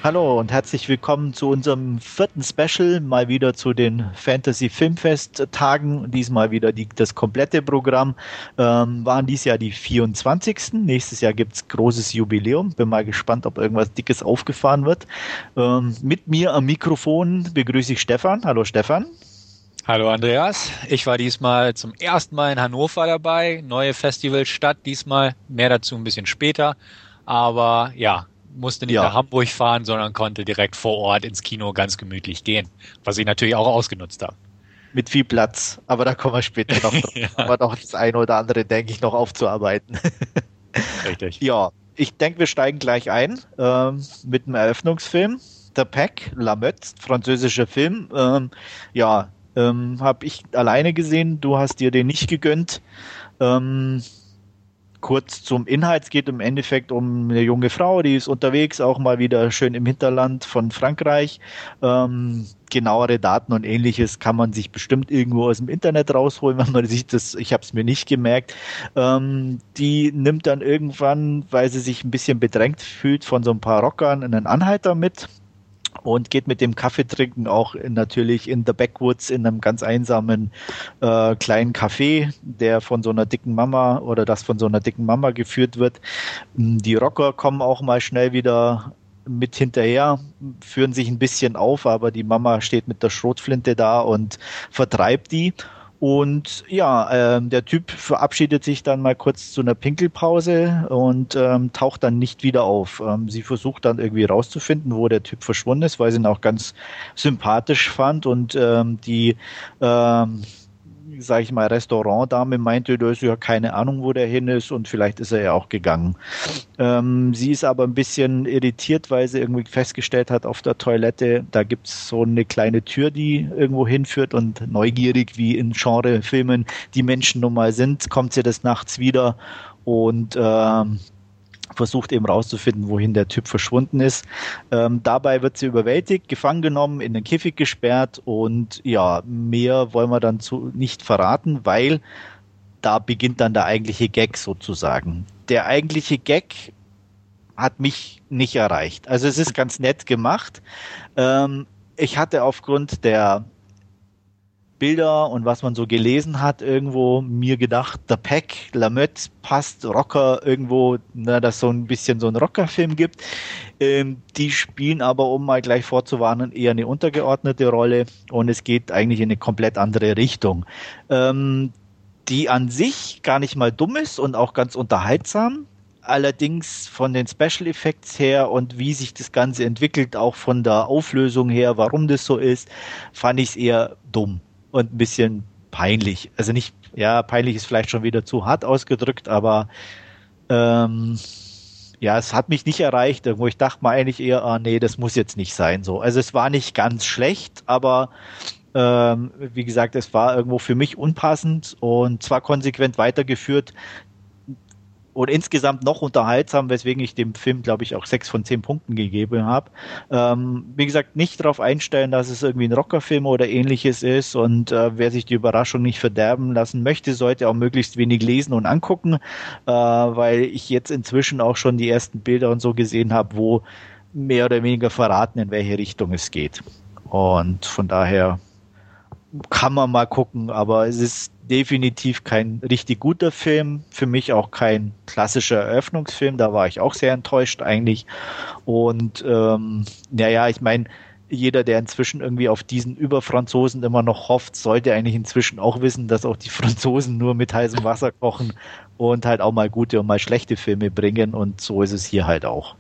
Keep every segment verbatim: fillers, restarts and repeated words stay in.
Hallo und herzlich willkommen zu unserem vierten Special, mal wieder zu den Fantasy Filmfest Tagen. Diesmal wieder die, das komplette Programm. Ähm, waren dies Jahr die vierundzwanzigsten. Nächstes Jahr gibt's großes Jubiläum. Bin mal gespannt, ob irgendwas Dickes aufgefahren wird. Ähm, mit mir am Mikrofon begrüße ich Stefan. Hallo Stefan. Hallo Andreas, ich war diesmal zum ersten Mal in Hannover dabei, neue Festivalstadt diesmal, mehr dazu ein bisschen später, aber ja, musste nicht Ja, nach Hamburg fahren, sondern konnte direkt vor Ort ins Kino ganz gemütlich gehen, was ich natürlich auch ausgenutzt habe. mit viel Platz. Aber da kommen wir später noch drauf. Ja, Aber noch das eine oder andere, denke ich, noch aufzuarbeiten. richtig. Ja, ich denke, wir steigen gleich ein ähm, mit dem Eröffnungsfilm. The Pack, La Meute, französischer Film. Ähm, ja, ähm, habe ich alleine gesehen. Du hast dir den nicht gegönnt. Ähm, Kurz zum Inhalt. Es geht im Endeffekt um eine junge Frau, die ist unterwegs, auch mal wieder schön im Hinterland von Frankreich. Ähm, genauere Daten und ähnliches kann man sich bestimmt irgendwo aus dem Internet rausholen, wenn man sich das, ich habe es mir nicht gemerkt. Ähm, die nimmt dann irgendwann, weil sie sich ein bisschen bedrängt fühlt, von so ein paar Rockern einen Anhalter mit und geht mit dem Kaffeetrinken auch in, natürlich in the Backwoods in einem ganz einsamen äh, kleinen Café, der von so einer dicken Mama oder das von so einer dicken Mama geführt wird. Die Rocker kommen auch mal schnell wieder mit hinterher, führen sich ein bisschen auf, aber die Mama steht mit der Schrotflinte da und vertreibt die. Und ja, ähm, der Typ verabschiedet sich dann mal kurz zu einer Pinkelpause und ähm, taucht dann nicht wieder auf. Ähm, sie versucht dann irgendwie rauszufinden, wo der Typ verschwunden ist, weil sie ihn auch ganz sympathisch fand und ähm, die ähm, sage ich mal, Restaurantdame meinte, du hast ja keine Ahnung, wo der hin ist und vielleicht ist er ja auch gegangen. Ähm, sie ist aber ein bisschen irritiert, weil sie irgendwie festgestellt hat auf der Toilette, da gibt es so eine kleine Tür, die irgendwo hinführt und neugierig, wie in Genrefilmen die Menschen nun mal sind, kommt sie des Nachts wieder und ähm, versucht eben rauszufinden, wohin der Typ verschwunden ist. Ähm, dabei wird sie überwältigt, gefangen genommen, in den Käfig gesperrt und ja, mehr wollen wir dann zu, nicht verraten, weil da beginnt dann der eigentliche Gag sozusagen. Der eigentliche Gag hat mich nicht erreicht. Also es ist ganz nett gemacht. Ähm, ich hatte aufgrund der Bilder und was man so gelesen hat, irgendwo mir gedacht, der Pack, La Meute passt, Rocker irgendwo, na, dass so ein bisschen so ein Rockerfilm gibt. Ähm, die spielen aber, um mal gleich vorzuwarnen, eher eine untergeordnete Rolle und es geht eigentlich in eine komplett andere Richtung. Ähm, die an sich gar nicht mal dumm ist und auch ganz unterhaltsam. Allerdings von den Special Effects her und wie sich das Ganze entwickelt, auch von der Auflösung her, warum das so ist, fand ich es eher dumm und ein bisschen peinlich. Also nicht, ja, peinlich ist vielleicht schon wieder zu hart ausgedrückt, aber ähm, ja, es hat mich nicht erreicht, wo ich dachte mal eigentlich eher, ah, nee, das muss jetzt nicht sein, so. Also es war nicht ganz schlecht, aber ähm, wie gesagt, es war irgendwo für mich unpassend und zwar konsequent weitergeführt und insgesamt noch unterhaltsam, weswegen ich dem Film, glaube ich, auch sechs von zehn Punkten gegeben habe. Ähm, wie gesagt, nicht darauf einstellen, dass es irgendwie ein Rockerfilm oder ähnliches ist und äh, wer sich die Überraschung nicht verderben lassen möchte, sollte auch möglichst wenig lesen und angucken, äh, weil ich jetzt inzwischen auch schon die ersten Bilder und so gesehen habe, wo mehr oder weniger verraten, in welche Richtung es geht. Und von daher kann man mal gucken, aber es ist definitiv kein richtig guter Film. Für mich auch kein klassischer Eröffnungsfilm. Da war ich auch sehr enttäuscht eigentlich. Und ähm, naja, ich meine, jeder, der inzwischen irgendwie auf diesen Überfranzosen immer noch hofft, sollte eigentlich inzwischen auch wissen, dass auch die Franzosen nur mit heißem Wasser kochen und halt auch mal gute und mal schlechte Filme bringen. Und so ist es hier halt auch.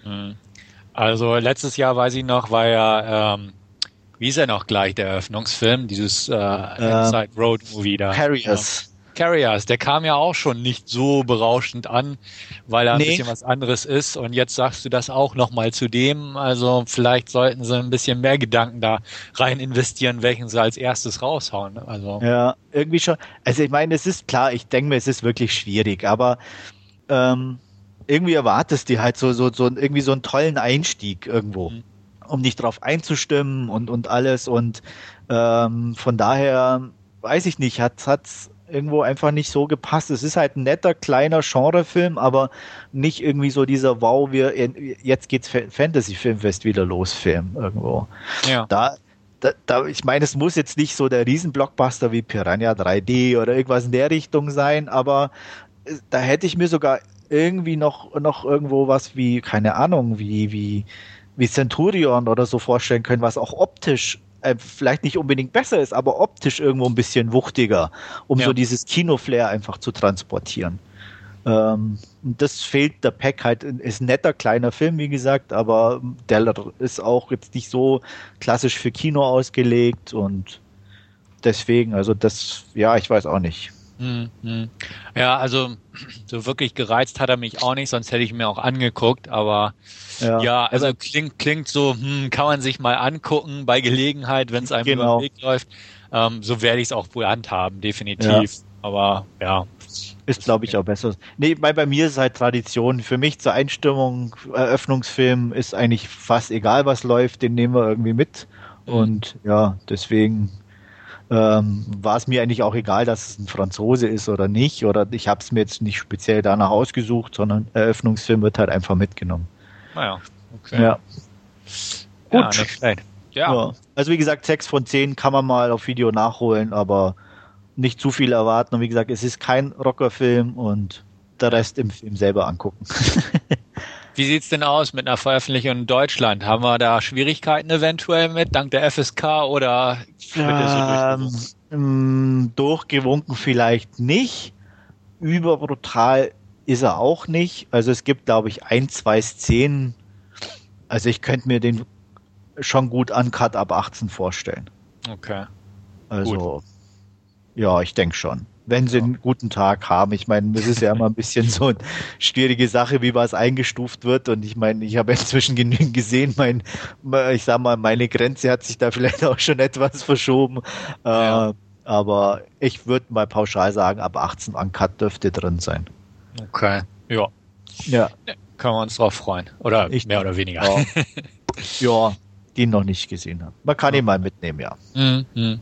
Also letztes Jahr, weiß ich noch, war ja ähm wie ist er noch gleich, der Eröffnungsfilm? Dieses äh, Inside Ähm, Road Movie da. Carriers. Ja. Carriers, der kam ja auch schon nicht so berauschend an, weil er ein Nee, bisschen was anderes ist. Und jetzt sagst du das auch nochmal zu dem. Also vielleicht sollten sie ein bisschen mehr Gedanken da rein investieren, welchen sie als erstes raushauen. Also ja, irgendwie schon. Also ich meine, es ist klar, ich denke mir, es ist wirklich schwierig, aber ähm, irgendwie erwartest du halt so, so, so irgendwie so einen tollen Einstieg irgendwo, mhm. um dich drauf einzustimmen und, und alles. Und ähm, von daher weiß ich nicht, hat, hat irgendwo einfach nicht so gepasst. Es ist halt ein netter, kleiner Genrefilm, aber nicht irgendwie so dieser Wow, wir, jetzt geht's Fantasy-Filmfest wieder los, Film irgendwo. Ja. Da, da, da, ich meine, es muss jetzt nicht so der Riesen-Blockbuster wie Piranha drei D oder irgendwas in der Richtung sein, aber da hätte ich mir sogar irgendwie noch, noch irgendwo was wie, keine Ahnung, wie, wie, wie Centurion oder so vorstellen können, was auch optisch äh, vielleicht nicht unbedingt besser ist, aber optisch irgendwo ein bisschen wuchtiger, um Ja. so dieses Kino-Flair einfach zu transportieren. Ähm, das fehlt der Pack halt, ist ein netter kleiner Film, wie gesagt, aber der ist auch jetzt nicht so klassisch für Kino ausgelegt und deswegen, also das, ja, ich weiß auch nicht. Hm, hm. Ja, also so wirklich gereizt hat er mich auch nicht, sonst hätte ich mir auch angeguckt, aber Ja, ja, also also- klingt, klingt so, hm, kann man sich mal angucken bei Gelegenheit, wenn es einem über Genau. den Weg läuft. Ähm, so werde ich es auch wohl handhaben, definitiv. Aber ja. Ist, glaube ich, auch besser. Nee, bei, bei mir ist es halt Tradition. Für mich zur Einstimmung, Eröffnungsfilm ist eigentlich fast egal, was läuft, den nehmen wir irgendwie mit. Mhm. Und ja, deswegen ähm, war es mir eigentlich auch egal, dass es ein Franzose ist oder nicht. Oder ich habe es mir jetzt nicht speziell danach ausgesucht, sondern Eröffnungsfilm wird halt einfach mitgenommen. Naja, okay. Ja. Ja, Gut. nicht schlecht. Ja. Ja. Also wie gesagt, sechs von zehn kann man mal auf Video nachholen, aber nicht zu viel erwarten. Und wie gesagt, es ist kein Rockerfilm und der Rest im Film selber angucken. Wie sieht's denn aus mit einer Veröffentlichung in Deutschland? Haben wir da Schwierigkeiten eventuell mit, dank der F S K oder wird das so durchgewunken? Ähm, durchgewunken vielleicht nicht. Überbrutal ist er auch nicht. Also es gibt, glaube ich, ein, zwei Szenen. Also ich könnte mir den schon gut uncut ab achtzehn vorstellen. Okay. Also ja, ich denke schon. Wenn sie einen guten Tag haben. Ich meine, es ist ja immer ein bisschen so eine schwierige Sache, wie was eingestuft wird. Und ich meine, ich habe inzwischen genügend gesehen. Mein, ich sag mal, meine Grenze hat sich da vielleicht auch schon etwas verschoben. Ja. Äh, aber ich würde mal pauschal sagen, ab achtzehn Uncut dürfte drin sein. Okay. Ja. Ja. Können wir uns drauf freuen. Oder Ich- mehr oder weniger. Ja, ja, die noch nicht gesehen haben. Man kann ihn mal mitnehmen, ja. Mhm, mhm.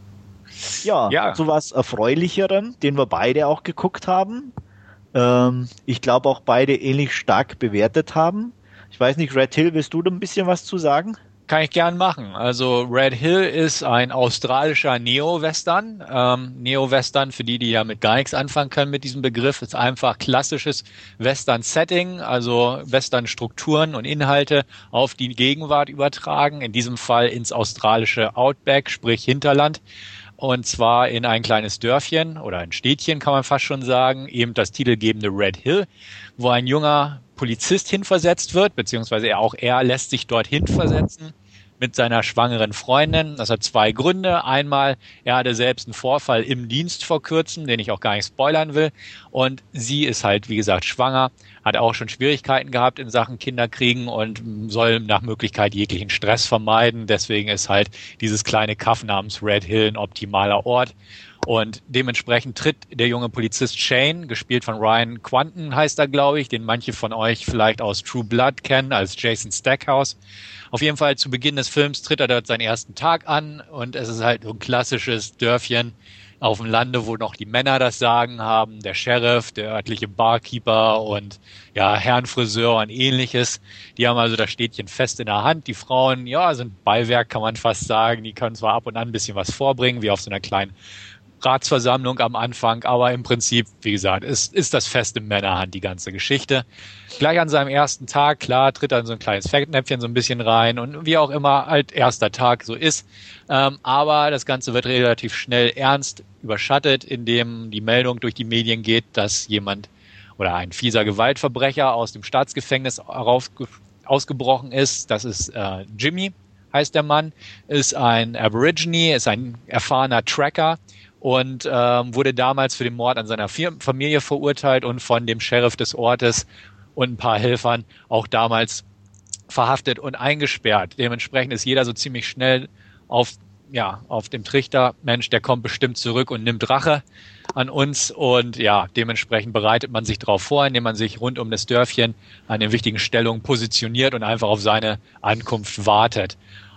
Ja, Ja. zu was Erfreulicherem, den wir beide auch geguckt haben. Ähm, ich glaube auch beide ähnlich stark bewertet haben. Ich weiß nicht, Red Hill, willst du da ein bisschen was zu sagen? Kann ich gern machen. Also Red Hill ist ein australischer Neo-Western. Ähm, Neo-Western, für die, die ja mit gar nichts anfangen können mit diesem Begriff, ist einfach klassisches Western-Setting, also Western-Strukturen und Inhalte auf die Gegenwart übertragen. In diesem Fall ins australische Outback, sprich Hinterland. Und zwar in ein kleines Dörfchen oder ein Städtchen, kann man fast schon sagen, eben das titelgebende Red Hill, wo ein junger Polizist hinversetzt wird, beziehungsweise er auch er lässt sich dorthin versetzen mit seiner schwangeren Freundin. Das hat zwei Gründe. Einmal, er hatte selbst einen Vorfall im Dienst vor kurzem, den ich auch gar nicht spoilern will. Und sie ist halt, wie gesagt, schwanger, hat auch schon Schwierigkeiten gehabt in Sachen Kinderkriegen und soll nach Möglichkeit jeglichen Stress vermeiden. Deswegen ist halt dieses kleine Kaff namens Red Hill ein optimaler Ort. Und dementsprechend tritt der junge Polizist Shane, gespielt von Ryan Quanten heißt er, glaube ich, den manche von euch vielleicht aus True Blood kennen, als Jason Stackhouse. Auf jeden Fall zu Beginn des Films tritt er dort seinen ersten Tag an und es ist halt so ein klassisches Dörfchen auf dem Lande, wo noch die Männer das Sagen haben, der Sheriff, der örtliche Barkeeper und ja, Herrenfriseur und ähnliches. Die haben also das Städtchen fest in der Hand. Die Frauen, ja, sind Beiwerk, kann man fast sagen. Die können zwar ab und an ein bisschen was vorbringen, wie auf so einer kleinen Ratsversammlung am Anfang, aber im Prinzip, wie gesagt, ist, ist das fest in Männerhand, die ganze Geschichte. Gleich an seinem ersten Tag, klar, tritt er in so ein kleines Fettnäpfchen so ein bisschen rein und wie auch immer halt erster Tag so ist. Ähm, aber das Ganze wird relativ schnell ernst überschattet, indem die Meldung durch die Medien geht, dass jemand oder ein fieser Gewaltverbrecher aus dem Staatsgefängnis heraufge- ausgebrochen ist. Das ist äh, Jimmy, heißt der Mann, ist ein Aborigine, ist ein erfahrener Tracker und ähm, wurde damals für den Mord an seiner Fir- Familie verurteilt und von dem Sheriff des Ortes und ein paar Helfern auch damals verhaftet und eingesperrt. Dementsprechend ist jeder so ziemlich schnell auf, ja, auf dem Trichter, Mensch, der kommt bestimmt zurück und nimmt Rache an uns und ja, dementsprechend bereitet man sich darauf vor, indem man sich rund um das Dörfchen an den wichtigen Stellungen positioniert und einfach auf seine Ankunft wartet.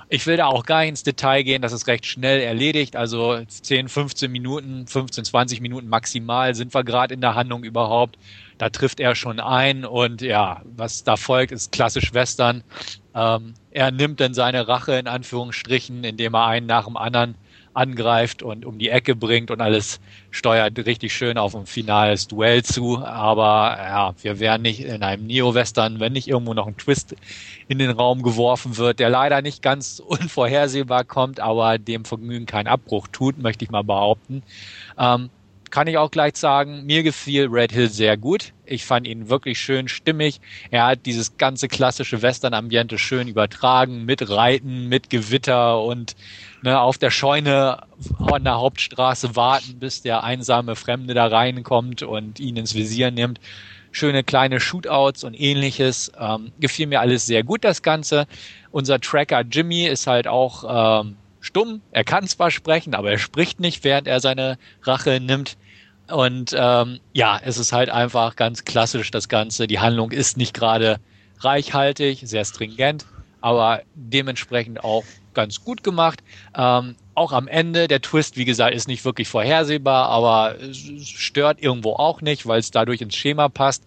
Ich will da auch gar nicht ins Detail gehen, das ist recht schnell erledigt, also zehn, fünfzehn Minuten, fünfzehn, zwanzig Minuten maximal sind wir gerade in der Handlung überhaupt. Da trifft er schon ein und ja, was da folgt, ist klassisch Western. Ähm, er nimmt dann seine Rache in Anführungsstrichen, indem er einen nach dem anderen angreift und um die Ecke bringt und alles steuert richtig schön auf ein finales Duell zu. Aber ja, wir wären nicht in einem Neo-Western, wenn nicht irgendwo noch ein Twist in den Raum geworfen wird, der leider nicht ganz unvorhersehbar kommt, aber dem Vergnügen keinen Abbruch tut, möchte ich mal behaupten. Ähm, kann ich auch gleich sagen, mir gefiel Red Hill sehr gut. Ich fand ihn wirklich schön stimmig. Er hat dieses ganze klassische Western-Ambiente schön übertragen, mit Reiten, mit Gewitter und ne, auf der Scheune an der Hauptstraße warten, bis der einsame Fremde da reinkommt und ihn ins Visier nimmt. Schöne kleine Shootouts und ähnliches. Ähm, gefiel mir alles sehr gut, das Ganze. Unser Tracker Jimmy ist halt auch ähm, stumm. Er kann zwar sprechen, aber er spricht nicht, während er seine Rache nimmt. Und ähm, ja, es ist halt einfach ganz klassisch, das Ganze. Die Handlung ist nicht gerade reichhaltig, sehr stringent, aber dementsprechend auch ganz gut gemacht. Ähm, auch am Ende, der Twist, wie gesagt, ist nicht wirklich vorhersehbar, aber es stört irgendwo auch nicht, weil es dadurch ins Schema passt.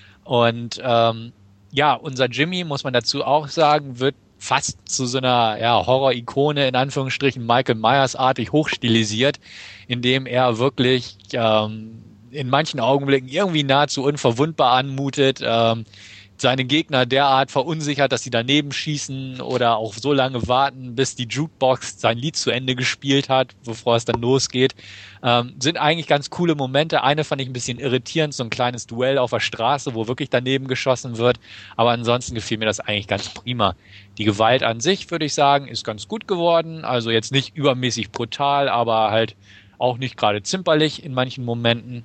Und ähm, ja, unser Jimmy, muss man dazu auch sagen, wird fast zu so einer ja, Horror-Ikone, in Anführungsstrichen Michael Myers-artig hochstilisiert, indem er wirklich ähm, in manchen Augenblicken irgendwie nahezu unverwundbar anmutet, ähm, seine Gegner derart verunsichert, dass sie daneben schießen oder auch so lange warten, bis die Jukebox sein Lied zu Ende gespielt hat, bevor es dann losgeht. Ähm, sind eigentlich ganz coole Momente. Eine fand ich ein bisschen irritierend, so ein kleines Duell auf der Straße, wo wirklich daneben geschossen wird. Aber ansonsten gefiel mir das eigentlich ganz prima. Die Gewalt an sich, würde ich sagen, ist ganz gut geworden. Also jetzt nicht übermäßig brutal, aber halt auch nicht gerade zimperlich in manchen Momenten.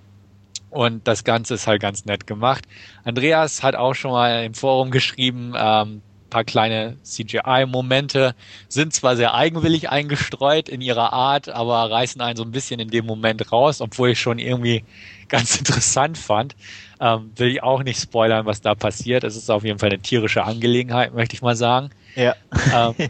Und das Ganze ist halt ganz nett gemacht. Andreas hat auch schon mal im Forum geschrieben, ähm, paar kleine C G I-Momente sind zwar sehr eigenwillig eingestreut in ihrer Art, aber reißen einen so ein bisschen in dem Moment raus, obwohl ich schon irgendwie ganz interessant fand. Ähm, will ich auch nicht spoilern, was da passiert. Es ist auf jeden Fall eine tierische Angelegenheit, möchte ich mal sagen. Ja. Ähm,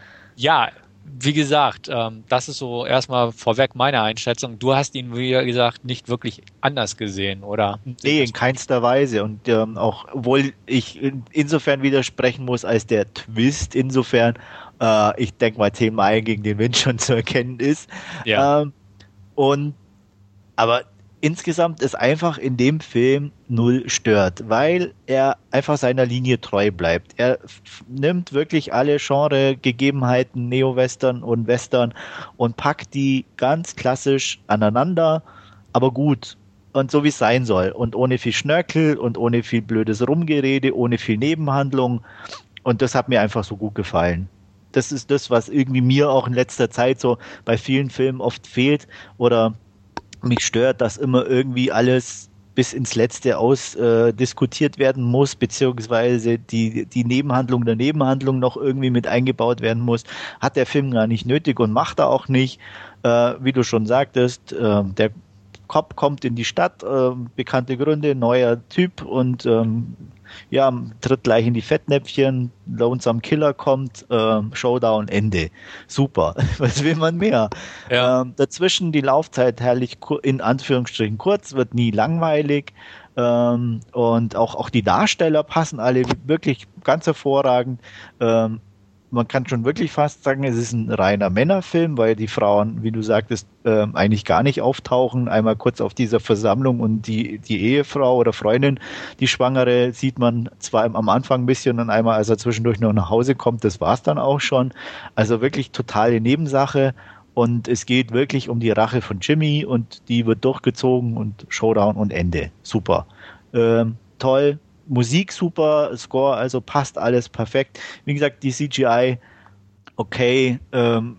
ja, wie gesagt, ähm, das ist so erstmal vorweg meine Einschätzung. Du hast ihn, wie gesagt, nicht wirklich anders gesehen, oder? Nee, in keinster Weise. Und ähm, auch, obwohl ich in, insofern widersprechen muss, als der Twist insofern, äh, ich denke mal, zehn Meilen gegen den Wind schon zu erkennen ist. Ja. Ähm, und aber insgesamt ist einfach in dem Film null stört, weil er einfach seiner Linie treu bleibt. Er f- nimmt wirklich alle Genre-Gegebenheiten, Neo-Western und Western und packt die ganz klassisch aneinander, aber gut. Und so wie es sein soll. Und ohne viel Schnörkel und ohne viel blödes Rumgerede, ohne viel Nebenhandlung. Und das hat mir einfach so gut gefallen. Das ist das, was irgendwie mir auch in letzter Zeit so bei vielen Filmen oft fehlt oder mich stört, dass immer irgendwie alles bis ins Letzte aus äh, diskutiert werden muss, beziehungsweise die, die Nebenhandlung der Nebenhandlung noch irgendwie mit eingebaut werden muss. Hat der Film gar nicht nötig und macht er auch nicht. Äh, wie du schon sagtest, äh, der Cop kommt in die Stadt, äh, bekannte Gründe, neuer Typ und ähm, ja, tritt gleich in die Fettnäpfchen, Lonesome Killer kommt, äh, Showdown, Ende. Super. Was will man mehr? Ja. Ähm, dazwischen die Laufzeit herrlich ku- in Anführungsstrichen kurz, wird nie langweilig. Ähm, und auch, auch die Darsteller passen alle wirklich ganz hervorragend. Ähm, man kann schon wirklich fast sagen, es ist ein reiner Männerfilm, weil die Frauen, wie du sagtest, ähm, eigentlich gar nicht auftauchen. Einmal kurz auf dieser Versammlung und die, die Ehefrau oder Freundin, die Schwangere, sieht man zwar am Anfang ein bisschen und einmal, als er zwischendurch noch nach Hause kommt, das war's dann auch schon. Also wirklich totale Nebensache. Und es geht wirklich um die Rache von Jimmy und die wird durchgezogen und Showdown und Ende. Super. Ähm, toll. Musik super, Score, also passt alles perfekt. Wie gesagt, die C G I, okay, ähm,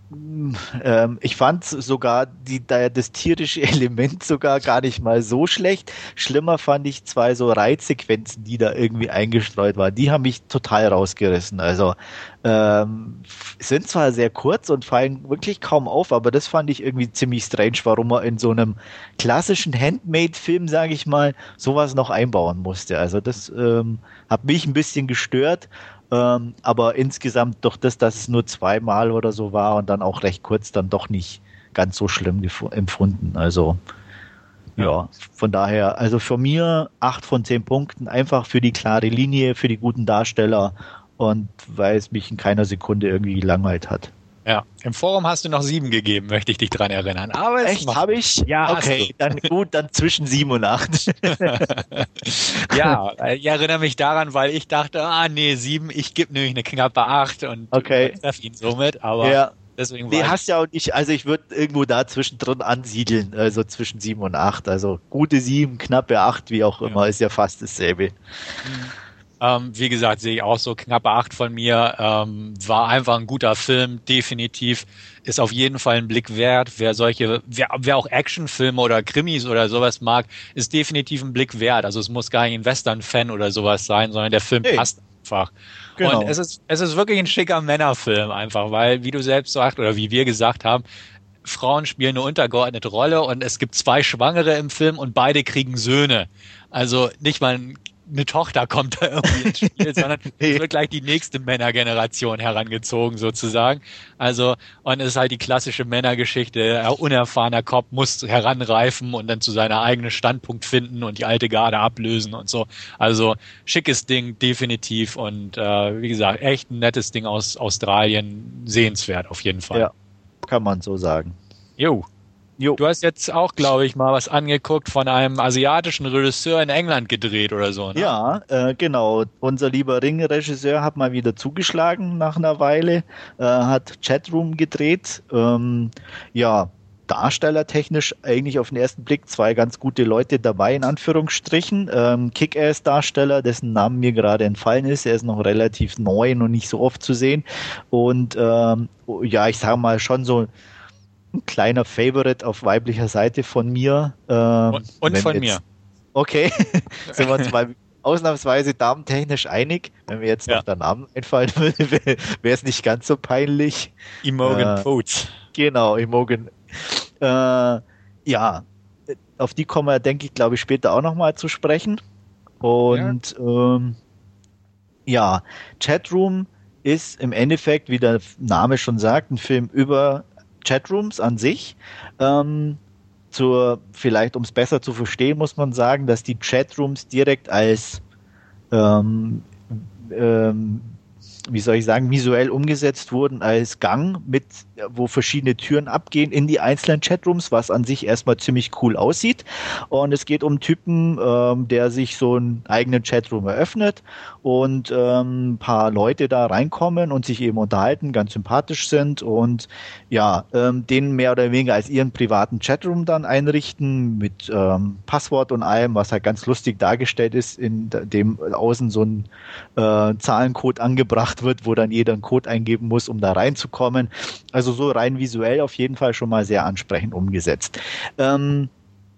ähm, ich fand sogar die, da, das tierische Element sogar gar nicht mal so schlecht. Schlimmer fand ich zwei so Reitsequenzen, die da irgendwie eingestreut waren. Die haben mich total rausgerissen. Also ähm, sind zwar sehr kurz und fallen wirklich kaum auf, aber das fand ich irgendwie ziemlich strange, warum man in so einem klassischen Handmade-Film, sage ich mal, sowas noch einbauen musste. Also das ähm, hat mich ein bisschen gestört. Ähm, aber insgesamt durch das, dass es nur zweimal oder so war und dann auch recht kurz, dann doch nicht ganz so schlimm gef- empfunden. Also ja. ja, von daher, also für mir acht von zehn Punkten, einfach für die klare Linie, für die guten Darsteller und weil es mich in keiner Sekunde irgendwie gelangweilt hat. Ja, im Forum hast du noch sieben gegeben, möchte ich dich dran erinnern. Aber es Echt, habe ich? Ja, okay, dann gut, dann zwischen sieben und acht. Ja, ich erinnere mich daran, weil ich dachte, ah nee, sieben, ich gebe nämlich eine knappe acht und okay. treffe ihn somit, aber ja. deswegen nee, war hast ja auch nicht, also ich würde irgendwo da zwischendrin ansiedeln, also zwischen sieben und acht, also gute sieben, knappe acht, wie auch immer, ja. ist ja fast dasselbe. Mhm. Ähm, wie gesagt, sehe ich auch so, knappe acht von mir, ähm, war einfach ein guter Film, definitiv, ist auf jeden Fall ein Blick wert, wer solche, wer, wer auch Actionfilme oder Krimis oder sowas mag, ist definitiv ein Blick wert, also es muss gar nicht ein Western-Fan oder sowas sein, sondern der Film hey. passt einfach. Genau. Und es ist, es ist wirklich ein schicker Männerfilm einfach, weil, wie du selbst sagst, oder wie wir gesagt haben, Frauen spielen eine untergeordnete Rolle und es gibt zwei Schwangere im Film und beide kriegen Söhne. Also nicht mal ein eine Tochter kommt da irgendwie ins Spiel, sondern es wird gleich die nächste Männergeneration herangezogen sozusagen. Also, und es ist halt die klassische Männergeschichte, ein unerfahrener Cop muss heranreifen und dann zu seiner eigenen Standpunkt finden und die alte Garde ablösen und so. Also, schickes Ding, definitiv und äh, wie gesagt, echt ein nettes Ding aus Australien, sehenswert auf jeden Fall. Ja, kann man so sagen. Jo. Jo. Du hast jetzt auch, glaube ich, mal was angeguckt von einem asiatischen Regisseur in England gedreht oder so, ne? Ja, äh, genau. Unser lieber Ring-Regisseur hat mal wieder zugeschlagen nach einer Weile, äh, hat Chatroom gedreht. Ähm, ja, darstellertechnisch eigentlich auf den ersten Blick zwei ganz gute Leute dabei, in Anführungsstrichen. Ähm, Kick-Ass-Darsteller, dessen Namen mir gerade entfallen ist. Er ist noch relativ neu und nicht so oft zu sehen. Und ähm, ja, ich sage mal schon so ein kleiner Favorite auf weiblicher Seite von mir. Ähm, und und von jetzt, mir. Okay, sind wir uns mal ausnahmsweise damentechnisch einig. Wenn mir jetzt ja. noch der Name einfallen würde, wäre es nicht ganz so peinlich. Imogen äh, Poots. Genau, Imogen. Äh, ja, auf die kommen wir, denke ich, glaube ich, später auch nochmal zu sprechen. Und ja. Ähm, ja, Chatroom ist im Endeffekt, wie der Name schon sagt, ein Film über Chatrooms an sich. Ähm, zur, vielleicht um es besser zu verstehen, muss man sagen, dass die Chatrooms direkt als ähm, ähm, wie soll ich sagen, visuell umgesetzt wurden als Gang, mit, wo verschiedene Türen abgehen in die einzelnen Chatrooms, was an sich erstmal ziemlich cool aussieht. Und es geht um einen Typen, ähm, der sich so einen eigenen Chatroom eröffnet und ähm, ein paar Leute da reinkommen und sich eben unterhalten, ganz sympathisch sind und ja, ähm, den mehr oder weniger als ihren privaten Chatroom dann einrichten mit ähm, Passwort und allem, was halt ganz lustig dargestellt ist, in dem außen so ein äh, Zahlencode angebracht wird, wo dann jeder einen Code eingeben muss, um da reinzukommen. Also so rein visuell auf jeden Fall schon mal sehr ansprechend umgesetzt. Ähm,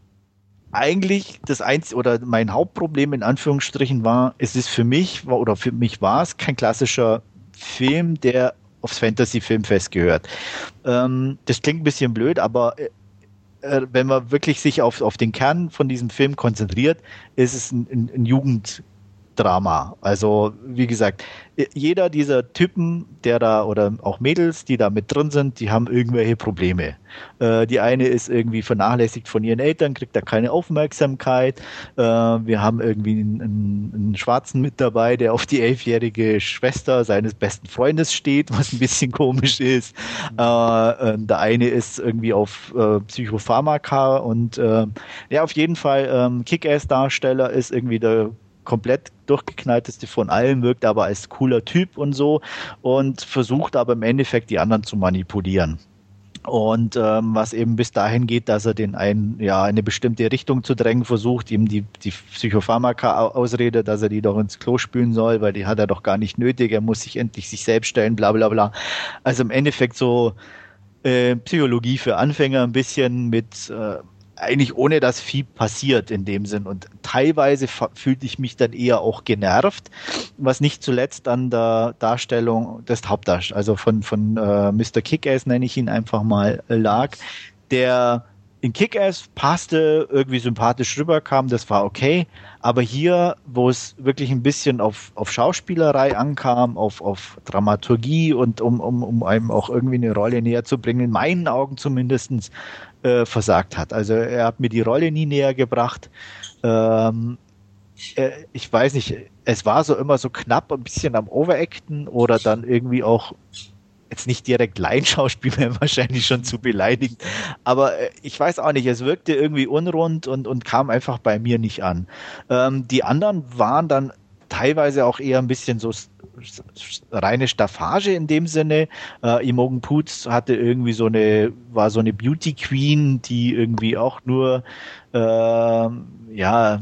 eigentlich das einzige oder mein Hauptproblem in Anführungsstrichen war, es ist für mich oder für mich war es kein klassischer Film, der aufs Fantasy-Filmfest gehört. Ähm, das klingt ein bisschen blöd, aber äh, wenn man wirklich sich auf, auf den Kern von diesem Film konzentriert, ist es ein, ein, ein Jugend Drama. Also, wie gesagt, jeder dieser Typen, der da, oder auch Mädels, die da mit drin sind, die haben irgendwelche Probleme. Äh, die eine ist irgendwie vernachlässigt von ihren Eltern, kriegt da keine Aufmerksamkeit. Äh, wir haben irgendwie einen, einen, einen Schwarzen mit dabei, der auf die elfjährige Schwester seines besten Freundes steht, was ein bisschen komisch ist. Äh, äh, der eine ist irgendwie auf äh, Psychopharmaka und äh, ja, auf jeden Fall ähm, Kick-Ass-Darsteller ist irgendwie der komplett durchgeknallteste von allen, wirkt aber als cooler Typ und so und versucht aber im Endeffekt die anderen zu manipulieren. Und ähm, was eben bis dahin geht, dass er den einen ja in eine bestimmte Richtung zu drängen versucht, ihm die, die Psychopharmaka-Ausrede, dass er die doch ins Klo spülen soll, weil die hat er doch gar nicht nötig, er muss sich endlich sich selbst stellen, bla bla bla. Also im Endeffekt so äh, Psychologie für Anfänger ein bisschen mit äh, eigentlich ohne dass viel passiert in dem Sinn. Und teilweise fühlte ich mich dann eher auch genervt, was nicht zuletzt an der Darstellung des Hauptdarstellers, also von, von äh, Mister Kick-Ass nenne ich ihn einfach mal, lag, der in Kick-Ass passte, irgendwie sympathisch rüberkam, das war okay. Aber hier, wo es wirklich ein bisschen auf, auf Schauspielerei ankam, auf, auf Dramaturgie und um, um, um einem auch irgendwie eine Rolle näher zu bringen, in meinen Augen zumindest äh, versagt hat. Also er hat mir die Rolle nie näher gebracht. Ähm, äh, ich weiß nicht, es war so immer so knapp, ein bisschen am Overacten oder dann irgendwie auch jetzt nicht direkt Laienschauspiel, wäre wahrscheinlich schon zu beleidigend, aber äh, ich weiß auch nicht, es wirkte irgendwie unrund und, und kam einfach bei mir nicht an. Ähm, die anderen waren dann teilweise auch eher ein bisschen so s- s- reine Staffage in dem Sinne. Äh, Imogen Poots hatte irgendwie so eine, war so eine Beauty Queen, die irgendwie auch nur, ähm, ja,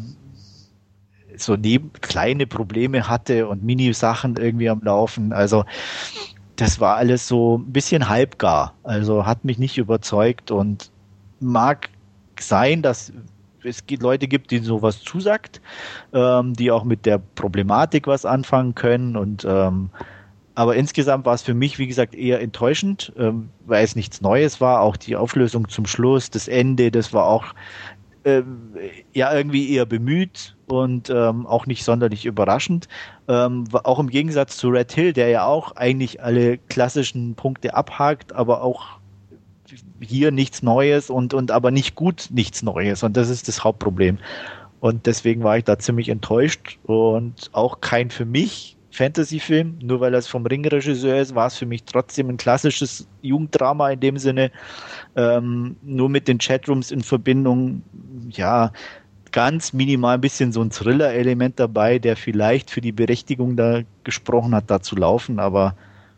so neben kleine Probleme hatte und Mini-Sachen irgendwie am Laufen. Also das war alles so ein bisschen halbgar. Also hat mich nicht überzeugt und mag sein, dass es Leute gibt, denen sowas zusagt, ähm, die auch mit der Problematik was anfangen können. Und ähm, aber insgesamt war es für mich, wie gesagt, eher enttäuschend, ähm, weil es nichts Neues war. Auch die Auflösung zum Schluss, das Ende, das war auch ähm, ja irgendwie eher bemüht und ähm, auch nicht sonderlich überraschend. Ähm, auch im Gegensatz zu Red Hill, der ja auch eigentlich alle klassischen Punkte abhakt, aber auch hier nichts Neues und, und aber nicht gut nichts Neues. Und das ist das Hauptproblem. Und deswegen war ich da ziemlich enttäuscht und auch kein für mich Fantasy-Film, nur weil es vom Ringregisseur ist, war es für mich trotzdem ein klassisches Jugenddrama in dem Sinne, ähm, nur mit den Chatrooms in Verbindung, ja, ganz minimal ein bisschen so ein Thriller-Element dabei, der vielleicht für die Berechtigung da gesprochen hat, da zu laufen, aber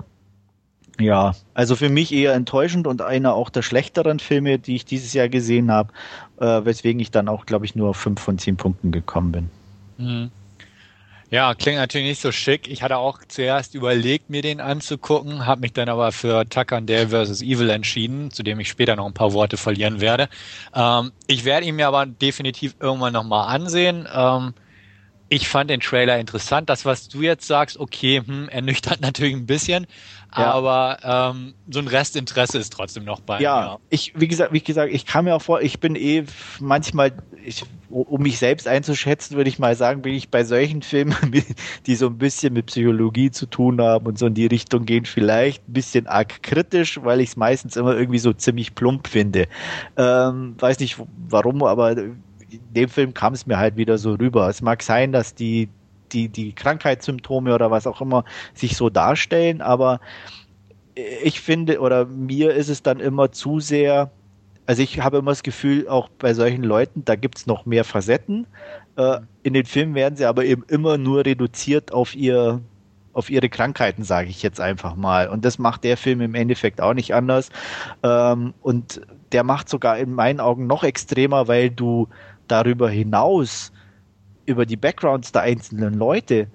ja, also für mich eher enttäuschend und einer auch der schlechteren Filme, die ich dieses Jahr gesehen habe, äh, weswegen ich dann auch, glaube ich, nur auf fünf von zehn Punkten gekommen bin. Mhm. Ja, klingt natürlich nicht so schick. Ich hatte auch zuerst überlegt, mir den anzugucken, habe mich dann aber für Tucker and Dale versus. Evil entschieden, zu dem ich später noch ein paar Worte verlieren werde. Ähm, ich werde ihn mir aber definitiv irgendwann nochmal ansehen. Ähm, ich fand den Trailer interessant. Das, was du jetzt sagst, okay, hm, ernüchtert natürlich ein bisschen, Ja, aber ähm, so ein Restinteresse ist trotzdem noch bei ja, mir. ich, wie gesagt, wie gesagt, ich kam mir auch vor, ich bin eh manchmal, ich, um mich selbst einzuschätzen, würde ich mal sagen, bin ich bei solchen Filmen, die so ein bisschen mit Psychologie zu tun haben und so in die Richtung gehen, vielleicht ein bisschen arg kritisch, weil ich es meistens immer irgendwie so ziemlich plump finde. Ähm, weiß nicht warum, aber in dem Film kam es mir halt wieder so rüber. Es mag sein, dass die, die, die Krankheitssymptome oder was auch immer sich so darstellen, aber ich finde, oder mir ist es dann immer zu sehr, also ich habe immer das Gefühl, auch bei solchen Leuten, da gibt es noch mehr Facetten. Äh, in den Filmen werden sie aber eben immer nur reduziert auf ihr, auf ihre Krankheiten, sage ich jetzt einfach mal. Und das macht der Film im Endeffekt auch nicht anders. Ähm, und der macht sogar in meinen Augen noch extremer, weil du darüber hinaus, über die Backgrounds der einzelnen Leute,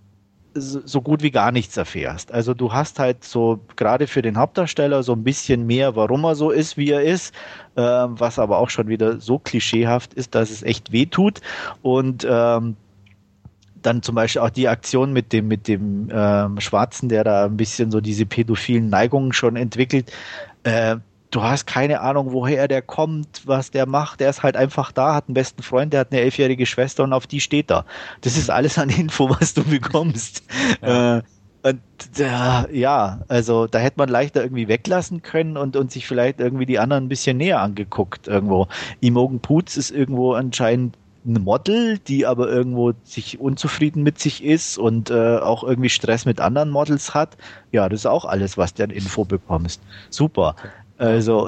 so so gut wie gar nichts erfährst. Also du hast halt so gerade für den Hauptdarsteller so ein bisschen mehr, warum er so ist, wie er ist, ähm, was aber auch schon wieder so klischeehaft ist, dass es echt weh tut. Und ähm, dann zum Beispiel auch die Aktion mit dem mit dem ähm, Schwarzen, der da ein bisschen so diese pädophilen Neigungen schon entwickelt. Äh, Du hast keine Ahnung, woher der kommt, was der macht. Der ist halt einfach da, hat einen besten Freund, der hat eine elfjährige Schwester und auf die steht er. Das ist alles an Info, was du bekommst. Ja. Äh, und äh, ja, also da hätte man leichter irgendwie weglassen können und, und sich vielleicht irgendwie die anderen ein bisschen näher angeguckt irgendwo. Imogen Poots ist irgendwo anscheinend ein Model, die aber irgendwo sich unzufrieden mit sich ist und äh, auch irgendwie Stress mit anderen Models hat. Ja, das ist auch alles, was du an Info bekommst. Super. Okay. Ja. Also,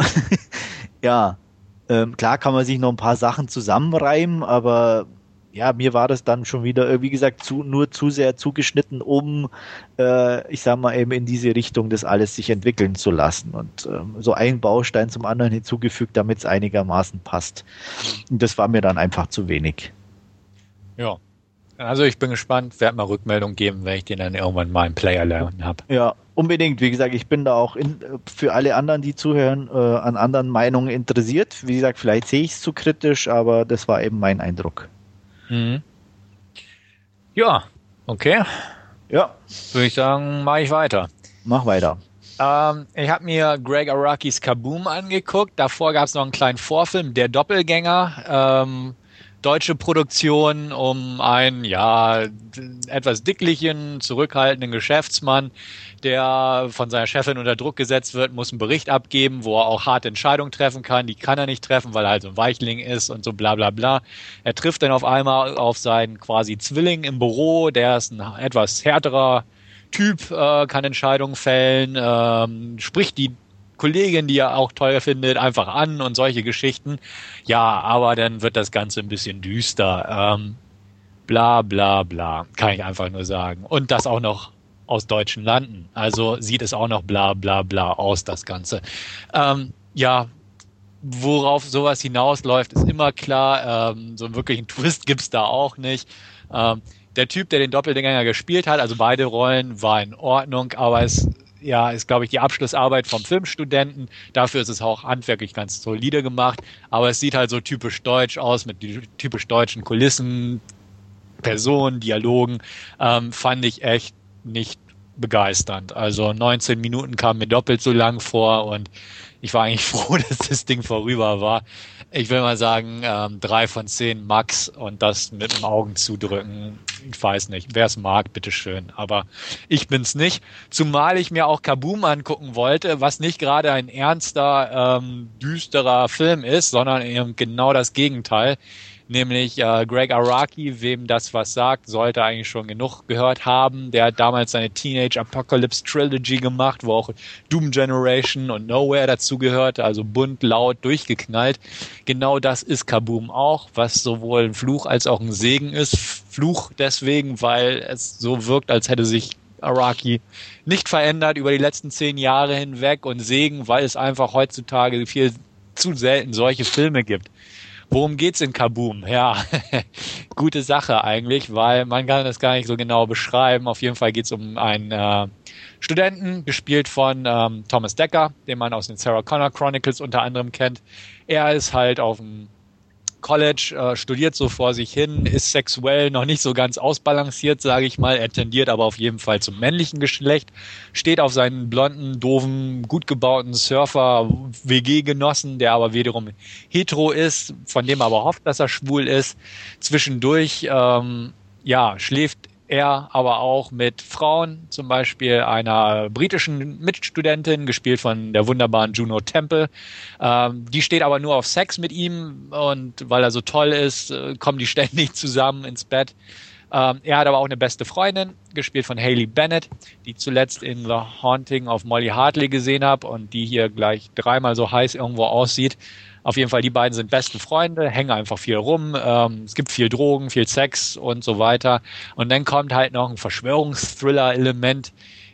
ja, ähm, klar kann man sich noch ein paar Sachen zusammenreimen, aber ja, mir war das dann schon wieder, äh, wie gesagt, zu, nur zu sehr zugeschnitten, um, äh, ich sag mal, eben in diese Richtung das alles sich entwickeln zu lassen. Und ähm, so ein Baustein zum anderen hinzugefügt, damit es einigermaßen passt. Und das war mir dann einfach zu wenig. Ja. Also ich bin gespannt, werde mal Rückmeldung geben, wenn ich den dann irgendwann mal im Player lernen habe. Ja, unbedingt. Wie gesagt, ich bin da auch in, für alle anderen, die zuhören, äh, an anderen Meinungen interessiert. Wie gesagt, vielleicht sehe ich es zu kritisch, aber das war eben mein Eindruck. Mhm. Ja, okay. Ja, Würde ich sagen, mache ich weiter. mach weiter. Ähm, ich habe mir Greg Arakis Kaboom angeguckt. Davor gab es noch einen kleinen Vorfilm, Der Doppelgänger. Ähm, deutsche Produktion um einen, ja, etwas dicklichen, zurückhaltenden Geschäftsmann, der von seiner Chefin unter Druck gesetzt wird, muss einen Bericht abgeben, wo er auch harte Entscheidungen treffen kann. Die kann er nicht treffen, weil er halt so ein Weichling ist und so bla bla bla. Er trifft dann auf einmal auf seinen quasi Zwilling im Büro, der ist ein etwas härterer Typ, äh, kann Entscheidungen fällen, ähm, spricht die Kollegin, die er auch teuer findet, einfach an und solche Geschichten. Ja, aber dann wird das Ganze ein bisschen düster. Ähm, bla bla bla, kann ich einfach nur sagen. Und das auch noch aus deutschen Landen. Also sieht es auch noch bla bla bla aus, das Ganze. Ähm, ja, worauf sowas hinausläuft, ist immer klar. Ähm, so wirklich einen Twist gibt's da auch nicht. Ähm, der Typ, der den Doppelgänger gespielt hat, also beide Rollen, war in Ordnung, aber es ja, ist, glaube ich, die Abschlussarbeit vom Filmstudenten. Dafür ist es auch handwerklich ganz solide gemacht. Aber es sieht halt so typisch deutsch aus, mit typisch deutschen Kulissen, Personen, Dialogen. Ähm, fand ich echt nicht begeisternd. Also neunzehn Minuten kamen mir doppelt so lang vor und ich war eigentlich froh, dass das Ding vorüber war. Ich will mal sagen, ähm, drei von zehn Max und das mit dem Augen zudrücken. Ich weiß nicht, wer es mag, bitteschön. Aber ich bin's nicht. Zumal ich mir auch Kaboom angucken wollte, was nicht gerade ein ernster, ähm, düsterer Film ist, sondern eben genau das Gegenteil. Nämlich äh, Greg Araki, wem das was sagt, sollte eigentlich schon genug gehört haben. Der hat damals seine Teenage Apocalypse Trilogy gemacht, wo auch Doom Generation und Nowhere dazugehörte, also bunt, laut, durchgeknallt. Genau das ist Kaboom auch, was sowohl ein Fluch als auch ein Segen ist. Fluch deswegen, weil es so wirkt, als hätte sich Araki nicht verändert über die letzten zehn Jahre hinweg, und Segen, weil es einfach heutzutage viel zu selten solche Filme gibt. Worum geht's in Kaboom? Ja, gute Sache eigentlich, weil man kann das gar nicht so genau beschreiben. Auf jeden Fall geht's um einen äh, Studenten, gespielt von ähm, Thomas Dekker, den man aus den Sarah Connor Chronicles unter anderem kennt. Er ist halt auf dem College, äh, studiert so vor sich hin, ist sexuell noch nicht so ganz ausbalanciert, sage ich mal. Er tendiert aber auf jeden Fall zum männlichen Geschlecht, steht auf seinen blonden, doofen, gut gebauten Surfer-W G-Genossen, der aber wiederum hetero ist, von dem er aber hofft, dass er schwul ist. Zwischendurch, ähm, ja, schläft er aber auch mit Frauen, zum Beispiel einer britischen Mitstudentin, gespielt von der wunderbaren Juno Temple. Ähm, die steht aber nur auf Sex mit ihm, und weil er so toll ist, äh, kommen die ständig zusammen ins Bett. Ähm, er hat aber auch eine beste Freundin, gespielt von Hayley Bennett, die zuletzt in The Haunting of Molly Hartley gesehen habe und die hier gleich dreimal so heiß irgendwo aussieht. Auf jeden Fall, die beiden sind beste Freunde, hängen einfach viel rum, ähm, es gibt viel Drogen, viel Sex und so weiter. Und dann kommt halt noch ein Verschwörungsthriller-Element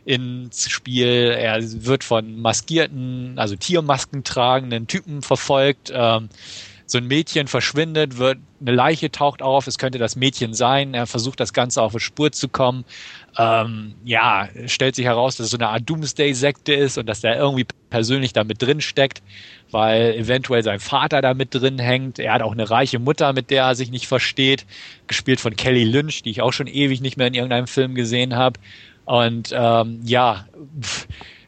ins Spiel. Er wird von maskierten, also Tiermasken tragenden Typen verfolgt. Ähm, so ein Mädchen verschwindet, wird, eine Leiche taucht auf, es könnte das Mädchen sein. Er versucht, das Ganze auf eine Spur zu kommen. Ähm, ja, stellt sich heraus, dass es so eine Art Doomsday-Sekte ist und dass er irgendwie persönlich da mit drin steckt, weil eventuell sein Vater da mit drin hängt. Er hat auch eine reiche Mutter, mit der er sich nicht versteht, gespielt von Kelly Lynch, die ich auch schon ewig nicht mehr in irgendeinem Film gesehen habe. Und ähm, ja, pff,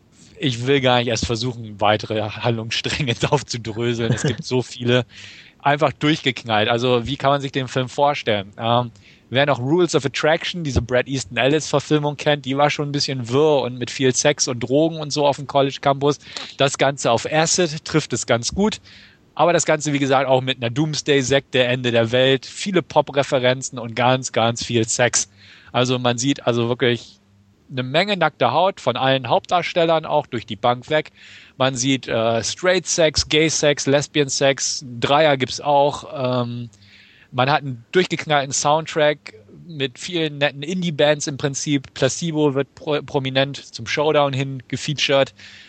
ich will gar nicht erst versuchen, weitere Handlungsstränge aufzudröseln. Es gibt so viele, einfach durchgeknallt. Also wie kann man sich den Film vorstellen? Ähm, wer noch Rules of Attraction, diese Bret Easton Ellis Verfilmung kennt, die war schon ein bisschen wirr und mit viel Sex und Drogen und so auf dem College Campus. Das Ganze auf Acid trifft es ganz gut. Aber das Ganze, wie gesagt, auch mit einer Doomsday-Sekte, Ende der Welt, viele Pop-Referenzen und ganz, ganz viel Sex. Also man sieht also wirklich eine Menge nackte Haut von allen Hauptdarstellern auch durch die Bank weg. Man sieht äh, Straight Sex, Gay Sex, Lesbian Sex, Dreier gibt's auch. Ähm, man hat einen durchgeknallten Soundtrack mit vielen netten Indie-Bands im Prinzip. Placebo wird pro- prominent zum Showdown hin gefeatured.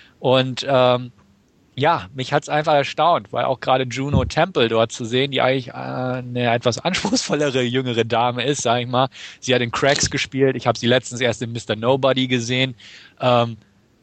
Und ähm, ja, mich hat's einfach erstaunt, weil auch gerade Juno Temple dort zu sehen, die eigentlich äh, eine etwas anspruchsvollere jüngere Dame ist, sag ich mal. Sie hat in Cracks gespielt, ich habe sie letztens erst in Mister Nobody gesehen. Ähm,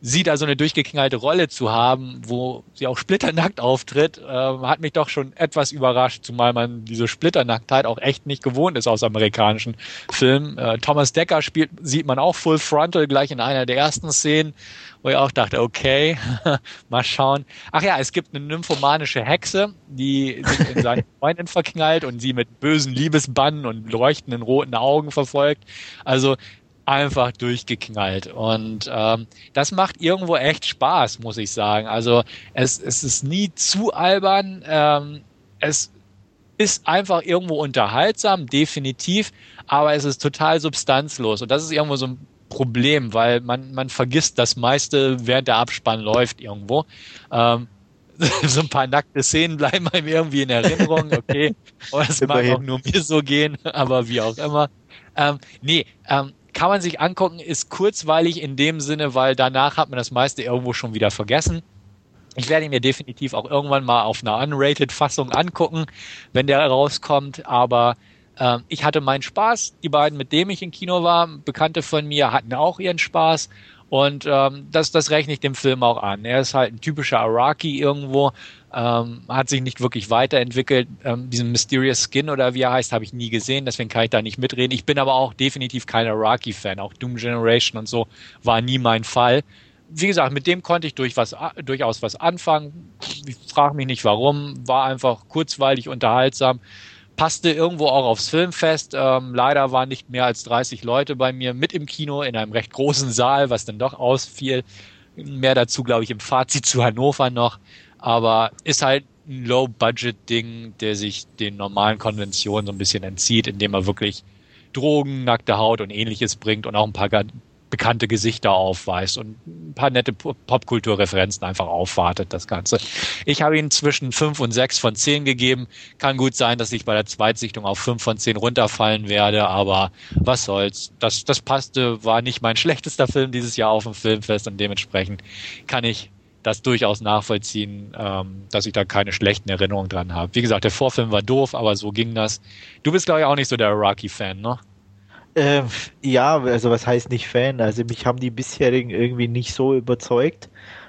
sie da so eine durchgeknallte Rolle zu haben, wo sie auch splitternackt auftritt, äh, hat mich doch schon etwas überrascht, zumal man diese Splitternacktheit auch echt nicht gewohnt ist aus amerikanischen Filmen. Äh, Thomas Dekker spielt, sieht man auch Full Frontal gleich in einer der ersten Szenen, wo ich auch dachte, okay, mal schauen. Ach ja, es gibt eine nymphomanische Hexe, die sich in seine Freundin verknallt und sie mit bösen Liebesbannen und leuchtenden roten Augen verfolgt. Also einfach durchgeknallt. Und ähm, das macht irgendwo echt Spaß, muss ich sagen. Also es, es ist nie zu albern. Ähm, es ist einfach irgendwo unterhaltsam, definitiv, aber es ist total substanzlos. Und das ist irgendwo so ein Problem, weil man, man vergisst das meiste, während der Abspann läuft irgendwo. Ähm, so ein paar nackte Szenen bleiben einem irgendwie in Erinnerung, okay. Oder es mag auch nur mir so gehen, aber wie auch immer. Ähm, nee, ähm, kann man sich angucken, ist kurzweilig in dem Sinne, weil danach hat man das meiste irgendwo schon wieder vergessen. Ich werde ihn mir definitiv auch irgendwann mal auf einer Unrated-Fassung angucken, wenn der rauskommt, aber ähm, ich hatte meinen Spaß. Die beiden, mit denen ich im Kino war, Bekannte von mir, hatten auch ihren Spaß. Und ähm, das, das rechne ich dem Film auch an. Er ist halt ein typischer Araki irgendwo, ähm, hat sich nicht wirklich weiterentwickelt. Ähm, diesen Mysterious Skin oder wie er heißt, habe ich nie gesehen, deswegen kann ich da nicht mitreden. Ich bin aber auch definitiv kein Araki-Fan. Auch Doom Generation und so war nie mein Fall. Wie gesagt, mit dem konnte ich durch was, durchaus was anfangen. Ich frage mich nicht warum, war einfach kurzweilig unterhaltsam. Passte irgendwo auch aufs Filmfest. Ähm, leider waren nicht mehr als dreißig Leute bei mir mit im Kino in einem recht großen Saal, was dann doch ausfiel. Mehr dazu, glaube ich, im Fazit zu Hannover noch. Aber ist halt ein Low-Budget-Ding, der sich den normalen Konventionen so ein bisschen entzieht, indem er wirklich Drogen, nackte Haut und Ähnliches bringt und auch ein paar bekannte Gesichter aufweist und ein paar nette Popkulturreferenzen einfach aufwartet, das Ganze. Ich habe ihm zwischen fünf und sechs von zehn gegeben. Kann gut sein, dass ich bei der Zweitsichtung auf fünf von zehn runterfallen werde, aber was soll's. Das, das passte, war nicht mein schlechtester Film dieses Jahr auf dem Filmfest und dementsprechend kann ich das durchaus nachvollziehen, ähm, dass ich da keine schlechten Erinnerungen dran habe. Wie gesagt, der Vorfilm war doof, aber so ging das. Du bist, glaube ich, auch nicht so der Araki-Fan, ne? Ähm, ja, also was heißt nicht Fan? Also mich haben die bisherigen irgendwie nicht so überzeugt.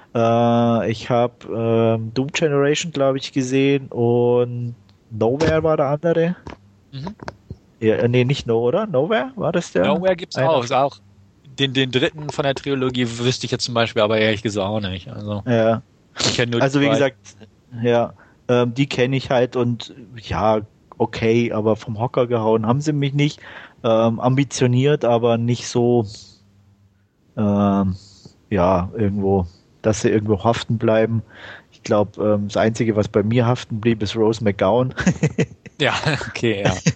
Äh, ich habe ähm, Doom Generation, glaube ich, gesehen und Nowhere war der andere. Mhm. Ja, nee, nicht No, oder? Nowhere war das der? Nowhere gibt's auch. Ist auch den, den dritten von der Trilogie wüsste ich jetzt zum Beispiel, aber ehrlich gesagt auch nicht. Also, ja. Ich kenn nur also wie zwei. gesagt, ja, ähm, die kenne ich halt und ja, okay, aber vom Hocker gehauen haben sie mich nicht. Ähm, ambitioniert, aber nicht so ähm, ja, irgendwo, dass sie irgendwo haften bleiben. Ich glaube, ähm, das Einzige, was bei mir haften blieb, ist Rose McGowan. Ja, okay, ja.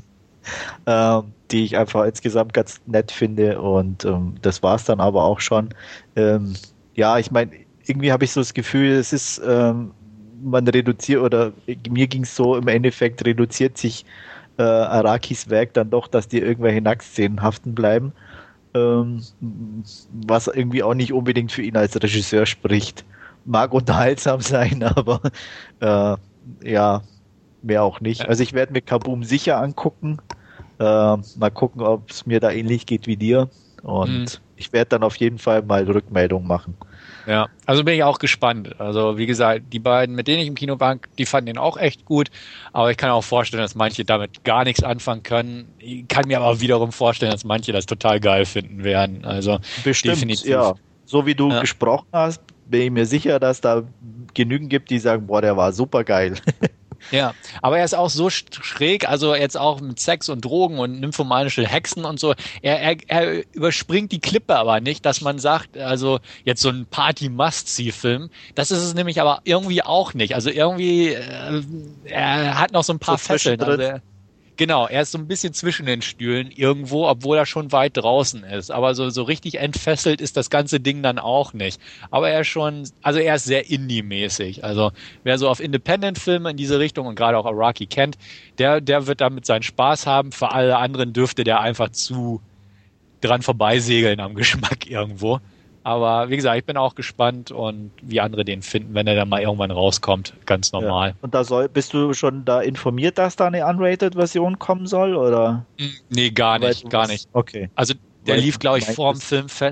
ähm, die ich einfach insgesamt ganz nett finde und ähm, das war's dann aber auch schon. Ähm, ja, ich meine, irgendwie habe ich so das Gefühl, es ist ähm, man reduziert oder mir ging es so, im Endeffekt reduziert sich äh, Arakis Werk dann doch, dass dir irgendwelche Nacktszenen haften bleiben, ähm, was irgendwie auch nicht unbedingt für ihn als Regisseur spricht. Mag unterhaltsam sein, aber äh, ja, mehr auch nicht. Also ich werde mir Kaboom sicher angucken, äh, mal gucken, ob es mir da ähnlich geht wie dir und mhm. ich werde dann auf jeden Fall mal Rückmeldung machen. Ja, also bin ich auch gespannt. Also wie gesagt, die beiden, mit denen ich im Kino war, die fanden den auch echt gut. Aber ich kann auch vorstellen, dass manche damit gar nichts anfangen können. Ich kann mir aber auch wiederum vorstellen, dass manche das total geil finden werden. Also bestimmt, definitiv. Ja. So wie du ja. gesprochen hast, bin ich mir sicher, dass da genügend gibt, die sagen, boah, der war super geil. Ja, aber er ist auch so schräg, also jetzt auch mit Sex und Drogen und nymphomanische Hexen und so. Er, er, er überspringt die Klippe aber nicht, dass man sagt, also jetzt so ein Party-Must-See-Film. Das ist es nämlich aber irgendwie auch nicht. Also irgendwie, äh, er hat noch so ein paar so Fesseln. Also er, genau, er ist so ein bisschen zwischen den Stühlen irgendwo, obwohl er schon weit draußen ist. Aber so, so richtig entfesselt ist das ganze Ding dann auch nicht. Aber er ist schon, also er ist sehr Indie-mäßig. Also wer so auf Independent-Filme in diese Richtung und gerade auch Araki kennt, der, der wird damit seinen Spaß haben. Für alle anderen dürfte der einfach zu dran vorbeisegeln am Geschmack irgendwo. Aber wie gesagt, ich bin auch gespannt und wie andere den finden, wenn er dann mal irgendwann rauskommt, ganz normal. Ja. Und da soll, bist du schon da informiert, dass da eine Unrated-Version kommen soll, oder? Nee, gar nicht, gar nicht. Okay. Also der Weil lief, glaube ich, vorm Filmfest,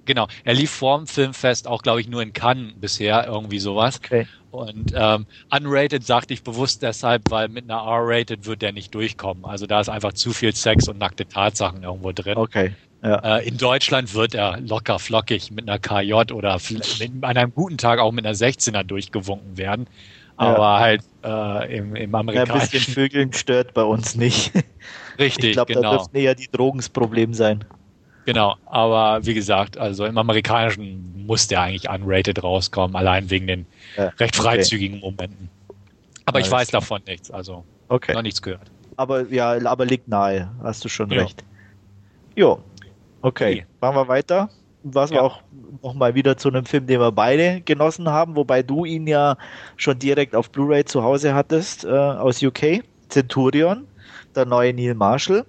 Genau, er lief vorm Filmfest auch, glaube ich, nur in Cannes bisher, irgendwie sowas. Okay. Und ähm, unrated sagte ich bewusst deshalb, weil mit einer R-rated wird der nicht durchkommen. Also da ist einfach zu viel Sex und nackte Tatsachen irgendwo drin. Okay. Ja. Äh, in Deutschland wird er locker flockig mit einer K J oder mit, an einem guten Tag auch mit einer sechzehner durchgewunken werden. Aber ja. halt äh, im, im amerikanischen... Ja, ein bisschen Vögeln stört bei uns nicht. Richtig, ich glaube, genau. da dürften eher die Drogen das Problem sein. Genau, aber wie gesagt, also im amerikanischen muss der eigentlich unrated rauskommen, allein wegen den ja, recht freizügigen okay. Momenten. Aber Alles ich weiß klar. davon nichts, also okay. noch nichts gehört. Aber ja, aber liegt nahe, hast du schon ja. recht. Jo, okay. okay, machen wir weiter. Was ja. wir auch nochmal wieder zu einem Film, den wir beide genossen haben, wobei du ihn ja schon direkt auf Blu-ray zu Hause hattest, äh, aus U K, Centurion, der neue Neil Marshall.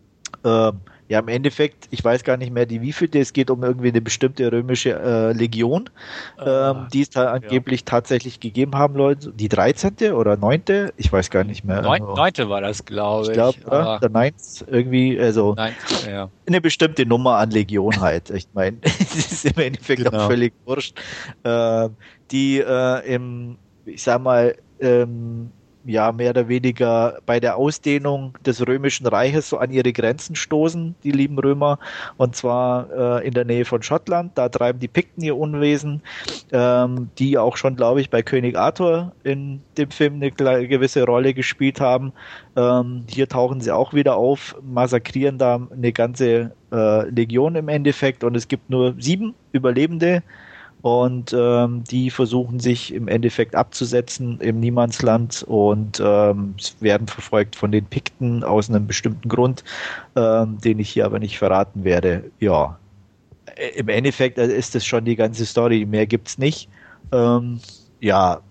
Äh, Ja, im Endeffekt, ich weiß gar nicht mehr, die wievielte, es geht um irgendwie eine bestimmte römische äh, Legion, äh, ähm, die es da angeblich ja. tatsächlich gegeben haben, Leute. Die dreizehnte oder neunte? Ich weiß gar nicht mehr. Neun, neunte war das, glaube ich. Ich glaube, oder? Der Ninth irgendwie, also Ninth, ja. eine bestimmte Nummer an Legion halt. Ich meine, es ist im Endeffekt genau. auch völlig wurscht. Äh, die äh, im, ich sag mal, ähm, ja, mehr oder weniger bei der Ausdehnung des Römischen Reiches so an ihre Grenzen stoßen, die lieben Römer, und zwar äh, in der Nähe von Schottland. Da treiben die Pikten ihr Unwesen, ähm, die auch schon, glaube ich, bei König Arthur in dem Film eine gewisse Rolle gespielt haben. Ähm, hier tauchen sie auch wieder auf, massakrieren da eine ganze äh, Legion im Endeffekt, und es gibt nur sieben Überlebende. Und ähm, die versuchen sich im Endeffekt abzusetzen im Niemandsland und ähm, werden verfolgt von den Pikten aus einem bestimmten Grund, ähm, den ich hier aber nicht verraten werde. Ja, im Endeffekt ist das schon die ganze Story, mehr gibt's nicht. Ähm, ja,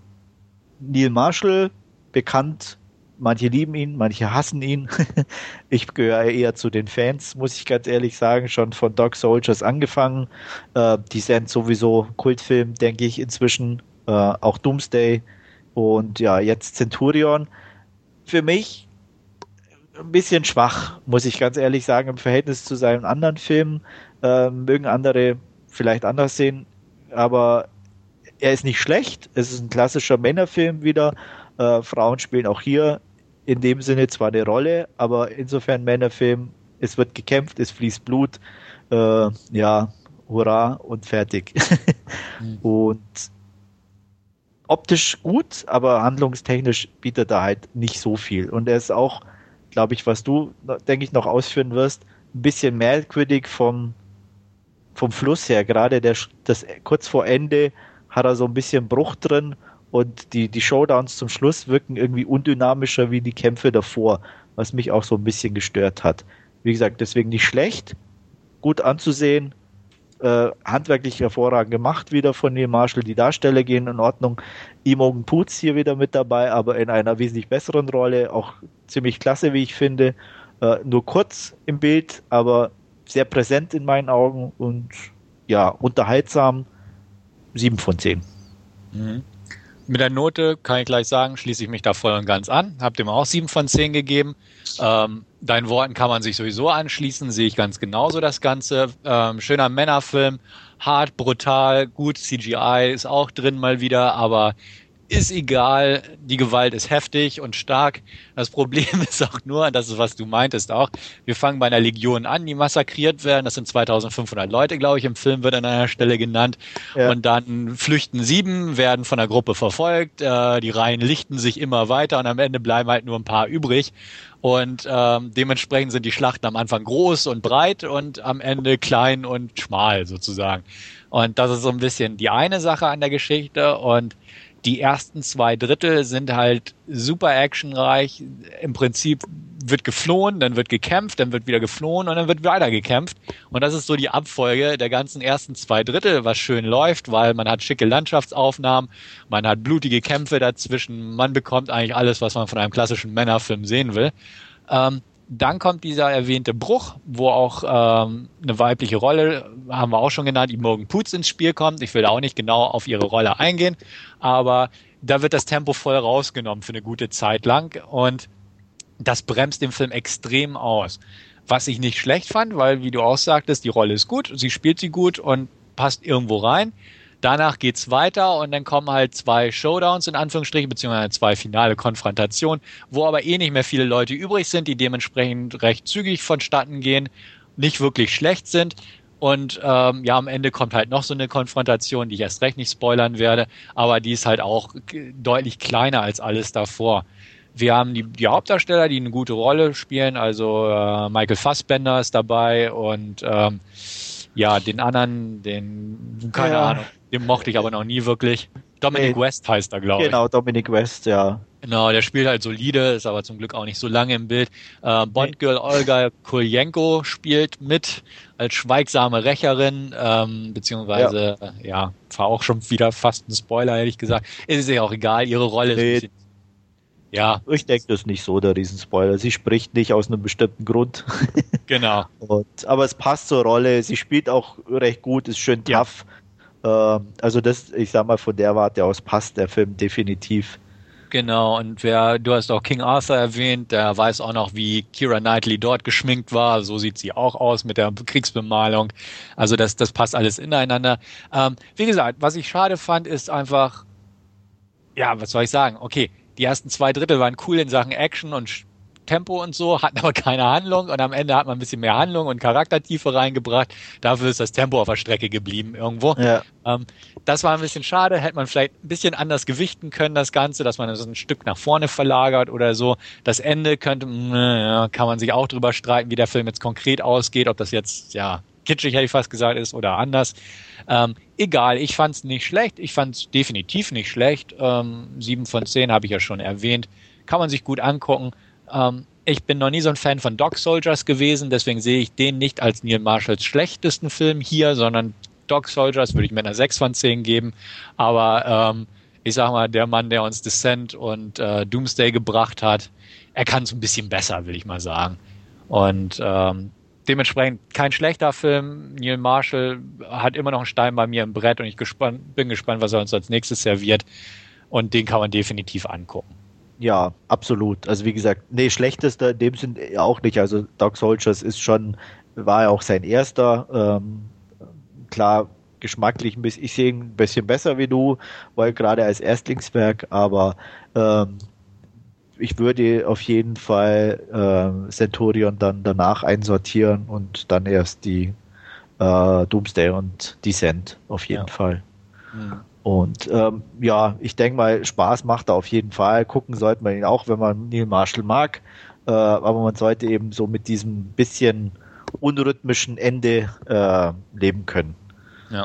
Neil Marshall, bekannt, manche lieben ihn, manche hassen ihn. Ich gehöre eher zu den Fans, muss ich ganz ehrlich sagen, schon von Dog Soldiers angefangen. Äh, die sind sowieso Kultfilm, denke ich, inzwischen. Äh, auch Doomsday und ja, jetzt Centurion. Für mich ein bisschen schwach, muss ich ganz ehrlich sagen, im Verhältnis zu seinen anderen Filmen. Äh, mögen andere vielleicht anders sehen, aber er ist nicht schlecht. Es ist ein klassischer Männerfilm wieder. Äh, Frauen spielen auch hier in dem Sinne zwar eine Rolle, aber insofern Männerfilm, es wird gekämpft, es fließt Blut, äh, ja, hurra und fertig. Mhm. Und optisch gut, aber handlungstechnisch bietet er halt nicht so viel. Und er ist auch, glaube ich, was du, denke ich, noch ausführen wirst, ein bisschen merkwürdig vom, vom Fluss her. Gerade der, das kurz vor Ende hat er so ein bisschen Bruch drin. Und die, die Showdowns zum Schluss wirken irgendwie undynamischer wie die Kämpfe davor, was mich auch so ein bisschen gestört hat. Wie gesagt, deswegen nicht schlecht, gut anzusehen, äh, handwerklich hervorragend gemacht wieder von Neil Marshall, die Darsteller gehen in Ordnung. Imogen Poots hier wieder mit dabei, aber in einer wesentlich besseren Rolle, auch ziemlich klasse, wie ich finde. Äh, nur kurz im Bild, aber sehr präsent in meinen Augen und ja, unterhaltsam. sieben von zehn. Mhm. Mit der Note kann ich gleich sagen, schließe ich mich da voll und ganz an. Hab dem auch sieben von zehn gegeben. Ähm, deinen Worten kann man sich sowieso anschließen, sehe ich ganz genauso das Ganze. Ähm, schöner Männerfilm, hart, brutal, gut, C G I ist auch drin mal wieder, aber ist egal, die Gewalt ist heftig und stark. Das Problem ist auch nur, und das ist, was du meintest auch, wir fangen bei einer Legion an, die massakriert werden. Das sind zweitausendfünfhundert Leute, glaube ich, im Film wird an einer Stelle genannt. Ja. Und dann flüchten sieben, werden von der Gruppe verfolgt. Äh, die Reihen lichten sich immer weiter und am Ende bleiben halt nur ein paar übrig. Und ähm, dementsprechend sind die Schlachten am Anfang groß und breit und am Ende klein und schmal sozusagen. Und das ist so ein bisschen die eine Sache an der Geschichte. Und die ersten zwei Drittel sind halt super actionreich. Im Prinzip wird geflohen, dann wird gekämpft, dann wird wieder geflohen und dann wird weiter gekämpft. Und das ist so die Abfolge der ganzen ersten zwei Drittel, was schön läuft, weil man hat schicke Landschaftsaufnahmen, man hat blutige Kämpfe dazwischen, man bekommt eigentlich alles, was man von einem klassischen Männerfilm sehen will. Ähm, Dann kommt dieser erwähnte Bruch, wo auch ähm, eine weibliche Rolle, haben wir auch schon genannt, Imogen Poots ins Spiel kommt. Ich will da auch nicht genau auf ihre Rolle eingehen, aber da wird das Tempo voll rausgenommen für eine gute Zeit lang und das bremst den Film extrem aus. was ich nicht schlecht fand, weil, wie du auch sagtest, die Rolle ist gut, sie spielt sie gut und passt irgendwo rein. Danach geht's weiter und dann kommen halt zwei Showdowns in Anführungsstrichen, beziehungsweise zwei finale Konfrontationen, wo aber eh nicht mehr viele Leute übrig sind, die dementsprechend recht zügig vonstatten gehen, nicht wirklich schlecht sind. Und ähm, ja, am Ende kommt halt noch so eine Konfrontation, die ich erst recht nicht spoilern werde, aber die ist halt auch deutlich kleiner als alles davor. Wir haben die, die Hauptdarsteller, die eine gute Rolle spielen, also äh, Michael Fassbender ist dabei und ähm, ja, den anderen, den, keine ja. Ahnung, den mochte ich aber noch nie wirklich. Dominic Nee. West heißt er, glaube ich. Genau, Dominic West, ja. Genau, der spielt halt solide, ist aber zum Glück auch nicht so lange im Bild. Äh, Bond-Girl Olga Kurylenko spielt mit als schweigsame Rächerin, ähm, beziehungsweise, ja. Äh, ja, war auch schon wieder fast ein Spoiler, hätte ich gesagt. Ist ja auch egal, ihre Rolle ist Nee. ein bisschen, ja. Ich denke, das ist nicht so der Riesenspoiler. Sie spricht nicht aus einem bestimmten Grund. Genau. Und, aber es passt zur Rolle. Sie spielt auch recht gut, ist schön Ja. tough. Ähm, also das, ich sag mal, von der Warte aus passt der Film definitiv. Genau, und wer, du hast auch King Arthur erwähnt, der weiß auch noch, wie Keira Knightley dort geschminkt war. So sieht sie auch aus mit der Kriegsbemalung. Also das, das passt alles ineinander. Ähm, wie gesagt, was ich schade fand, ist einfach, ja, was soll ich sagen? Okay, die ersten zwei Drittel waren cool in Sachen Action und Tempo und so, hatten aber keine Handlung und am Ende hat man ein bisschen mehr Handlung und Charaktertiefe reingebracht. Dafür ist das Tempo auf der Strecke geblieben irgendwo. Ja. Ähm, das war ein bisschen schade, hätte man vielleicht ein bisschen anders gewichten können, das Ganze, dass man das ein Stück nach vorne verlagert oder so. Das Ende könnte, mh, kann man sich auch drüber streiten, wie der Film jetzt konkret ausgeht, ob das jetzt, ja, kitschig hätte ich fast gesagt ist oder anders. Ähm, egal, ich fand es nicht schlecht, ich fand es definitiv nicht schlecht. Ähm, sieben von zehn habe ich ja schon erwähnt. Kann man sich gut angucken. Ähm, ich bin noch nie so ein Fan von Dog Soldiers gewesen, deswegen sehe ich den nicht als Neil Marshalls schlechtesten Film hier, sondern Dog Soldiers würde ich mit einer sechs von zehn geben. Aber ähm, ich sag mal, der Mann, der uns Descent und äh, Doomsday gebracht hat, er kann es ein bisschen besser, will ich mal sagen. Und ähm, dementsprechend kein schlechter Film. Neil Marshall hat immer noch einen Stein bei mir im Brett und ich gespannt, bin gespannt, was er uns als nächstes serviert. Und den kann man definitiv angucken. Ja, absolut. Also wie gesagt, nee, schlechtester in dem Sinn auch nicht. Also Dog Soldiers ist schon, war ja auch sein erster. Ähm, klar, geschmacklich ein bisschen, ich sehe ihn ein bisschen besser wie du, weil gerade als Erstlingswerk, aber ähm, ich würde auf jeden Fall äh, Centurion dann danach einsortieren und dann erst die äh, Doomsday und Descent auf jeden Ja. Fall. Hm. Und ähm, ja, ich denke mal, Spaß macht er auf jeden Fall. Gucken sollte man ihn auch, wenn man Neil Marshall mag. Äh, aber man sollte eben so mit diesem bisschen unrhythmischen Ende äh, leben können. Ja.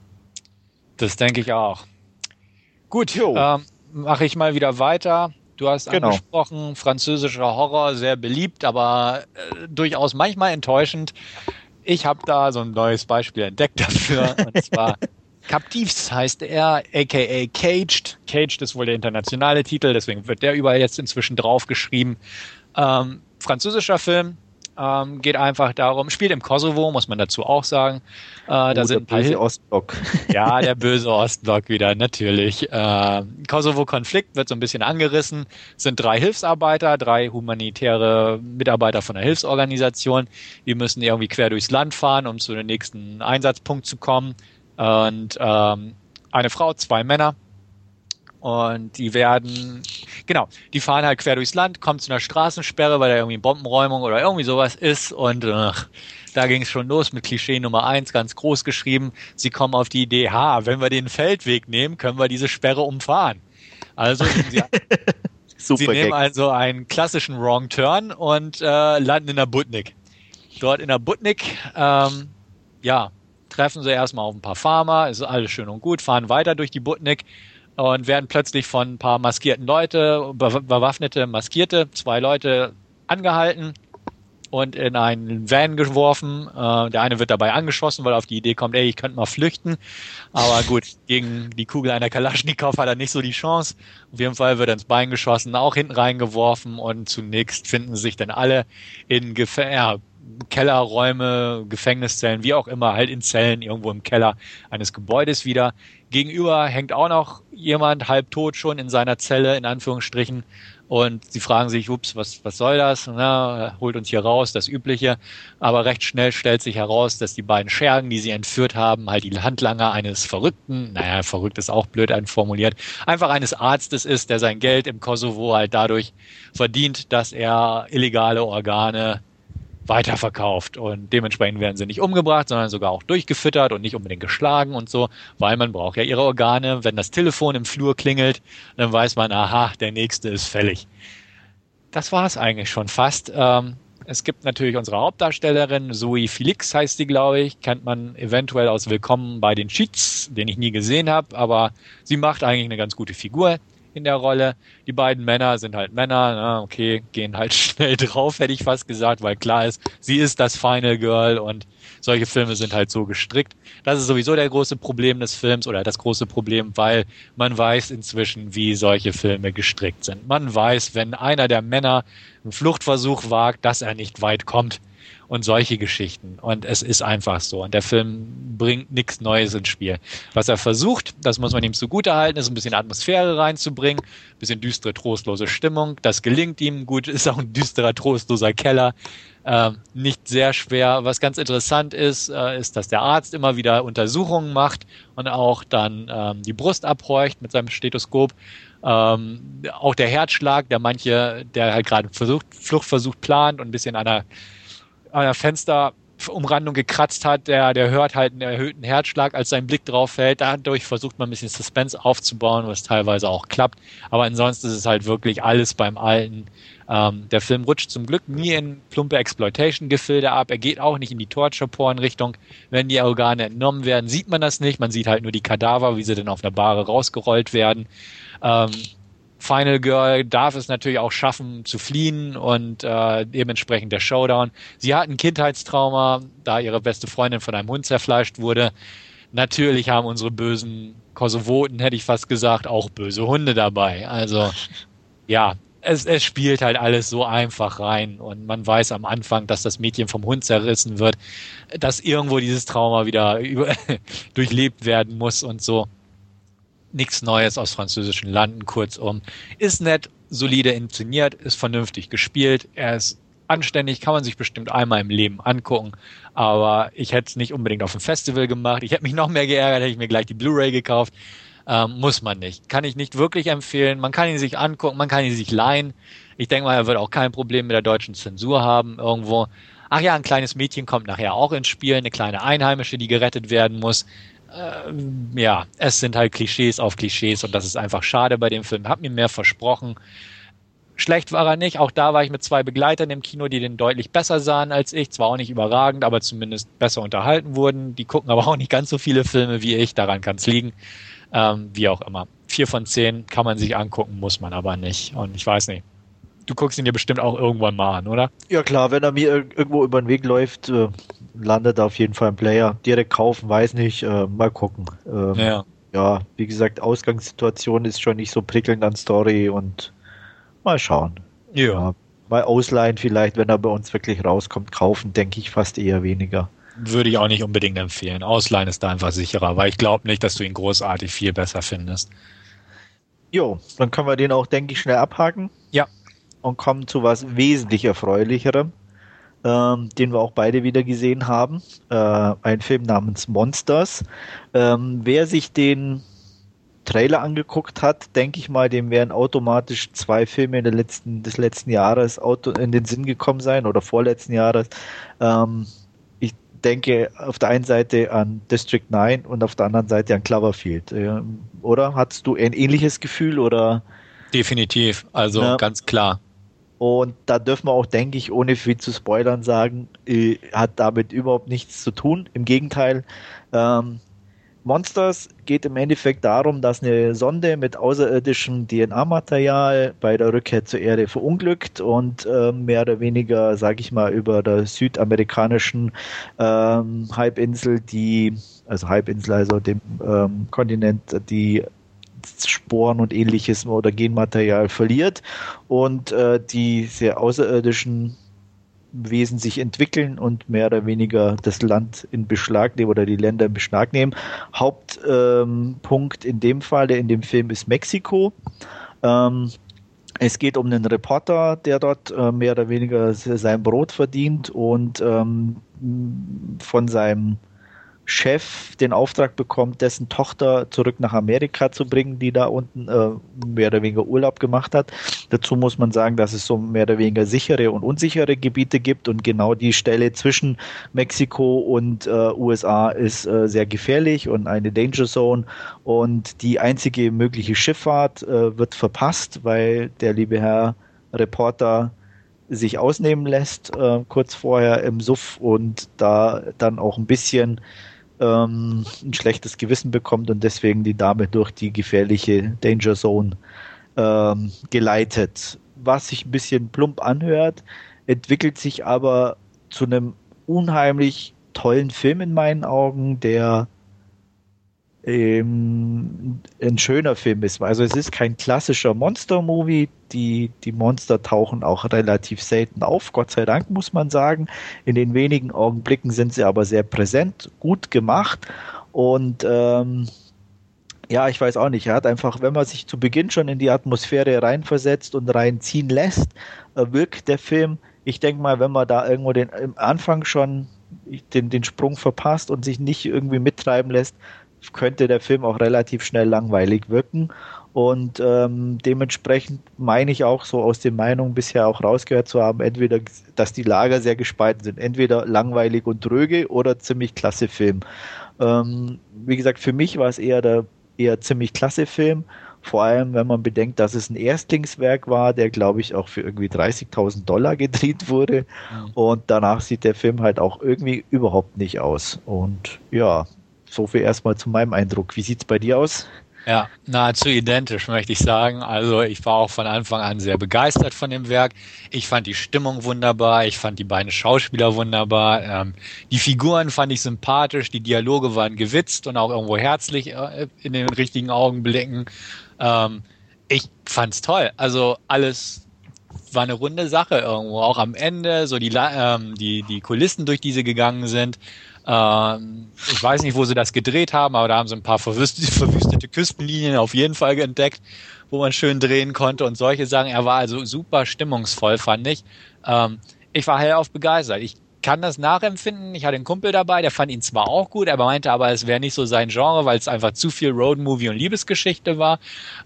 Das denke ich auch. Gut, Jo. ähm, mache ich mal wieder weiter. Du hast Genau. angesprochen, französischer Horror, sehr beliebt, aber äh, durchaus manchmal enttäuschend. Ich habe da so ein neues Beispiel entdeckt dafür, und zwar Captives heißt er, aka Caged. Caged ist wohl der internationale Titel, deswegen wird der überall jetzt inzwischen draufgeschrieben. Ähm, französischer Film, ähm, geht einfach darum, spielt im Kosovo, muss man dazu auch sagen. Äh, Oh, da sind der ein paar böse Hil- Ostblock. Ja, der böse Ostblock wieder, natürlich. Äh, Kosovo-Konflikt wird so ein bisschen angerissen. Es sind drei Hilfsarbeiter, drei humanitäre Mitarbeiter von einer Hilfsorganisation. Die müssen irgendwie quer durchs Land fahren, um zu dem nächsten Einsatzpunkt zu kommen. Und ähm, eine Frau, zwei Männer. Und die werden, genau, die fahren halt quer durchs Land, kommen zu einer Straßensperre, weil da irgendwie Bombenräumung oder irgendwie sowas ist. Und äh, da ging es schon los mit Klischee Nummer eins, ganz groß geschrieben. Sie kommen auf die Idee, ha, wenn wir den Feldweg nehmen, können wir diese Sperre umfahren. Also sie, Super sie nehmen Gag. also einen klassischen Wrong Turn und äh, landen in der Butnik. Dort in der Butnik, ähm, ja, treffen sie erstmal auf ein paar Farmer, ist alles schön und gut, fahren weiter durch die Butnik und werden plötzlich von ein paar maskierten Leute, be- bewaffnete, maskierte, zwei Leute angehalten und in einen Van geworfen. Äh, der eine wird dabei angeschossen, weil er auf die Idee kommt, ey, ich könnte mal flüchten. Aber gut, gegen die Kugel einer Kalaschnikow hat er nicht so die Chance. Auf jeden Fall wird er ins Bein geschossen, auch hinten reingeworfen und zunächst finden sich dann alle in Gefähr- ja, Kellerräume, Gefängniszellen, wie auch immer, halt in Zellen irgendwo im Keller eines Gebäudes wieder. Gegenüber hängt auch noch jemand halbtot schon in seiner Zelle, in Anführungsstrichen. Und sie fragen sich, ups, was, was soll das? Na, holt uns hier raus, das Übliche. Aber recht schnell stellt sich heraus, dass die beiden Schergen, die sie entführt haben, halt die Handlanger eines Verrückten, naja, verrückt ist auch blöd formuliert, einfach eines Arztes ist, der sein Geld im Kosovo halt dadurch verdient, dass er illegale Organe weiterverkauft. Und dementsprechend werden sie nicht umgebracht, sondern sogar auch durchgefüttert und nicht unbedingt geschlagen und so, weil man braucht ja ihre Organe. Wenn das Telefon im Flur klingelt, dann weiß man, aha, der nächste ist fällig. Das war es eigentlich schon fast. Ähm, es gibt natürlich unsere Hauptdarstellerin, Zoe Felix heißt die, glaube ich, kennt man eventuell aus Willkommen bei den Cheats, den ich nie gesehen habe, aber sie macht eigentlich eine ganz gute Figur in der Rolle. Die beiden Männer sind halt Männer, na, okay, gehen halt schnell drauf, hätte ich fast gesagt, weil klar ist, sie ist das Final Girl und solche Filme sind halt so gestrickt. Das ist sowieso der große Problem des Films oder das große Problem, weil man weiß inzwischen, wie solche Filme gestrickt sind. Man weiß, wenn einer der Männer einen Fluchtversuch wagt, dass er nicht weit kommt. Und solche Geschichten. Und es ist einfach so. Und der Film bringt nichts Neues ins Spiel. Was er versucht, das muss man ihm zugutehalten, ist ein bisschen Atmosphäre reinzubringen, ein bisschen düstere, trostlose Stimmung. Das gelingt ihm gut, ist auch ein düsterer, trostloser Keller. Ähm, nicht sehr schwer. Was ganz interessant ist, äh, ist, dass der Arzt immer wieder Untersuchungen macht und auch dann ähm, die Brust abhorcht mit seinem Stethoskop. Ähm, auch der Herzschlag, der manche, der halt gerade versucht, Fluchtversuch plant und ein bisschen an der an der Fensterumrandung gekratzt hat, der, der hört halt einen erhöhten Herzschlag, als sein Blick drauf fällt. Dadurch versucht man ein bisschen Suspense aufzubauen, was teilweise auch klappt. Aber ansonsten ist es halt wirklich alles beim Alten. Ähm, der Film rutscht zum Glück nie in plumpe Exploitation-Gefilde ab. Er geht auch nicht in die Torture-Porn-Richtung. Wenn die Organe entnommen werden, sieht man das nicht. Man sieht halt nur die Kadaver, wie sie dann auf einer Bahre rausgerollt werden. Ähm, Final Girl darf es natürlich auch schaffen zu fliehen und äh, dementsprechend der Showdown. Sie hat ein Kindheitstrauma, da ihre beste Freundin von einem Hund zerfleischt wurde. Natürlich haben unsere bösen Kosovoten, hätte ich fast gesagt, auch böse Hunde dabei. Also ja, es, es spielt halt alles so einfach rein und man weiß am Anfang, dass das Mädchen vom Hund zerrissen wird, dass irgendwo dieses Trauma wieder über, durchlebt werden muss und so. Nichts Neues aus französischen Landen, kurzum. Ist nett, solide inszeniert, ist vernünftig gespielt, er ist anständig, kann man sich bestimmt einmal im Leben angucken, aber ich hätte es nicht unbedingt auf dem Festival gemacht. Ich hätte mich noch mehr geärgert, hätte ich mir gleich die Blu-ray gekauft. Ähm, muss man nicht. Kann ich nicht wirklich empfehlen. Man kann ihn sich angucken, man kann ihn sich leihen. Ich denke mal, er wird auch kein Problem mit der deutschen Zensur haben irgendwo. Ach ja, ein kleines Mädchen kommt nachher auch ins Spiel, eine kleine Einheimische, die gerettet werden muss. Äh, ja, es sind halt Klischees auf Klischees und das ist einfach schade bei dem Film. Hab mir mehr versprochen. Schlecht war er nicht. Auch da war ich mit zwei Begleitern im Kino, die den deutlich besser sahen als ich. Zwar auch nicht überragend, aber zumindest besser unterhalten wurden. Die gucken aber auch nicht ganz so viele Filme wie ich. Daran kann es liegen. Ähm, wie auch immer. Vier von zehn kann man sich angucken, muss man aber nicht. Und ich weiß nicht. Du guckst ihn dir bestimmt auch irgendwann mal an, oder? Ja klar, wenn er mir irgendwo über den Weg läuft, äh, landet er auf jeden Fall im Player. Direkt kaufen, weiß nicht, äh, mal gucken. Ähm, ja. ja, wie gesagt, Ausgangssituation ist schon nicht so prickelnd an Story und mal schauen. Ja. ja. Mal ausleihen vielleicht, wenn er bei uns wirklich rauskommt, kaufen, denke ich fast eher weniger. Würde ich auch nicht unbedingt empfehlen. Ausleihen ist da einfach sicherer, weil ich glaube nicht, dass du ihn großartig viel besser findest. Jo, dann können wir den auch, denke ich, schnell abhaken. Ja. Und kommen zu was wesentlich erfreulicherem, ähm, den wir auch beide wieder gesehen haben. Äh, ein Film namens Monsters. Ähm, wer sich den Trailer angeguckt hat, denke ich mal, dem wären automatisch zwei Filme in der letzten, des letzten Jahres auto, in den Sinn gekommen sein oder vorletzten Jahres. Ähm, ich denke auf der einen Seite an District neun und auf der anderen Seite an Cloverfield. Äh, oder? Hattest du ein ähnliches Gefühl oder? Definitiv, also ja. Ganz klar. Und da dürfen wir auch, denke ich, ohne viel zu spoilern sagen, äh, hat damit überhaupt nichts zu tun. Im Gegenteil, ähm, Monsters geht im Endeffekt darum, dass eine Sonde mit außerirdischem D N A-Material bei der Rückkehr zur Erde verunglückt und äh, mehr oder weniger, sage ich mal, über der südamerikanischen ähm, Halbinsel, die, also Halbinsel, also dem ähm, Kontinent, die Sporen und ähnliches oder Genmaterial verliert und äh, diese außerirdischen Wesen sich entwickeln und mehr oder weniger das Land in Beschlag nehmen oder die Länder in Beschlag nehmen. Hauptpunkt ähm, in dem Fall, der in dem Film ist Mexiko. Ähm, es geht um einen Reporter, der dort äh, mehr oder weniger sein Brot verdient und ähm, von seinem Chef den Auftrag bekommt, dessen Tochter zurück nach Amerika zu bringen, die da unten äh, mehr oder weniger Urlaub gemacht hat. Dazu muss man sagen, dass es so mehr oder weniger sichere und unsichere Gebiete gibt und genau die Stelle zwischen Mexiko und äh, U S A ist äh, sehr gefährlich und eine Danger Zone und die einzige mögliche Schifffahrt äh, wird verpasst, weil der liebe Herr Reporter sich ausnehmen lässt, äh, kurz vorher im Suff und da dann auch ein bisschen ähm, ein schlechtes Gewissen bekommt und deswegen die Dame durch die gefährliche Danger Zone ähm, geleitet. Was sich ein bisschen plump anhört, entwickelt sich aber zu einem unheimlich tollen Film in meinen Augen, der ähm, ein schöner Film ist. Also es ist kein klassischer Monster-Movie. Die, die Monster tauchen auch relativ selten auf, Gott sei Dank, muss man sagen. In den wenigen Augenblicken sind sie aber sehr präsent, gut gemacht. Und ähm, ja, ich weiß auch nicht, er hat einfach, wenn man sich zu Beginn schon in die Atmosphäre reinversetzt und reinziehen lässt, äh, wirkt der Film, ich denke mal, wenn man da irgendwo den im Anfang schon den, den Sprung verpasst und sich nicht irgendwie mittreiben lässt, könnte der Film auch relativ schnell langweilig wirken und ähm, dementsprechend meine ich auch so aus den Meinungen bisher auch rausgehört zu haben, entweder, dass die Lager sehr gespalten sind, entweder langweilig und dröge oder ziemlich klasse Film. Ähm, wie gesagt, für mich war es eher der eher ziemlich klasse Film, vor allem wenn man bedenkt, dass es ein Erstlingswerk war, der glaube ich auch für irgendwie dreißigtausend Dollar gedreht wurde mhm. und danach sieht der Film halt auch irgendwie überhaupt nicht aus und ja, so viel erstmal zu meinem Eindruck. Wie sieht's bei dir aus? Ja, nahezu identisch, möchte ich sagen. Also ich war auch von Anfang an sehr begeistert von dem Werk. Ich fand die Stimmung wunderbar, ich fand die beiden Schauspieler wunderbar, ähm, die Figuren fand ich sympathisch, die Dialoge waren gewitzt und auch irgendwo herzlich äh, in den richtigen Augenblicken. Ähm, ich fand's toll. Also alles war eine runde Sache irgendwo. Auch am Ende, so die, ähm, die, die Kulissen, durch die sie gegangen sind. Ich weiß nicht, wo sie das gedreht haben, aber da haben sie ein paar verwüstete, verwüstete Küstenlinien auf jeden Fall entdeckt, wo man schön drehen konnte und solche Sachen. Er war also super stimmungsvoll, fand ich. Ich war hellauf begeistert. Ich kann das nachempfinden. Ich hatte einen Kumpel dabei, der fand ihn zwar auch gut, aber meinte aber, es wäre nicht so sein Genre, weil es einfach zu viel Roadmovie und Liebesgeschichte war.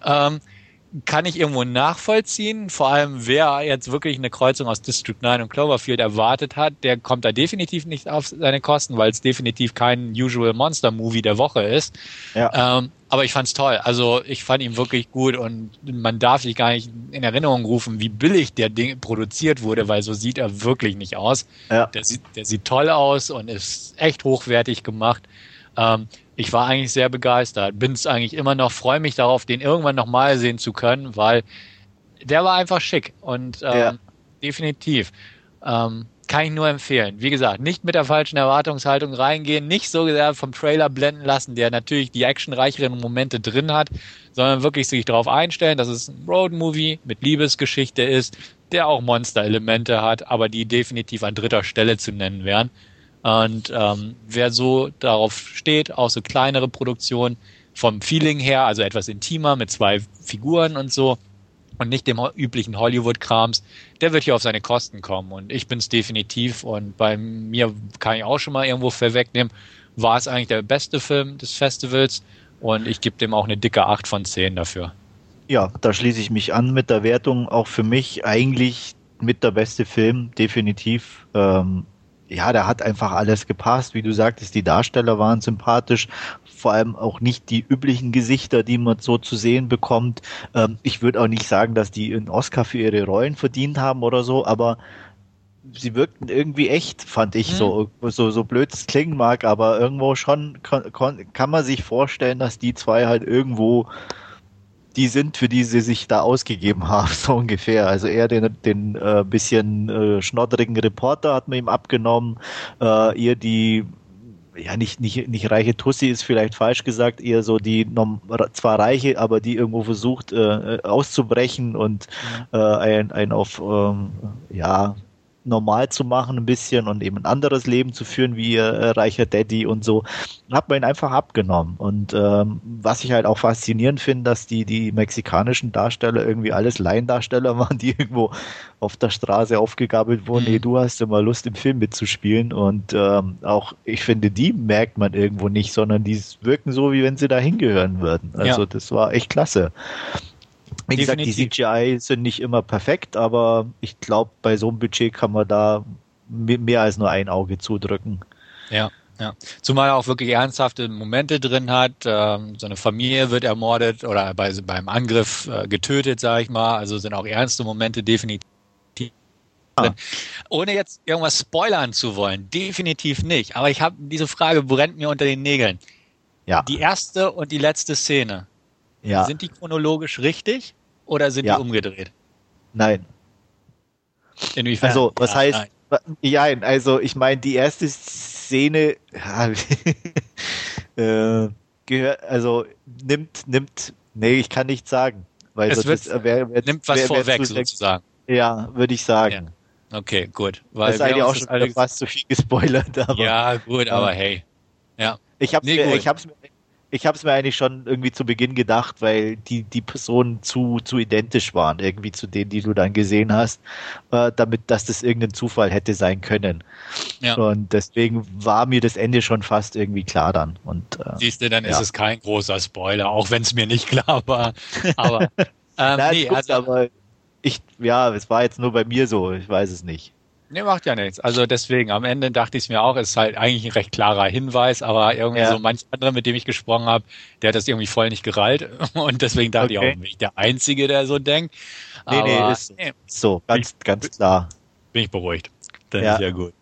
Kann ich irgendwo nachvollziehen, vor allem wer jetzt wirklich eine Kreuzung aus District neun und Cloverfield erwartet hat, der kommt da definitiv nicht auf seine Kosten, weil es definitiv kein Usual Monster Movie der Woche ist. Ja. Ähm, aber ich fand's toll, also ich fand ihn wirklich gut und man darf sich gar nicht in Erinnerung rufen, wie billig der Ding produziert wurde, weil so sieht er wirklich nicht aus. Ja. Der sieht, der sieht toll aus und ist echt hochwertig gemacht. Ähm, Ich war eigentlich sehr begeistert, bin es eigentlich immer noch, freue mich darauf, den irgendwann nochmal sehen zu können, weil der war einfach schick und ähm, ja. definitiv ähm, kann ich nur empfehlen. Wie gesagt, nicht mit der falschen Erwartungshaltung reingehen, nicht so sehr vom Trailer blenden lassen, der natürlich die actionreicheren Momente drin hat, sondern wirklich sich darauf einstellen, dass es ein Roadmovie mit Liebesgeschichte ist, der auch Monster-Elemente hat, aber die definitiv an dritter Stelle zu nennen wären. Und ähm, wer so darauf steht, auch so kleinere Produktionen vom Feeling her, also etwas intimer mit zwei Figuren und so und nicht dem üblichen Hollywood-Krams, der wird hier auf seine Kosten kommen. Und ich bin es definitiv und bei mir kann ich auch schon mal irgendwo vorwegnehmen, war es eigentlich der beste Film des Festivals und ich gebe dem auch eine dicke acht von zehn dafür. Ja, da schließe ich mich an mit der Wertung. Auch für mich eigentlich mit der beste Film, definitiv. Ähm, Ja, der hat einfach alles gepasst. Wie du sagtest, die Darsteller waren sympathisch. Vor allem auch nicht die üblichen Gesichter, die man so zu sehen bekommt. Ähm, ich würde auch nicht sagen, dass die einen Oscar für ihre Rollen verdient haben oder so, aber sie wirkten irgendwie echt, fand ich, mhm. so, so, so blöd es klingen mag, aber irgendwo schon kann, kann man sich vorstellen, dass die zwei halt irgendwo die sind, für die sie sich da ausgegeben haben, so ungefähr. Also eher den, den äh, bisschen äh, schnoddrigen Reporter hat man ihm abgenommen, äh, eher die, ja nicht, nicht, nicht reiche Tussi ist vielleicht falsch gesagt, eher so die, zwar reiche, aber die irgendwo versucht äh, auszubrechen und ja. äh, ein, ein auf, ähm, ja, normal zu machen ein bisschen und eben ein anderes Leben zu führen wie ihr äh, reicher Daddy und so, hat man ihn einfach abgenommen. Und ähm, was ich halt auch faszinierend finde, dass die, die mexikanischen Darsteller irgendwie alles Laiendarsteller waren, die irgendwo auf der Straße aufgegabelt wurden. Mhm. Nee, du hast immer Lust im Film mitzuspielen und ähm, auch, ich finde, die merkt man irgendwo nicht, sondern die wirken so, wie wenn sie da hingehören würden. Also Ja. das war echt klasse. Wie gesagt, die Definitiv. C G I sind nicht immer perfekt, aber ich glaube, bei so einem Budget kann man da me- mehr als nur ein Auge zudrücken. Ja, ja. Zumal er auch wirklich ernsthafte Momente drin hat. Ähm, so eine Familie wird ermordet oder bei, beim Angriff äh, getötet, sage ich mal. Also sind auch ernste Momente definitiv drin. Ah, Ohne jetzt irgendwas spoilern zu wollen, definitiv nicht. Aber ich habe diese Frage brennt mir unter den Nägeln. ja, Die erste und die letzte Szene, ja, sind die chronologisch richtig oder sind die ja, umgedreht? nein. Inwiefern? Also, was Ja, heißt, nein. ja, also ich meine, die erste Szene ja, äh, gehört, also nimmt, nimmt, nee, ich kann nicht sagen, weil Es sonst wird, ist, wäre wär, nimmt was wär, wär vorweg zu sehr, sozusagen. ja, würde ich Ja. sagen. Okay, gut. Das Weil ist wir eigentlich uns auch das schon wieder allerdings. fast zu viel gespoilert, aber Ja, gut, äh, aber hey. Ja. ich hab's Nee, mir, gut. ich hab's mir, ich hab's mir eigentlich schon irgendwie zu Beginn gedacht, weil die, die Personen zu, zu identisch waren, irgendwie zu denen, die du dann gesehen hast, äh, damit, dass das irgendein Zufall hätte sein können. Ja. Und deswegen war mir das Ende schon fast irgendwie klar dann. Und äh, Siehst du, dann ist ja. es kein großer Spoiler, auch wenn es mir nicht klar war. Aber ähm, Na, nee, gut, also aber ich, ja, es war jetzt nur bei mir so, ich weiß es nicht. nee, macht ja nichts. Also deswegen, am Ende dachte ich es mir auch, es ist halt eigentlich ein recht klarer Hinweis, aber irgendwie so Ja, manch anderer, mit dem ich gesprochen habe, der hat das irgendwie voll nicht gereilt. Und deswegen dachte ich auch, okay. bin ich der Einzige, der so denkt. Nee, nee, Aber ist nee, so, bin ich, ganz, ganz klar. bin ich beruhigt. Dann ist Ja. ja gut.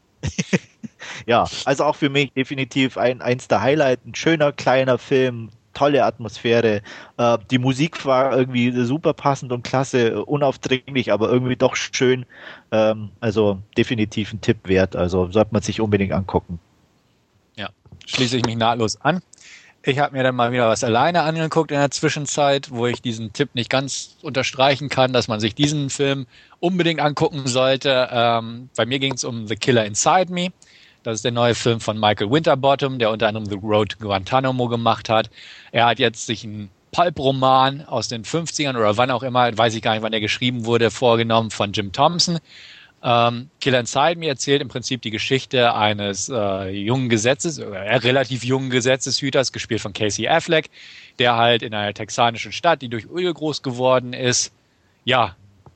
Ja, also auch für mich definitiv ein, eins der Highlights, ein schöner kleiner Film, tolle Atmosphäre. Äh, die Musik war irgendwie super passend und klasse, unaufdringlich, aber irgendwie doch schön. Ähm, also definitiv ein Tipp wert. Also sollte man sich unbedingt angucken. Ja, schließe ich mich nahtlos an. Ich habe mir dann mal wieder was alleine angeguckt in der Zwischenzeit, wo ich diesen Tipp nicht ganz unterstreichen kann, dass man sich diesen Film unbedingt angucken sollte. Ähm, bei mir ging es um The Killer Inside Me. Das ist der neue Film von Michael Winterbottom, der unter anderem The Road to Guantanamo gemacht hat. Er hat jetzt sich einen Pulp-Roman aus den fünfzigern oder wann auch immer, weiß ich gar nicht, wann der geschrieben wurde, vorgenommen von Jim Thompson. Ähm, Killer Inside Me erzählt im Prinzip die Geschichte eines äh, jungen Gesetzes, äh, relativ jungen Gesetzeshüters, gespielt von Casey Affleck, der halt in einer texanischen Stadt, die durch Öl groß geworden ist, ja,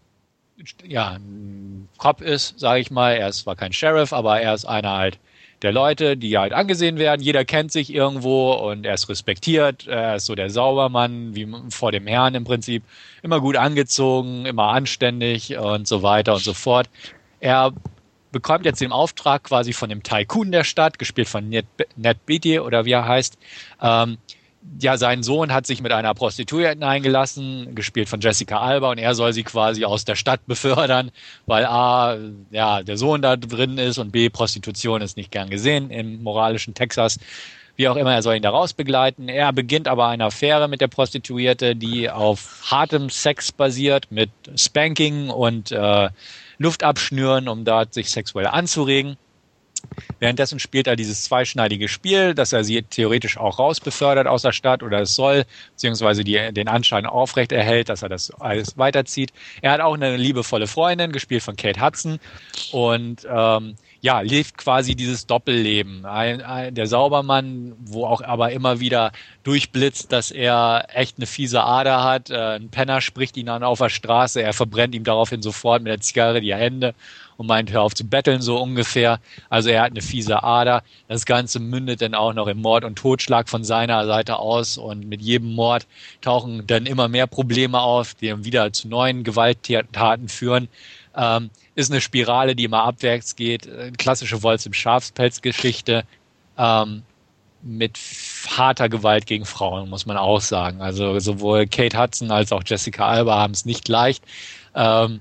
ja, ein Cop ist, sage ich mal. Er ist zwar kein Sheriff, aber er ist einer halt der Leute, die halt angesehen werden. Jeder kennt sich irgendwo und er ist respektiert. Er ist so der Saubermann, wie vor dem Herrn im Prinzip. Immer gut angezogen, immer anständig und so weiter und so fort. Er bekommt jetzt den Auftrag quasi von dem Tycoon der Stadt, gespielt von Ned, Ned Beatty oder wie er heißt. Ähm, ja, sein Sohn hat sich mit einer Prostituierten eingelassen, gespielt von Jessica Alba, und er soll sie quasi aus der Stadt befördern, weil A, ja, der Sohn da drin ist und B, Prostitution ist nicht gern gesehen im moralischen Texas. Wie auch immer, er soll ihn da raus begleiten. Er beginnt aber eine Affäre mit der Prostituierte, die auf hartem Sex basiert, mit Spanking und äh, Luft abschnüren, um dort sich sexuell anzuregen. Währenddessen spielt er dieses zweischneidige Spiel, dass er sie theoretisch auch rausbefördert aus der Stadt oder es soll, beziehungsweise die, den Anschein aufrecht erhält, dass er das alles weiterzieht. Er hat auch eine liebevolle Freundin, gespielt von Kate Hudson, und ähm, ja, lebt quasi dieses Doppelleben. Ein, ein, der Saubermann, wo auch aber immer wieder durchblitzt, dass er echt eine fiese Ader hat. Äh, ein Penner spricht ihn an auf der Straße, er verbrennt ihm daraufhin sofort mit der Zigarre die Hände und meint, hör auf zu betteln, so ungefähr. Also er hat eine fiese Ader. Das Ganze mündet dann auch noch im Mord und Totschlag von seiner Seite aus, und mit jedem Mord tauchen dann immer mehr Probleme auf, die dann wieder zu neuen Gewalttaten führen. Ähm, ist eine Spirale, die immer abwärts geht. Klassische Wolfs im Schafspelz-Geschichte. Ähm, mit harter Gewalt gegen Frauen, muss man auch sagen. Also sowohl Kate Hudson als auch Jessica Alba haben es nicht leicht. Ähm,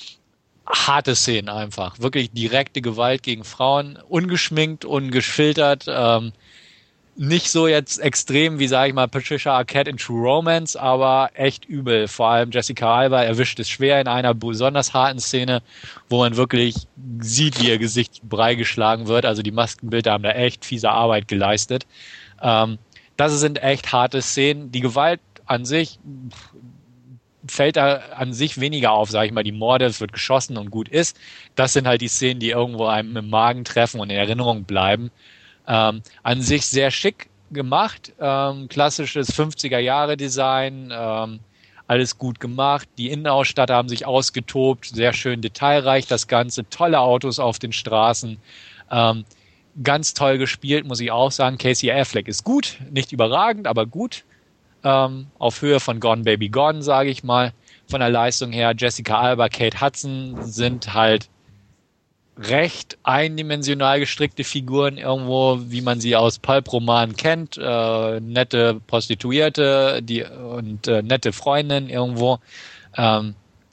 harte Szenen einfach. Wirklich direkte Gewalt gegen Frauen. Ungeschminkt, ungefiltert. Ähm, nicht so jetzt extrem wie, sage ich mal, Patricia Arquette in True Romance, aber echt übel. Vor allem Jessica Alba erwischt es schwer in einer besonders harten Szene, wo man wirklich sieht, wie ihr Gesicht Brei geschlagen wird. Also die Maskenbilder haben da echt fiese Arbeit geleistet. Ähm, das sind echt harte Szenen. Die Gewalt an sich fällt da an sich weniger auf, sage ich mal, die Morde, es wird geschossen und gut ist. Das sind halt die Szenen, die irgendwo einem im Magen treffen und in Erinnerung bleiben. Ähm, an sich sehr schick gemacht, ähm, klassisches fünfziger-Jahre-Design, ähm, alles gut gemacht. Die Innenausstatter haben sich ausgetobt, sehr schön detailreich das Ganze, tolle Autos auf den Straßen, ähm, ganz toll gespielt, muss ich auch sagen. Casey Affleck ist gut, nicht überragend, aber gut. Ähm, auf Höhe von Gone Baby Gone, sage ich mal, von der Leistung her. Jessica Alba, Kate Hudson sind halt recht eindimensional gestrickte Figuren irgendwo, wie man sie aus Pulp-Romanen kennt, äh, nette Prostituierte die, und äh, nette Freundin irgendwo. Ähm,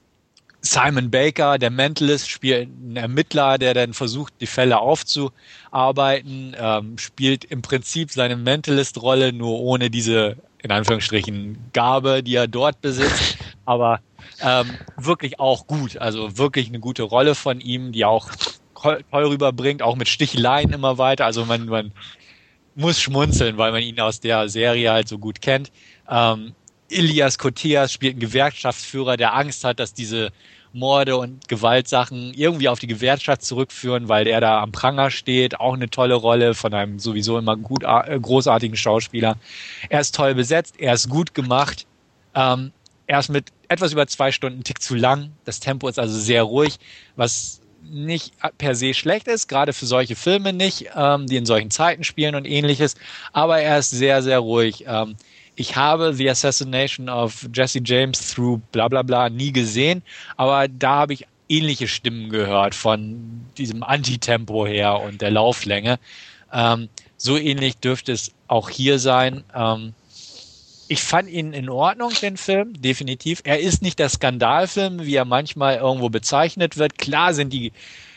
Simon Baker, der Mentalist, spielt einen Ermittler, der dann versucht, die Fälle aufzuarbeiten, ähm, spielt im Prinzip seine Mentalist-Rolle, nur ohne diese, in Anführungsstrichen, Gabe, die er dort besitzt, aber ähm, wirklich auch gut, also wirklich eine gute Rolle von ihm, die auch toll rüberbringt, auch mit Sticheleien immer weiter, also man, man muss schmunzeln, weil man ihn aus der Serie halt so gut kennt. Ähm, Ilias Koteas spielt einen Gewerkschaftsführer, der Angst hat, dass diese Morde und Gewaltsachen irgendwie auf die Gewerkschaft zurückführen, weil der da am Pranger steht. Auch eine tolle Rolle von einem sowieso immer gut, äh, großartigen Schauspieler. Er ist toll besetzt, er ist gut gemacht. Ähm, er ist mit etwas über zwei Stunden einen Tick zu lang. Das Tempo ist also sehr ruhig, was nicht per se schlecht ist, gerade für solche Filme nicht, ähm, die in solchen Zeiten spielen und ähnliches. Aber er ist sehr, sehr ruhig. Ähm, Ich habe The Assassination of Jesse James through bla bla bla nie gesehen, aber da habe ich ähnliche Stimmen gehört von diesem Antitempo her und der Lauflänge. Ähm, so ähnlich dürfte es auch hier sein. Ähm, ich fand ihn in Ordnung, den Film, definitiv. Er ist nicht der Skandalfilm, wie er manchmal irgendwo bezeichnet wird. Klar sind die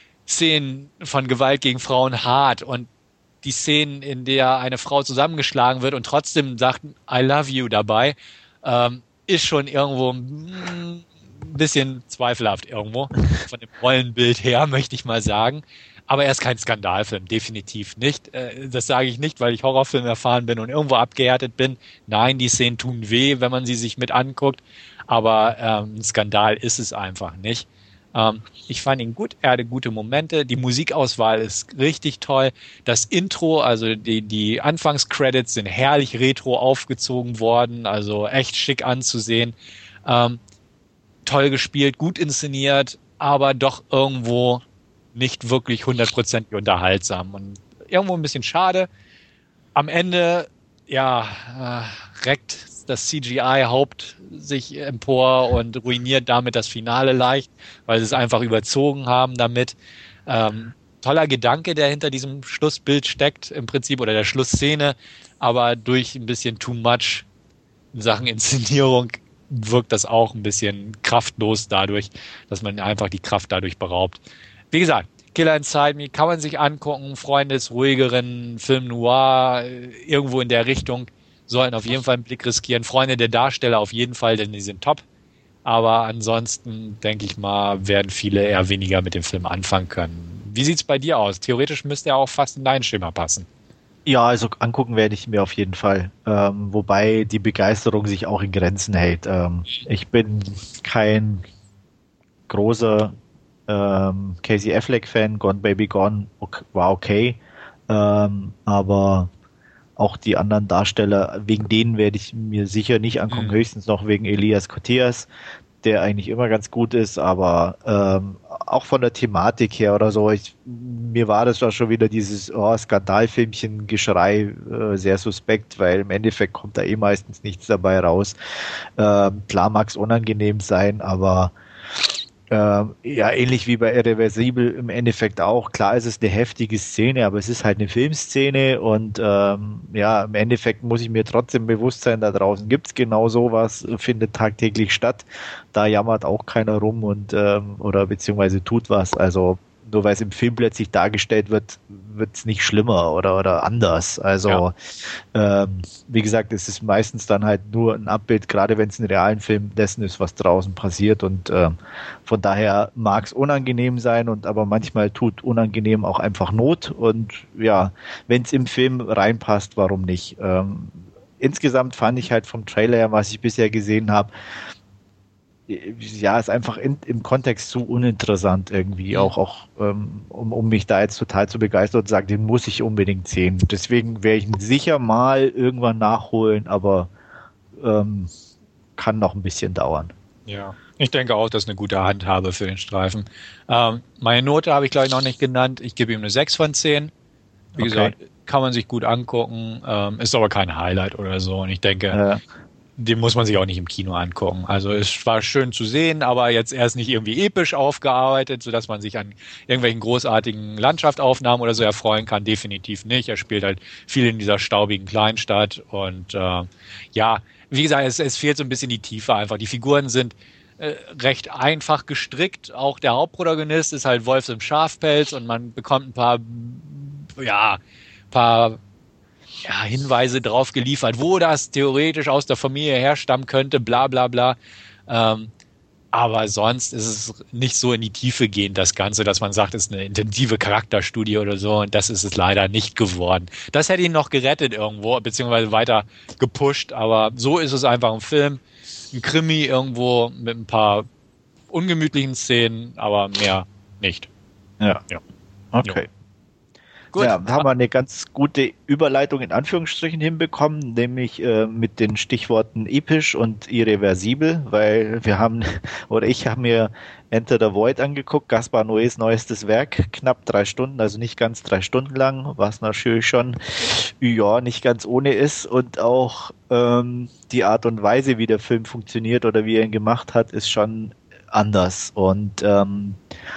Szenen von Gewalt gegen Frauen hart und die Szenen, in der eine Frau zusammengeschlagen wird und trotzdem sagt I love you dabei, ähm, ist schon irgendwo ein bisschen zweifelhaft irgendwo. Von dem Rollenbild her, möchte ich mal sagen. Aber er ist kein Skandalfilm, definitiv nicht. Äh, das sage ich nicht, weil ich Horrorfilm erfahren bin und irgendwo abgehärtet bin. Nein, die Szenen tun weh, wenn man sie sich mit anguckt. Aber ähm, ein Skandal ist es einfach nicht. Ähm, ich fand ihn gut, er hatte gute Momente, die Musikauswahl ist richtig toll, das Intro, also die, die Anfangscredits sind herrlich retro aufgezogen worden, also echt schick anzusehen, ähm, toll gespielt, gut inszeniert, aber doch irgendwo nicht wirklich hundertprozentig unterhaltsam und irgendwo ein bisschen schade. Am Ende, ja, äh, reckt das C G I-Haupt sich empor und ruiniert damit das Finale leicht, weil sie es einfach überzogen haben damit. Ähm, toller Gedanke, der hinter diesem Schlussbild steckt im Prinzip oder der Schlussszene, aber durch ein bisschen too much in Sachen Inszenierung wirkt das auch ein bisschen kraftlos dadurch, dass man einfach die Kraft dadurch beraubt. Wie gesagt, Killer Inside Me kann man sich angucken, Freunde des ruhigeren Film Noir, irgendwo in der Richtung, sollten auf jeden Fall einen Blick riskieren. Freunde der Darsteller auf jeden Fall, denn die sind top. Aber ansonsten, denke ich mal, werden viele eher weniger mit dem Film anfangen können. Wie sieht's bei dir aus? Theoretisch müsste er auch fast in dein Schema passen. Ja, also angucken werde ich mir auf jeden Fall. Ähm, wobei die Begeisterung sich auch in Grenzen hält. Ähm, ich bin kein großer ähm, Casey Affleck-Fan. Gone Baby Gone okay, war okay. Ähm, aber auch die anderen Darsteller, wegen denen werde ich mir sicher nicht angucken, mhm. höchstens noch wegen Ilias Koteas, der eigentlich immer ganz gut ist, aber ähm, auch von der Thematik her oder so, ich, mir war das doch schon wieder dieses oh, Skandalfilmchen-Geschrei äh, sehr suspekt, weil im Endeffekt kommt da eh meistens nichts dabei raus. Ähm, klar mag es unangenehm sein, aber Ähm, ja, ähnlich wie bei Irreversibel im Endeffekt auch. Klar ist es eine heftige Szene, aber es ist halt eine Filmszene und ähm, ja, im Endeffekt muss ich mir trotzdem bewusst sein, da draußen gibt's genau sowas, findet tagtäglich statt. Da jammert auch keiner rum und ähm, oder beziehungsweise tut was. Also nur weil es im Film plötzlich dargestellt wird, wird es nicht schlimmer oder, oder anders. Also, ja. ähm, wie gesagt, es ist meistens dann halt nur ein Abbild, gerade wenn es ein realen Film dessen ist, was draußen passiert. Und ähm, von daher mag es unangenehm sein, und aber manchmal tut unangenehm auch einfach Not. Und ja, wenn es im Film reinpasst, warum nicht? Ähm, insgesamt fand ich halt vom Trailer her, was ich bisher gesehen habe, ja, ist einfach in, im Kontext zu uninteressant irgendwie, auch, auch ähm, um, um mich da jetzt total zu begeistern und zu sagen, den muss ich unbedingt sehen. Deswegen werde ich ihn sicher mal irgendwann nachholen, aber ähm, kann noch ein bisschen dauern. Ja, ich denke auch, das ist eine gute Handhabe für den Streifen. Ähm, meine Note habe ich, glaube ich, noch nicht genannt. Ich gebe ihm eine sechs von zehn. Wie okay. gesagt, kann man sich gut angucken, ähm, ist aber kein Highlight oder so. Und ich denke, ja. den muss man sich auch nicht im Kino angucken. Also es war schön zu sehen, aber jetzt erst nicht irgendwie episch aufgearbeitet, sodass man sich an irgendwelchen großartigen Landschaftsaufnahmen oder so erfreuen kann. Definitiv nicht. Er spielt halt viel in dieser staubigen Kleinstadt. Und äh, ja, wie gesagt, es, es fehlt so ein bisschen die Tiefe einfach. Die Figuren sind äh, recht einfach gestrickt. Auch der Hauptprotagonist ist halt Wolf im Schafpelz und man bekommt ein paar, ja, paar ja, Hinweise drauf geliefert, wo das theoretisch aus der Familie herstammen könnte, bla bla bla. Ähm, aber sonst ist es nicht so in die Tiefe gehend, das Ganze, dass man sagt, es ist eine intensive Charakterstudie oder so, und das ist es leider nicht geworden. Das hätte ihn noch gerettet irgendwo, beziehungsweise weiter gepusht, aber so ist es einfach ein Film, ein Krimi irgendwo mit ein paar ungemütlichen Szenen, aber mehr nicht. Ja, ja. Okay. Jo. Gut. Ja, da haben wir eine ganz gute Überleitung in Anführungsstrichen hinbekommen, nämlich äh, mit den Stichworten episch und irreversibel, weil wir haben, oder ich habe mir Enter the Void angeguckt, Gaspar Noés neuestes Werk, knapp drei Stunden, also nicht ganz drei Stunden lang, was natürlich schon, ja, nicht ganz ohne ist, und auch ähm, die Art und Weise, wie der Film funktioniert oder wie er ihn gemacht hat, ist schon anders, und ähm,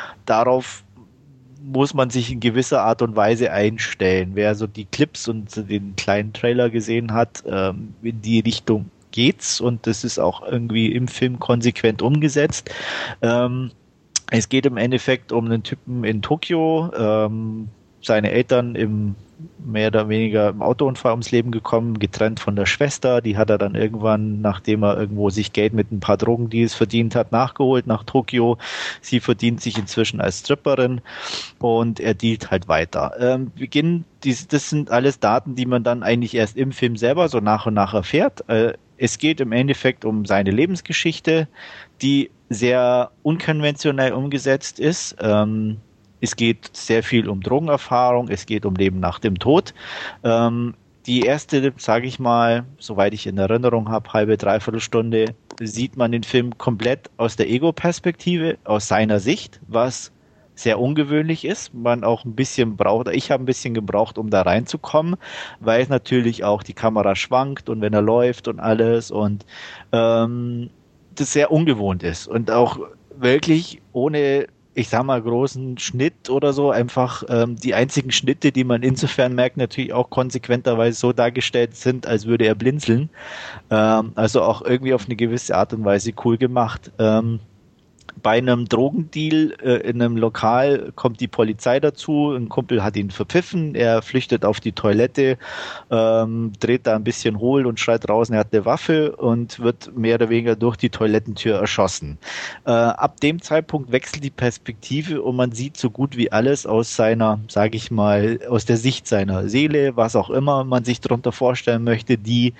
darauf muss man sich in gewisser Art und Weise einstellen. Wer so die Clips und den kleinen Trailer gesehen hat, ähm, in die Richtung geht's, und das ist auch irgendwie im Film konsequent umgesetzt. Ähm, es geht im Endeffekt um einen Typen in Tokio, ähm, seine Eltern im mehr oder weniger im Autounfall ums Leben gekommen, getrennt von der Schwester. Die hat er dann irgendwann, nachdem er irgendwo sich Geld mit ein paar Drogendeals verdient hat, nachgeholt nach Tokio. Sie verdient sich inzwischen als Stripperin und er dealt halt weiter. Ähm, Beginn, dies, das sind alles Daten, die man dann eigentlich erst im Film selber so nach und nach erfährt. Äh, es geht im Endeffekt um seine Lebensgeschichte, die sehr unkonventionell umgesetzt ist. Ähm, Es geht sehr viel um Drogenerfahrung, es geht um Leben nach dem Tod. Ähm, die erste, sage ich mal, soweit ich in Erinnerung habe, halbe, dreiviertel Stunde, sieht man den Film komplett aus der Ego-Perspektive, aus seiner Sicht, was sehr ungewöhnlich ist. Man auch ein bisschen braucht, ich habe ein bisschen gebraucht, um da reinzukommen, weil es natürlich auch die Kamera schwankt und wenn er läuft und alles, und ähm, das sehr ungewohnt ist und auch wirklich ohne, ich sag mal, großen Schnitt oder so, einfach ähm, die einzigen Schnitte, die man insofern merkt, natürlich auch konsequenterweise so dargestellt sind, als würde er blinzeln. Ähm, also auch irgendwie auf eine gewisse Art und Weise cool gemacht. Ähm, bei einem Drogendeal äh, in einem Lokal kommt die Polizei dazu, ein Kumpel hat ihn verpfiffen, er flüchtet auf die Toilette, ähm, dreht da ein bisschen hohl und schreit draußen, er hat eine Waffe, und wird mehr oder weniger durch die Toilettentür erschossen. Äh, ab dem Zeitpunkt wechselt die Perspektive und man sieht so gut wie alles aus seiner, sage ich mal, aus der Sicht seiner Seele, was auch immer man sich darunter vorstellen möchte, die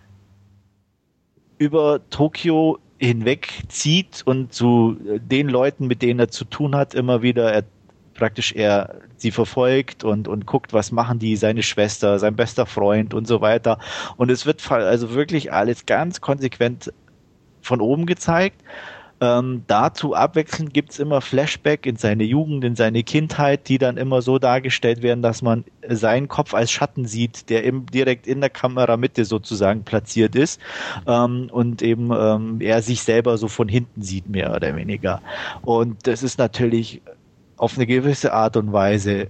über Tokio hinweg zieht und zu den Leuten, mit denen er zu tun hat, immer wieder er, praktisch er sie verfolgt und, und guckt, was machen die, seine Schwester, sein bester Freund und so weiter. Und es wird also wirklich alles ganz konsequent von oben gezeigt. Ähm, dazu abwechselnd gibt's immer Flashback in seine Jugend, in seine Kindheit, die dann immer so dargestellt werden, dass man seinen Kopf als Schatten sieht, der eben direkt in der Kameramitte sozusagen platziert ist, ähm, und eben ähm, er sich selber so von hinten sieht, mehr oder weniger. Und das ist natürlich auf eine gewisse Art und Weise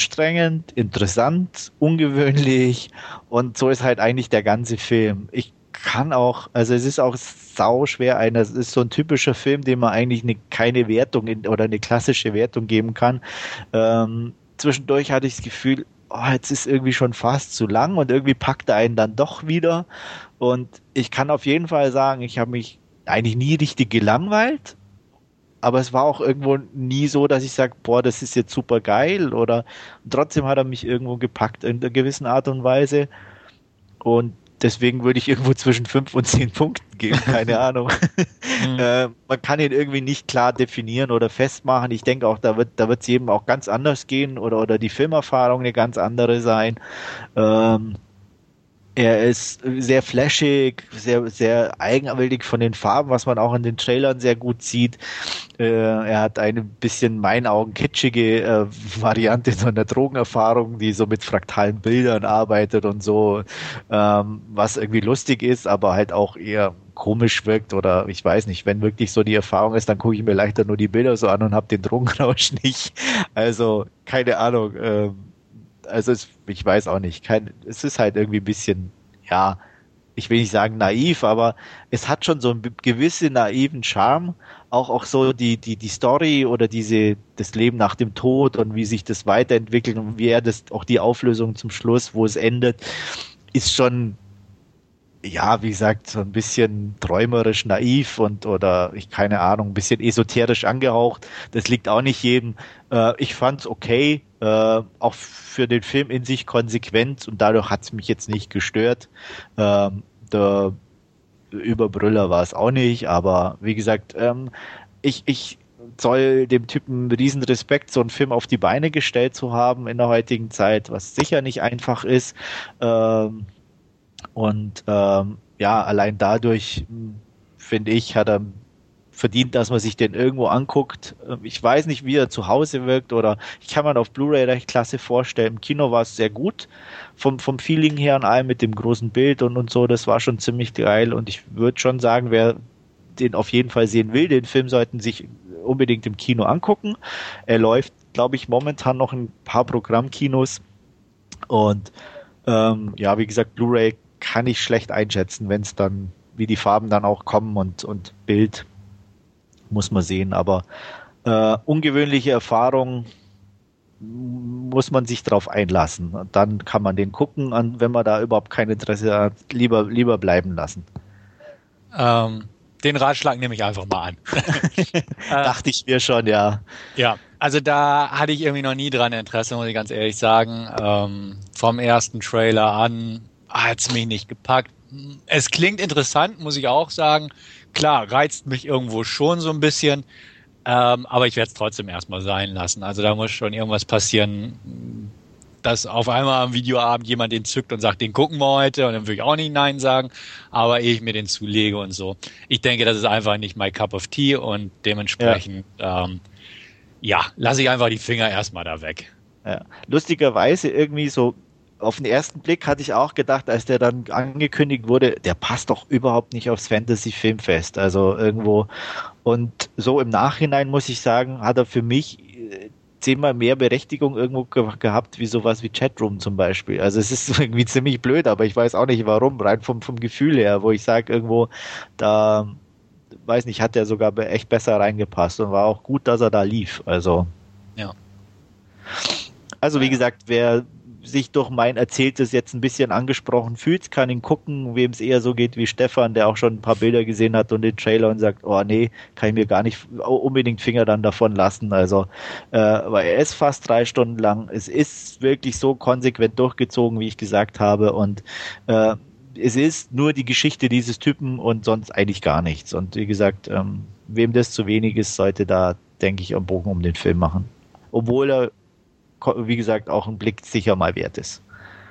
anstrengend, interessant, ungewöhnlich, und so ist halt eigentlich der ganze Film. Ich kann auch, also es ist auch sau schwer ein, das ist so ein typischer Film, dem man eigentlich eine, keine Wertung in, oder eine klassische Wertung geben kann. Ähm, zwischendurch hatte ich das Gefühl, oh, jetzt ist irgendwie schon fast zu lang und irgendwie packt er einen dann doch wieder. Und ich kann auf jeden Fall sagen, ich habe mich eigentlich nie richtig gelangweilt, aber es war auch irgendwo nie so, dass ich sage, boah, das ist jetzt super geil oder trotzdem hat er mich irgendwo gepackt in einer gewissen Art und Weise. Und deswegen würde ich irgendwo zwischen fünf und zehn Punkten geben, keine Ahnung. Mhm. äh, man kann ihn irgendwie nicht klar definieren oder festmachen. Ich denke auch, da wird da wird es jedem auch ganz anders gehen oder, oder die Filmerfahrung eine ganz andere sein. Ähm, Er ist sehr flashig, sehr, sehr eigenwillig von den Farben, was man auch in den Trailern sehr gut sieht. Äh, er hat eine bisschen, in meinen Augen, kitschige äh, Variante so einer Drogenerfahrung, die so mit fraktalen Bildern arbeitet und so, ähm, was irgendwie lustig ist, aber halt auch eher komisch wirkt oder ich weiß nicht, wenn wirklich so die Erfahrung ist, dann gucke ich mir leichter nur die Bilder so an und habe den Drogenrausch nicht. Also, keine Ahnung, ähm, Also es, ich weiß auch nicht, kein, es ist halt irgendwie ein bisschen, ja, ich will nicht sagen naiv, aber es hat schon so einen gewissen naiven Charme, auch auch so die die die Story oder diese das Leben nach dem Tod und wie sich das weiterentwickelt und wie er das auch die Auflösung zum Schluss, wo es endet, ist schon, ja, wie gesagt, so ein bisschen träumerisch naiv und oder ich keine Ahnung, ein bisschen esoterisch angehaucht. Das liegt auch nicht jedem. Äh, ich fand's okay, äh, auch für den Film in sich konsequent und dadurch hat's mich jetzt nicht gestört. Ähm, der Überbrüller war es auch nicht, aber wie gesagt, ähm, ich ich zoll dem Typen riesen Respekt, so einen Film auf die Beine gestellt zu haben in der heutigen Zeit, was sicher nicht einfach ist. Ähm, Und ähm, ja, allein dadurch, finde ich, hat er verdient, dass man sich den irgendwo anguckt. Ich weiß nicht, wie er zu Hause wirkt oder ich kann mir auf Blu-ray recht klasse vorstellen. Im Kino war es sehr gut, vom, vom Feeling her und allem mit dem großen Bild und, und so, das war schon ziemlich geil und ich würde schon sagen, wer den auf jeden Fall sehen will, den Film sollten sich unbedingt im Kino angucken. Er läuft, glaube ich, momentan noch in ein paar Programmkinos und ähm, ja, wie gesagt, Blu-ray kann ich schlecht einschätzen, wenn es dann, wie die Farben dann auch kommen und, und Bild muss man sehen, aber äh, ungewöhnliche Erfahrung muss man sich drauf einlassen. Und dann kann man den gucken, und wenn man da überhaupt kein Interesse hat, lieber, lieber bleiben lassen. Ähm, den Ratschlag nehme ich einfach mal an. Dachte ich mir schon, ja. Ja, also da hatte ich irgendwie noch nie dran Interesse, muss ich ganz ehrlich sagen. Ähm, vom ersten Trailer an hat es mich nicht gepackt. Es klingt interessant, muss ich auch sagen. Klar, reizt mich irgendwo schon so ein bisschen, ähm, aber ich werde es trotzdem erstmal sein lassen. Also da muss schon irgendwas passieren, dass auf einmal am Videoabend jemand den zückt und sagt, den gucken wir heute, und dann würde ich auch nicht Nein sagen, aber ehe ich mir den zulege und so. Ich denke, das ist einfach nicht my cup of tea und dementsprechend, ja, ähm, ja lasse ich einfach die Finger erstmal da weg. Ja. Lustigerweise irgendwie so auf den ersten Blick hatte ich auch gedacht, als der dann angekündigt wurde, der passt doch überhaupt nicht aufs Fantasy-Filmfest. Also irgendwo. Und so im Nachhinein muss ich sagen, hat er für mich zehnmal mehr Berechtigung irgendwo ge- gehabt, wie sowas wie Chatroom zum Beispiel. Also es ist irgendwie ziemlich blöd, aber ich weiß auch nicht warum, rein vom, vom Gefühl her, wo ich sage irgendwo, da, weiß nicht, hat der sogar echt besser reingepasst und war auch gut, dass er da lief. Also. Ja. Also wie gesagt, wer sich durch mein Erzähltes jetzt ein bisschen angesprochen fühlt, kann ihn gucken, wem es eher so geht wie Stefan, der auch schon ein paar Bilder gesehen hat und den Trailer und sagt, oh nee, kann ich mir gar nicht unbedingt Finger dann davon lassen. Also, äh, weil er ist fast drei Stunden lang. Es ist wirklich so konsequent durchgezogen, wie ich gesagt habe, und äh, es ist nur die Geschichte dieses Typen und sonst eigentlich gar nichts. Und wie gesagt, ähm, wem das zu wenig ist, sollte da, denke ich, einen Bogen um den Film machen. Obwohl er, wie gesagt, auch ein Blick sicher mal wert ist.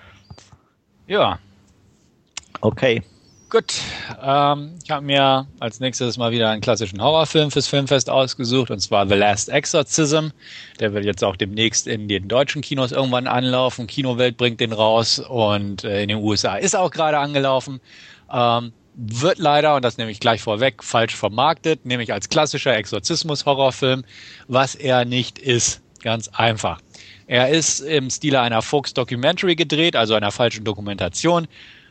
Ja. Okay. Gut. Ähm, ich habe mir als nächstes mal wieder einen klassischen Horrorfilm fürs Filmfest ausgesucht, und zwar The Last Exorcism. Der wird jetzt auch demnächst in den deutschen Kinos irgendwann anlaufen. Kinowelt bringt den raus und äh, in den U S A ist auch gerade angelaufen. Ähm, wird leider, und das nehme ich gleich vorweg, falsch vermarktet, nämlich als klassischer Exorzismus-Horrorfilm, was er nicht ist. Ganz einfach. Er ist im Stile einer Fox Documentary gedreht, also einer falschen Dokumentation.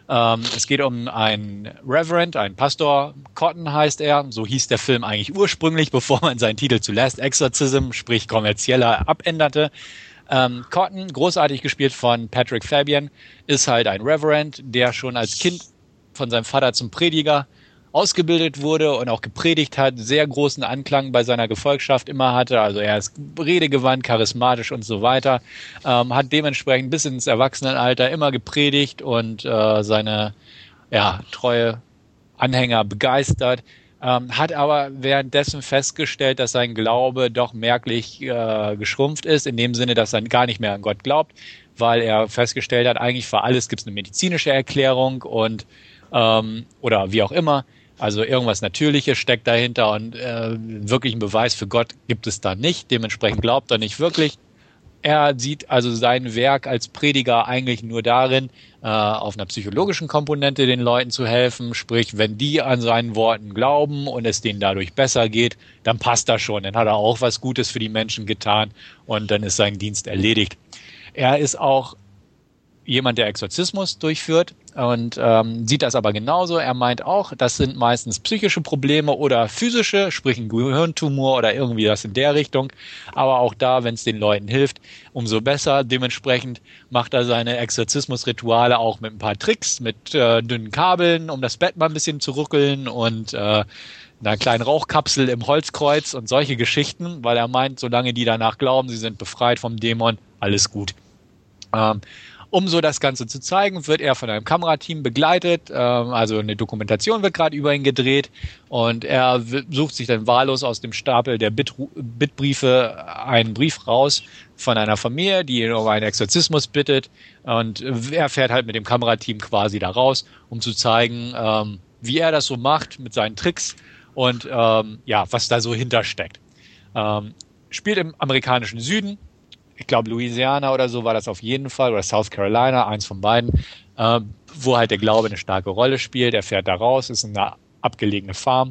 Ähm, es geht um einen Reverend, einen Pastor, Cotton heißt er. So hieß der Film eigentlich ursprünglich, bevor man seinen Titel zu Last Exorcism, sprich kommerzieller, abänderte. Ähm, Cotton, großartig gespielt von Patrick Fabian, ist halt ein Reverend, der schon als Kind von seinem Vater zum Prediger ausgebildet wurde und auch gepredigt hat, sehr großen Anklang bei seiner Gefolgschaft immer hatte. Also er ist redegewandt, charismatisch und so weiter. Ähm, hat dementsprechend bis ins Erwachsenenalter immer gepredigt und äh, seine ja, treue Anhänger begeistert. Ähm, hat aber währenddessen festgestellt, dass sein Glaube doch merklich äh, geschrumpft ist, in dem Sinne, dass er gar nicht mehr an Gott glaubt, weil er festgestellt hat, eigentlich für alles gibt es eine medizinische Erklärung und ähm, oder wie auch immer. Also irgendwas Natürliches steckt dahinter und äh, wirklich einen Beweis für Gott gibt es da nicht. Dementsprechend glaubt er nicht wirklich. Er sieht also sein Werk als Prediger eigentlich nur darin, äh, auf einer psychologischen Komponente den Leuten zu helfen. Sprich, wenn die an seinen Worten glauben und es denen dadurch besser geht, dann passt das schon. Dann hat er auch was Gutes für die Menschen getan und dann ist sein Dienst erledigt. Er ist auch jemand, der Exorzismus durchführt und ähm, sieht das aber genauso. Er meint auch, das sind meistens psychische Probleme oder physische, sprich ein Gehirntumor oder irgendwie das in der Richtung. Aber auch da, wenn es den Leuten hilft, umso besser. Dementsprechend macht er seine Exorzismusrituale auch mit ein paar Tricks, mit äh, dünnen Kabeln, um das Bett mal ein bisschen zu ruckeln und äh, einer kleinen Rauchkapsel im Holzkreuz und solche Geschichten, weil er meint, solange die danach glauben, sie sind befreit vom Dämon, alles gut. Ähm, Um so das Ganze zu zeigen, wird er von einem Kamerateam begleitet, ähm, also eine Dokumentation wird gerade über ihn gedreht und er w- sucht sich dann wahllos aus dem Stapel der Bit- Bittbriefe einen Brief raus von einer Familie, die ihn um einen Exorzismus bittet und er fährt halt mit dem Kamerateam quasi da raus, um zu zeigen, ähm, wie er das so macht mit seinen Tricks und ähm, ja, was da so hintersteckt. Ähm, spielt im amerikanischen Süden. Ich glaube, Louisiana oder so war das auf jeden Fall, oder South Carolina, eins von beiden, äh, wo halt der Glaube eine starke Rolle spielt. Er fährt da raus, ist eine abgelegene Farm,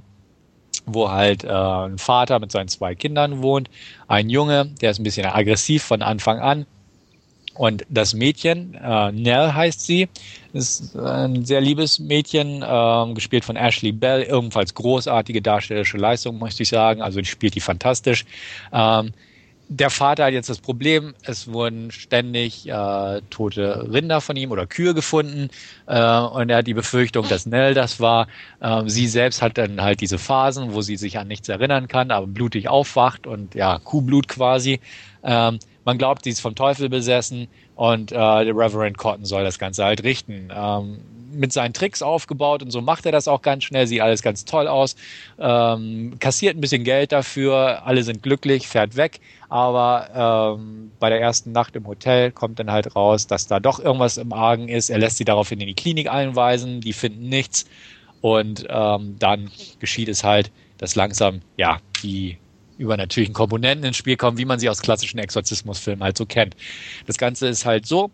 wo halt äh, ein Vater mit seinen zwei Kindern wohnt, ein Junge, der ist ein bisschen aggressiv von Anfang an. Und das Mädchen, äh, Nell heißt sie, ist ein sehr liebes Mädchen, äh, gespielt von Ashley Bell, ebenfalls großartige darstellerische Leistung, möchte ich sagen, also die spielt die fantastisch. Ähm, Der Vater hat jetzt das Problem, es wurden ständig äh, tote Rinder von ihm oder Kühe gefunden äh, und er hat die Befürchtung, dass Nell das war. Ähm, sie selbst hat dann halt diese Phasen, wo sie sich an nichts erinnern kann, aber blutig aufwacht und ja, Kuhblut quasi. Ähm, man glaubt, sie ist vom Teufel besessen und äh, der Reverend Cotton soll das Ganze halt richten. Ähm, mit seinen Tricks aufgebaut und so macht er das auch ganz schnell, sieht alles ganz toll aus, ähm, kassiert ein bisschen Geld dafür, alle sind glücklich, fährt weg, aber ähm, bei der ersten Nacht im Hotel kommt dann halt raus, dass da doch irgendwas im Argen ist, er lässt sie daraufhin in die Klinik einweisen, die finden nichts und ähm, dann geschieht es halt, dass langsam, ja, die übernatürlichen Komponenten ins Spiel kommen, wie man sie aus klassischen Exorzismusfilmen halt so kennt. Das Ganze ist halt so,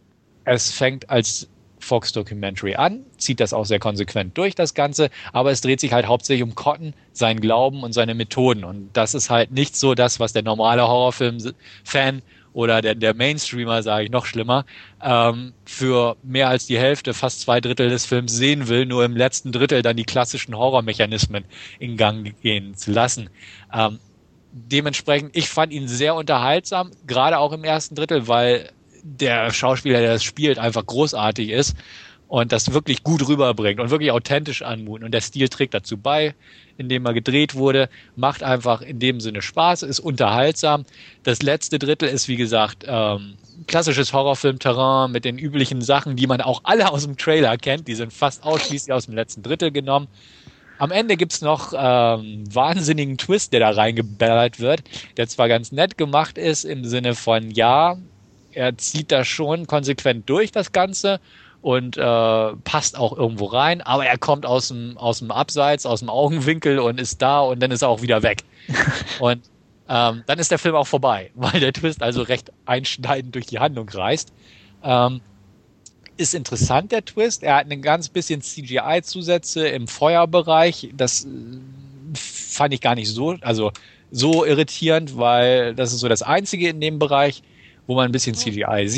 es fängt als Fox Documentary an, zieht das auch sehr konsequent durch, das Ganze, aber es dreht sich halt hauptsächlich um Cotton, seinen Glauben und seine Methoden und das ist halt nicht so das, was der normale Horrorfilm-Fan oder der, der Mainstreamer, sage ich noch schlimmer, ähm, für mehr als die Hälfte, fast zwei Drittel des Films sehen will, nur im letzten Drittel dann die klassischen Horrormechanismen in Gang gehen zu lassen. Ähm, dementsprechend, ich fand ihn sehr unterhaltsam, gerade auch im ersten Drittel, weil der Schauspieler, der das spielt, einfach großartig ist und das wirklich gut rüberbringt und wirklich authentisch anmutet. Und der Stil trägt dazu bei, indem er gedreht wurde, macht einfach in dem Sinne Spaß, ist unterhaltsam. Das letzte Drittel ist, wie gesagt, ähm, klassisches Horrorfilm-Terrain mit den üblichen Sachen, die man auch alle aus dem Trailer kennt. Die sind fast ausschließlich aus dem letzten Drittel genommen. Am Ende gibt's noch ähm, wahnsinnigen Twist, der da reingeballert wird, der zwar ganz nett gemacht ist im Sinne von, ja, er zieht das schon konsequent durch, das Ganze, und äh, passt auch irgendwo rein, aber er kommt aus dem, aus dem Abseits, aus dem Augenwinkel und ist da und dann ist er auch wieder weg. Und ähm, dann ist der Film auch vorbei, weil der Twist also recht einschneidend durch die Handlung reist. Ähm, ist interessant, der Twist. Er hat ein ganz bisschen C G I-Zusätze im Feuerbereich. Das äh, fand ich gar nicht so, also so irritierend, weil das ist so das Einzige in dem Bereich, wo man ein bisschen C G I sieht.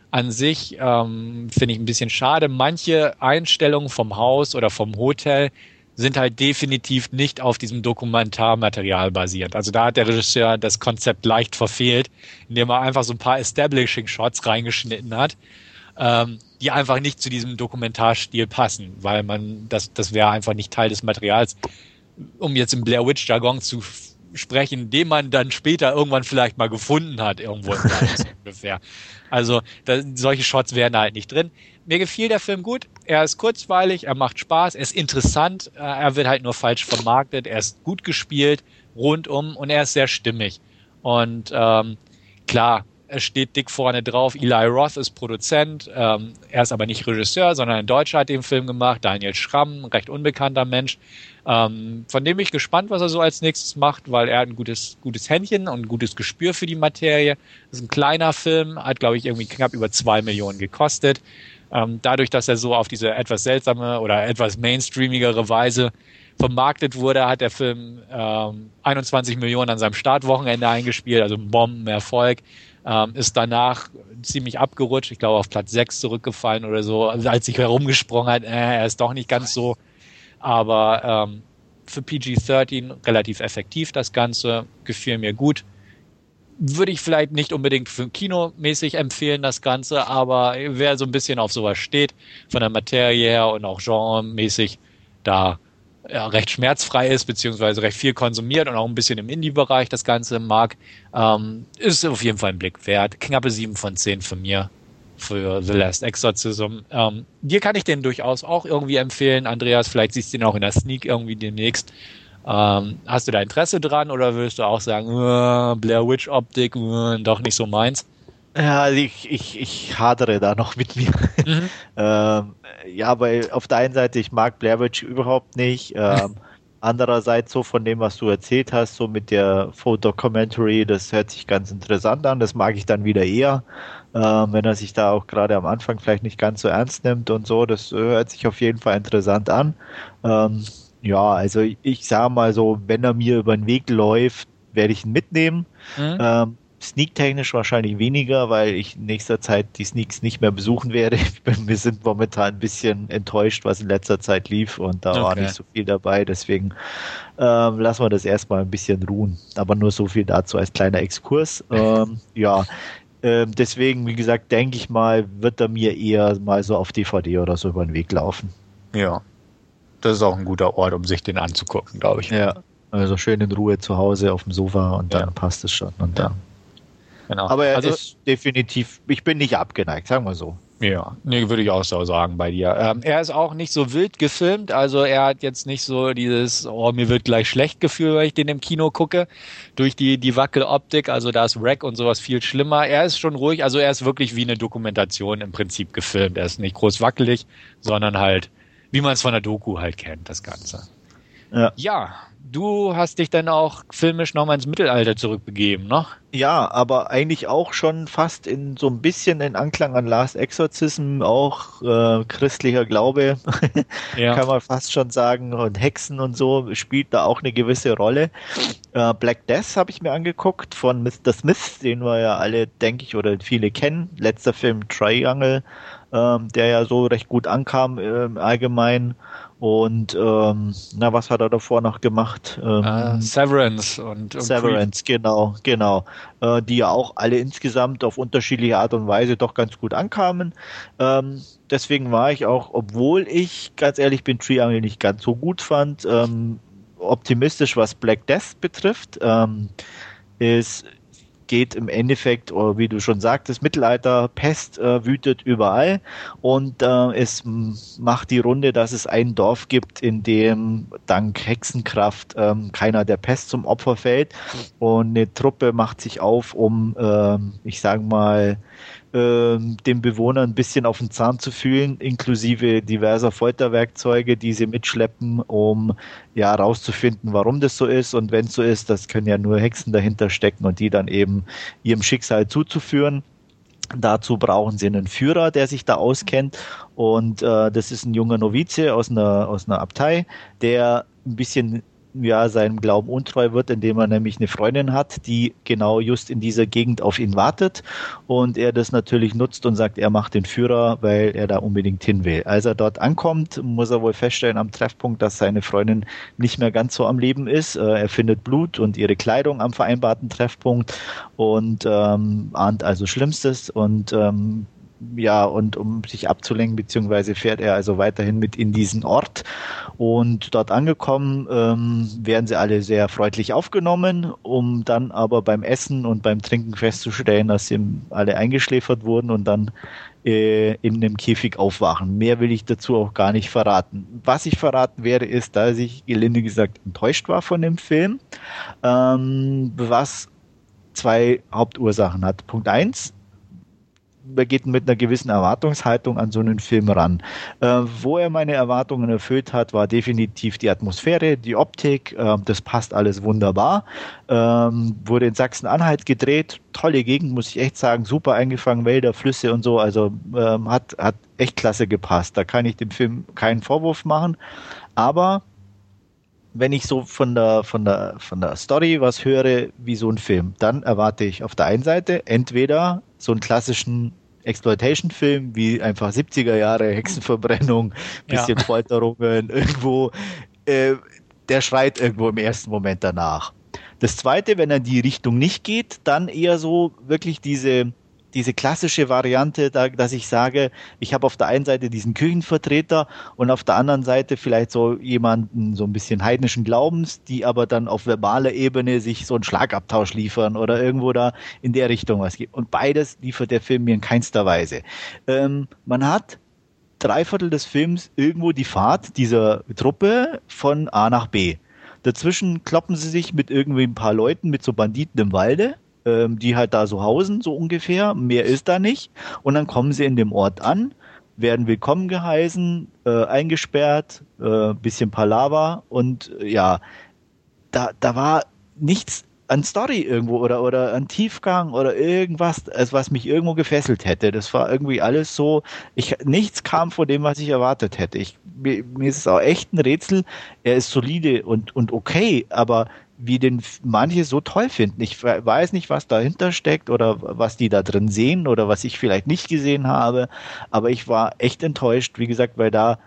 an sich ähm, finde ich ein bisschen schade. Manche Einstellungen vom Haus oder vom Hotel sind halt definitiv nicht auf diesem Dokumentarmaterial basierend. Also da hat der Regisseur das Konzept leicht verfehlt, indem er einfach so ein paar Establishing-Shots reingeschnitten hat, ähm, die einfach nicht zu diesem Dokumentarstil passen, weil man, das, das wäre einfach nicht Teil des Materials, um jetzt im Blair Witch-Jargon zu sprechen, den man dann später irgendwann vielleicht mal gefunden hat, irgendwo im Wald ungefähr. Also da, solche Shots wären da halt nicht drin. Mir gefiel der Film gut. Er ist kurzweilig, er macht Spaß, er ist interessant, er wird halt nur falsch vermarktet, er ist gut gespielt, rundum und er ist sehr stimmig. Und ähm, klar, es steht dick vorne drauf, Eli Roth ist Produzent, ähm, er ist aber nicht Regisseur, sondern ein Deutscher hat den Film gemacht, Daniel Schramm, ein recht unbekannter Mensch, ähm, von dem bin ich gespannt, was er so als nächstes macht, weil er hat ein gutes, gutes Händchen und ein gutes Gespür für die Materie. Das ist ein kleiner Film, hat glaube ich irgendwie knapp über zwei Millionen gekostet. Ähm, dadurch, dass er so auf diese etwas seltsame oder etwas mainstreamigere Weise vermarktet wurde, hat der Film ähm, einundzwanzig Millionen an seinem Startwochenende eingespielt, also ein Bombenerfolg. Ähm, ist danach ziemlich abgerutscht, ich glaube auf Platz sechs zurückgefallen oder so, also als sich herumgesprungen hat, äh, er ist doch nicht ganz so, aber ähm, für P G dreizehn relativ effektiv das Ganze, gefiel mir gut. Würde ich vielleicht nicht unbedingt für kinomäßig empfehlen, das Ganze, aber wer so ein bisschen auf sowas steht, von der Materie her und auch genremäßig, da ja, recht schmerzfrei ist, beziehungsweise recht viel konsumiert und auch ein bisschen im Indie-Bereich das Ganze mag, ähm, ist auf jeden Fall ein Blick wert. Knappe sieben von zehn von mir für The Last Exorcism. Ähm, dir kann ich den durchaus auch irgendwie empfehlen, Andreas, vielleicht siehst du den auch in der Sneak irgendwie demnächst. Ähm, hast du da Interesse dran oder würdest du auch sagen, uh, Blair Witch Optik, uh, doch nicht so meins? Ja, ich, ich, ich hadere da noch mit mir. Mhm. ähm, ja, weil auf der einen Seite, ich mag Blair Witch überhaupt nicht. Ähm, andererseits so von dem, was du erzählt hast, so mit der Photodocumentary, das hört sich ganz interessant an. Das mag ich dann wieder eher, ähm, wenn er sich da auch gerade am Anfang vielleicht nicht ganz so ernst nimmt und so. Das äh, hört sich auf jeden Fall interessant an. Ähm, ja, also ich, ich sage mal so, wenn er mir über den Weg läuft, werde ich ihn mitnehmen. Mhm. Ähm, Sneak-technisch wahrscheinlich weniger, weil ich in nächster Zeit die Sneaks nicht mehr besuchen werde. Wir sind momentan ein bisschen enttäuscht, was in letzter Zeit lief und da okay. war nicht so viel dabei. Deswegen ähm, lassen wir das erstmal ein bisschen ruhen. Aber nur so viel dazu als kleiner Exkurs. Ähm, ja, ähm, deswegen, wie gesagt, denke ich mal, wird er mir eher mal so auf D V D oder so über den Weg laufen. Ja, das ist auch ein guter Ort, um sich den anzugucken, glaube ich. Ja, also schön in Ruhe zu Hause auf dem Sofa und dann ja. passt es schon. Und dann. Genau. Aber er also, ist definitiv, ich bin nicht abgeneigt, sagen wir so. Ja, nee, würde ich auch so sagen bei dir. Ähm, er ist auch nicht so wild gefilmt, also er hat jetzt nicht so dieses, oh, mir wird gleich schlecht Gefühl, wenn ich den im Kino gucke, durch die, die Wackeloptik, also da ist Wreck und sowas viel schlimmer. Er ist schon ruhig, also er ist wirklich wie eine Dokumentation im Prinzip gefilmt. Er ist nicht groß wackelig, sondern halt, wie man es von der Doku halt kennt, das Ganze. Ja. Ja. Du hast dich dann auch filmisch nochmal ins Mittelalter zurückbegeben, ne? Ja, aber eigentlich auch schon fast in so ein bisschen in Anklang an Last Exorcism, auch äh, christlicher Glaube, ja. kann man fast schon sagen, und Hexen und so spielt da auch eine gewisse Rolle. Äh, Black Death habe ich mir angeguckt von Mister Smith, den wir ja alle, denke ich, oder viele kennen. Letzter Film Triangle, ähm, der ja so recht gut ankam im äh, Allgemeinen. Und ähm, na, was hat er davor noch gemacht? Ähm, uh, Severance und, und Severance, Creed. genau, genau. Äh, die ja auch alle insgesamt auf unterschiedliche Art und Weise doch ganz gut ankamen. Ähm, deswegen war ich auch, obwohl ich ganz ehrlich bin, Triangle nicht ganz so gut fand, ähm, optimistisch, was Black Death betrifft. Ähm, es geht im Endeffekt, oder wie du schon sagtest, Mittelalter, Pest äh, wütet überall und äh, es m- macht die Runde, dass es ein Dorf gibt, in dem dank Hexenkraft ähm, keiner der Pest zum Opfer fällt und eine Truppe macht sich auf, um, ähm, ich sage mal, ähm, den Bewohnern ein bisschen auf den Zahn zu fühlen, inklusive diverser Folterwerkzeuge, die sie mitschleppen, um ja rauszufinden, warum das so ist. Und wenn es so ist, das können ja nur Hexen dahinter stecken und die dann eben ihrem Schicksal zuzuführen. Dazu brauchen sie einen Führer, der sich da auskennt. Und äh, das ist ein junger Novize aus einer, aus einer Abtei, der ein bisschen ja seinem Glauben untreu wird, indem er nämlich eine Freundin hat, die genau just in dieser Gegend auf ihn wartet und er das natürlich nutzt und sagt, er macht den Führer, weil er da unbedingt hin will. Als er dort ankommt, muss er wohl feststellen am Treffpunkt, dass seine Freundin nicht mehr ganz so am Leben ist. Er findet Blut und ihre Kleidung am vereinbarten Treffpunkt und ähm, ahnt also Schlimmstes und ähm, ja, und um sich abzulenken, beziehungsweise fährt er also weiterhin mit in diesen Ort und dort angekommen ähm, werden sie alle sehr freundlich aufgenommen, um dann aber beim Essen und beim Trinken festzustellen, dass sie alle eingeschläfert wurden und dann äh, in einem Käfig aufwachen. Mehr will ich dazu auch gar nicht verraten. Was ich verraten werde, ist, dass ich gelinde gesagt enttäuscht war von dem Film, ähm, was zwei Hauptursachen hat. Punkt eins, er geht mit einer gewissen Erwartungshaltung an so einen Film ran. Äh, wo er meine Erwartungen erfüllt hat, war definitiv die Atmosphäre, die Optik, äh, das passt alles wunderbar. Ähm, wurde in Sachsen-Anhalt gedreht, tolle Gegend, muss ich echt sagen, super eingefangen, Wälder, Flüsse und so, also ähm, hat, hat echt klasse gepasst. Da kann ich dem Film keinen Vorwurf machen, aber wenn ich so von der, von der, von der Story was höre, wie so ein Film, dann erwarte ich auf der einen Seite entweder so einen klassischen Exploitation-Film, wie einfach siebziger Jahre, Hexenverbrennung, bisschen ja. Folterungen, irgendwo, äh, der schreit irgendwo im ersten Moment danach. Das zweite, wenn er in die Richtung nicht geht, dann eher so wirklich diese, diese klassische Variante, da, dass ich sage, ich habe auf der einen Seite diesen Kirchenvertreter und auf der anderen Seite vielleicht so jemanden so ein bisschen heidnischen Glaubens, die aber dann auf verbaler Ebene sich so einen Schlagabtausch liefern oder irgendwo da in der Richtung was gibt. Und beides liefert der Film mir in keinster Weise. Ähm, man hat drei Viertel des Films irgendwo die Fahrt dieser Truppe von A nach B. Dazwischen kloppen sie sich mit irgendwie ein paar Leuten, mit so Banditen im Walde, die halt da so hausen, so ungefähr. Mehr ist da nicht. Und dann kommen sie in dem Ort an, werden willkommen geheißen, äh, eingesperrt, äh, bisschen Palaver und äh, ja, da, da war nichts an Story irgendwo oder, oder an Tiefgang oder irgendwas, also was mich irgendwo gefesselt hätte. Das war irgendwie alles so, ich, nichts kam von dem, was ich erwartet hätte. Ich, mir, mir ist es auch echt ein Rätsel. Er ist solide und, und okay, aber wie den manche so toll finden. Ich weiß nicht, was dahinter steckt oder was die da drin sehen oder was ich vielleicht nicht gesehen habe, aber ich war echt enttäuscht, wie gesagt, weil da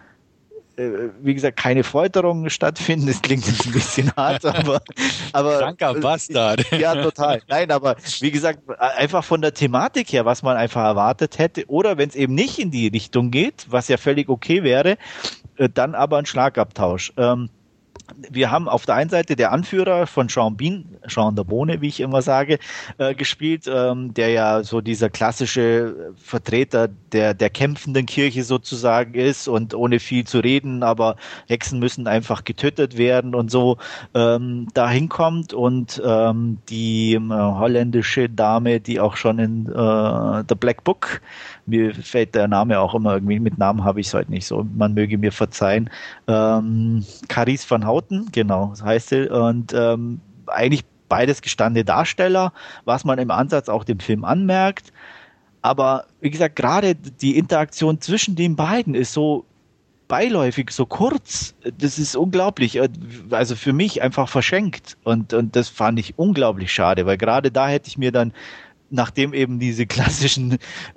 äh, wie gesagt, keine Folterungen stattfinden. Das klingt jetzt ein bisschen hart, aber... aber kranker Bastard. Ja, total. Nein, aber wie gesagt, einfach von der Thematik her, was man einfach erwartet hätte, oder wenn es eben nicht in die Richtung geht, was ja völlig okay wäre, äh, dann aber ein Schlagabtausch. Ähm, Wir haben auf der einen Seite der Anführer von Sean Bean, Sean der Bohne, wie ich immer sage, äh, gespielt, ähm, der ja so dieser klassische Vertreter der, der kämpfenden Kirche sozusagen ist und ohne viel zu reden, aber Hexen müssen einfach getötet werden und so ähm, da hinkommt und ähm, die äh, holländische Dame, die auch schon in äh, The Black Book, mir fällt der Name auch immer irgendwie, mit Namen habe ich es heute nicht so, man möge mir verzeihen, ähm, Carice van Houten, genau, das heißt sie, und ähm, eigentlich beides gestandene Darsteller, was man im Ansatz auch dem Film anmerkt, aber wie gesagt, gerade die Interaktion zwischen den beiden ist so beiläufig, so kurz, das ist unglaublich, also für mich einfach verschenkt und, und das fand ich unglaublich schade, weil gerade da hätte ich mir dann, nachdem eben diese klassischen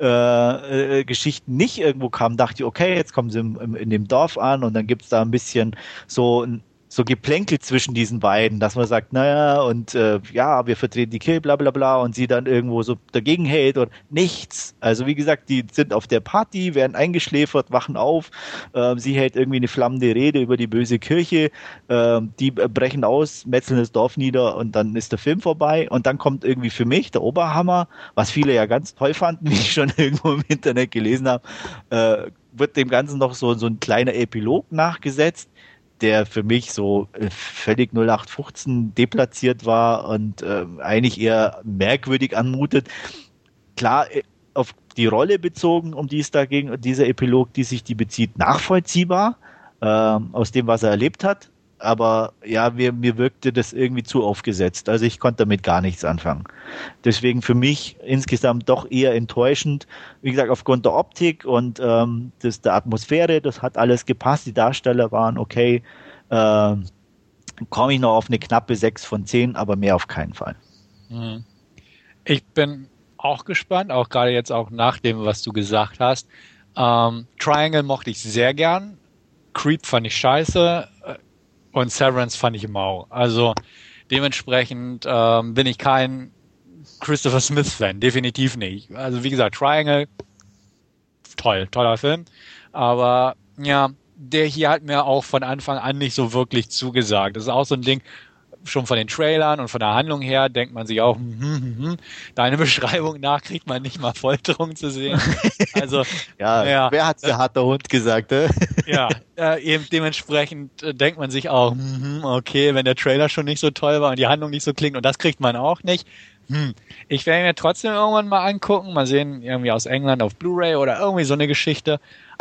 äh, äh, Geschichten nicht irgendwo kamen, dachte ich, okay, jetzt kommen sie im, im, in dem Dorf an und dann gibt's da ein bisschen so ein so Geplänkel zwischen diesen beiden, dass man sagt, naja, und äh, ja, wir vertreten die Kirche, bla bla bla, und sie dann irgendwo so dagegen hält und nichts. Also wie gesagt, die sind auf der Party, werden eingeschläfert, wachen auf, äh, sie hält irgendwie eine flammende Rede über die böse Kirche, äh, die brechen aus, metzeln das Dorf nieder und dann ist der Film vorbei und dann kommt irgendwie für mich der Oberhammer, was viele ja ganz toll fanden, wie ich schon irgendwo im Internet gelesen habe, äh, wird dem Ganzen noch so, so ein kleiner Epilog nachgesetzt, der für mich so völlig null acht fünfzehn deplatziert war und äh, eigentlich eher merkwürdig anmutet. Klar, auf die Rolle bezogen, um die es da ging, dieser Epilog, die sich die bezieht, nachvollziehbar, äh, aus dem, was er erlebt hat. Aber ja, mir, mir wirkte das irgendwie zu aufgesetzt. Also ich konnte damit gar nichts anfangen. Deswegen für mich insgesamt doch eher enttäuschend. Wie gesagt, aufgrund der Optik und ähm, des, der Atmosphäre, das hat alles gepasst. Die Darsteller waren okay. Ähm, komme ich noch auf eine knappe sechs von zehn, aber mehr auf keinen Fall. Ich bin auch gespannt, auch gerade jetzt auch nach dem, was du gesagt hast. Ähm, Triangle mochte ich sehr gern. Creep fand ich scheiße. Und Severance fand ich mau. Also dementsprechend ähm, bin ich kein Christopher Smith-Fan. Definitiv nicht. Also wie gesagt, Triangle, toll, toller Film. Aber ja, der hier hat mir auch von Anfang an nicht so wirklich zugesagt. Das ist auch so ein Ding, schon von den Trailern und von der Handlung her denkt man sich auch, hm, hm, hm, deine Beschreibung nach kriegt man nicht mal Folterung zu sehen. Also ja, ja, wer hat's der harte Hund gesagt? Ne? Ja, äh, eben dementsprechend äh, denkt man sich auch, hm, okay, wenn der Trailer schon nicht so toll war und die Handlung nicht so klingt und das kriegt man auch nicht. Hm. Ich werde mir trotzdem irgendwann mal angucken, mal sehen, irgendwie aus England auf Blu-ray oder irgendwie so eine Geschichte.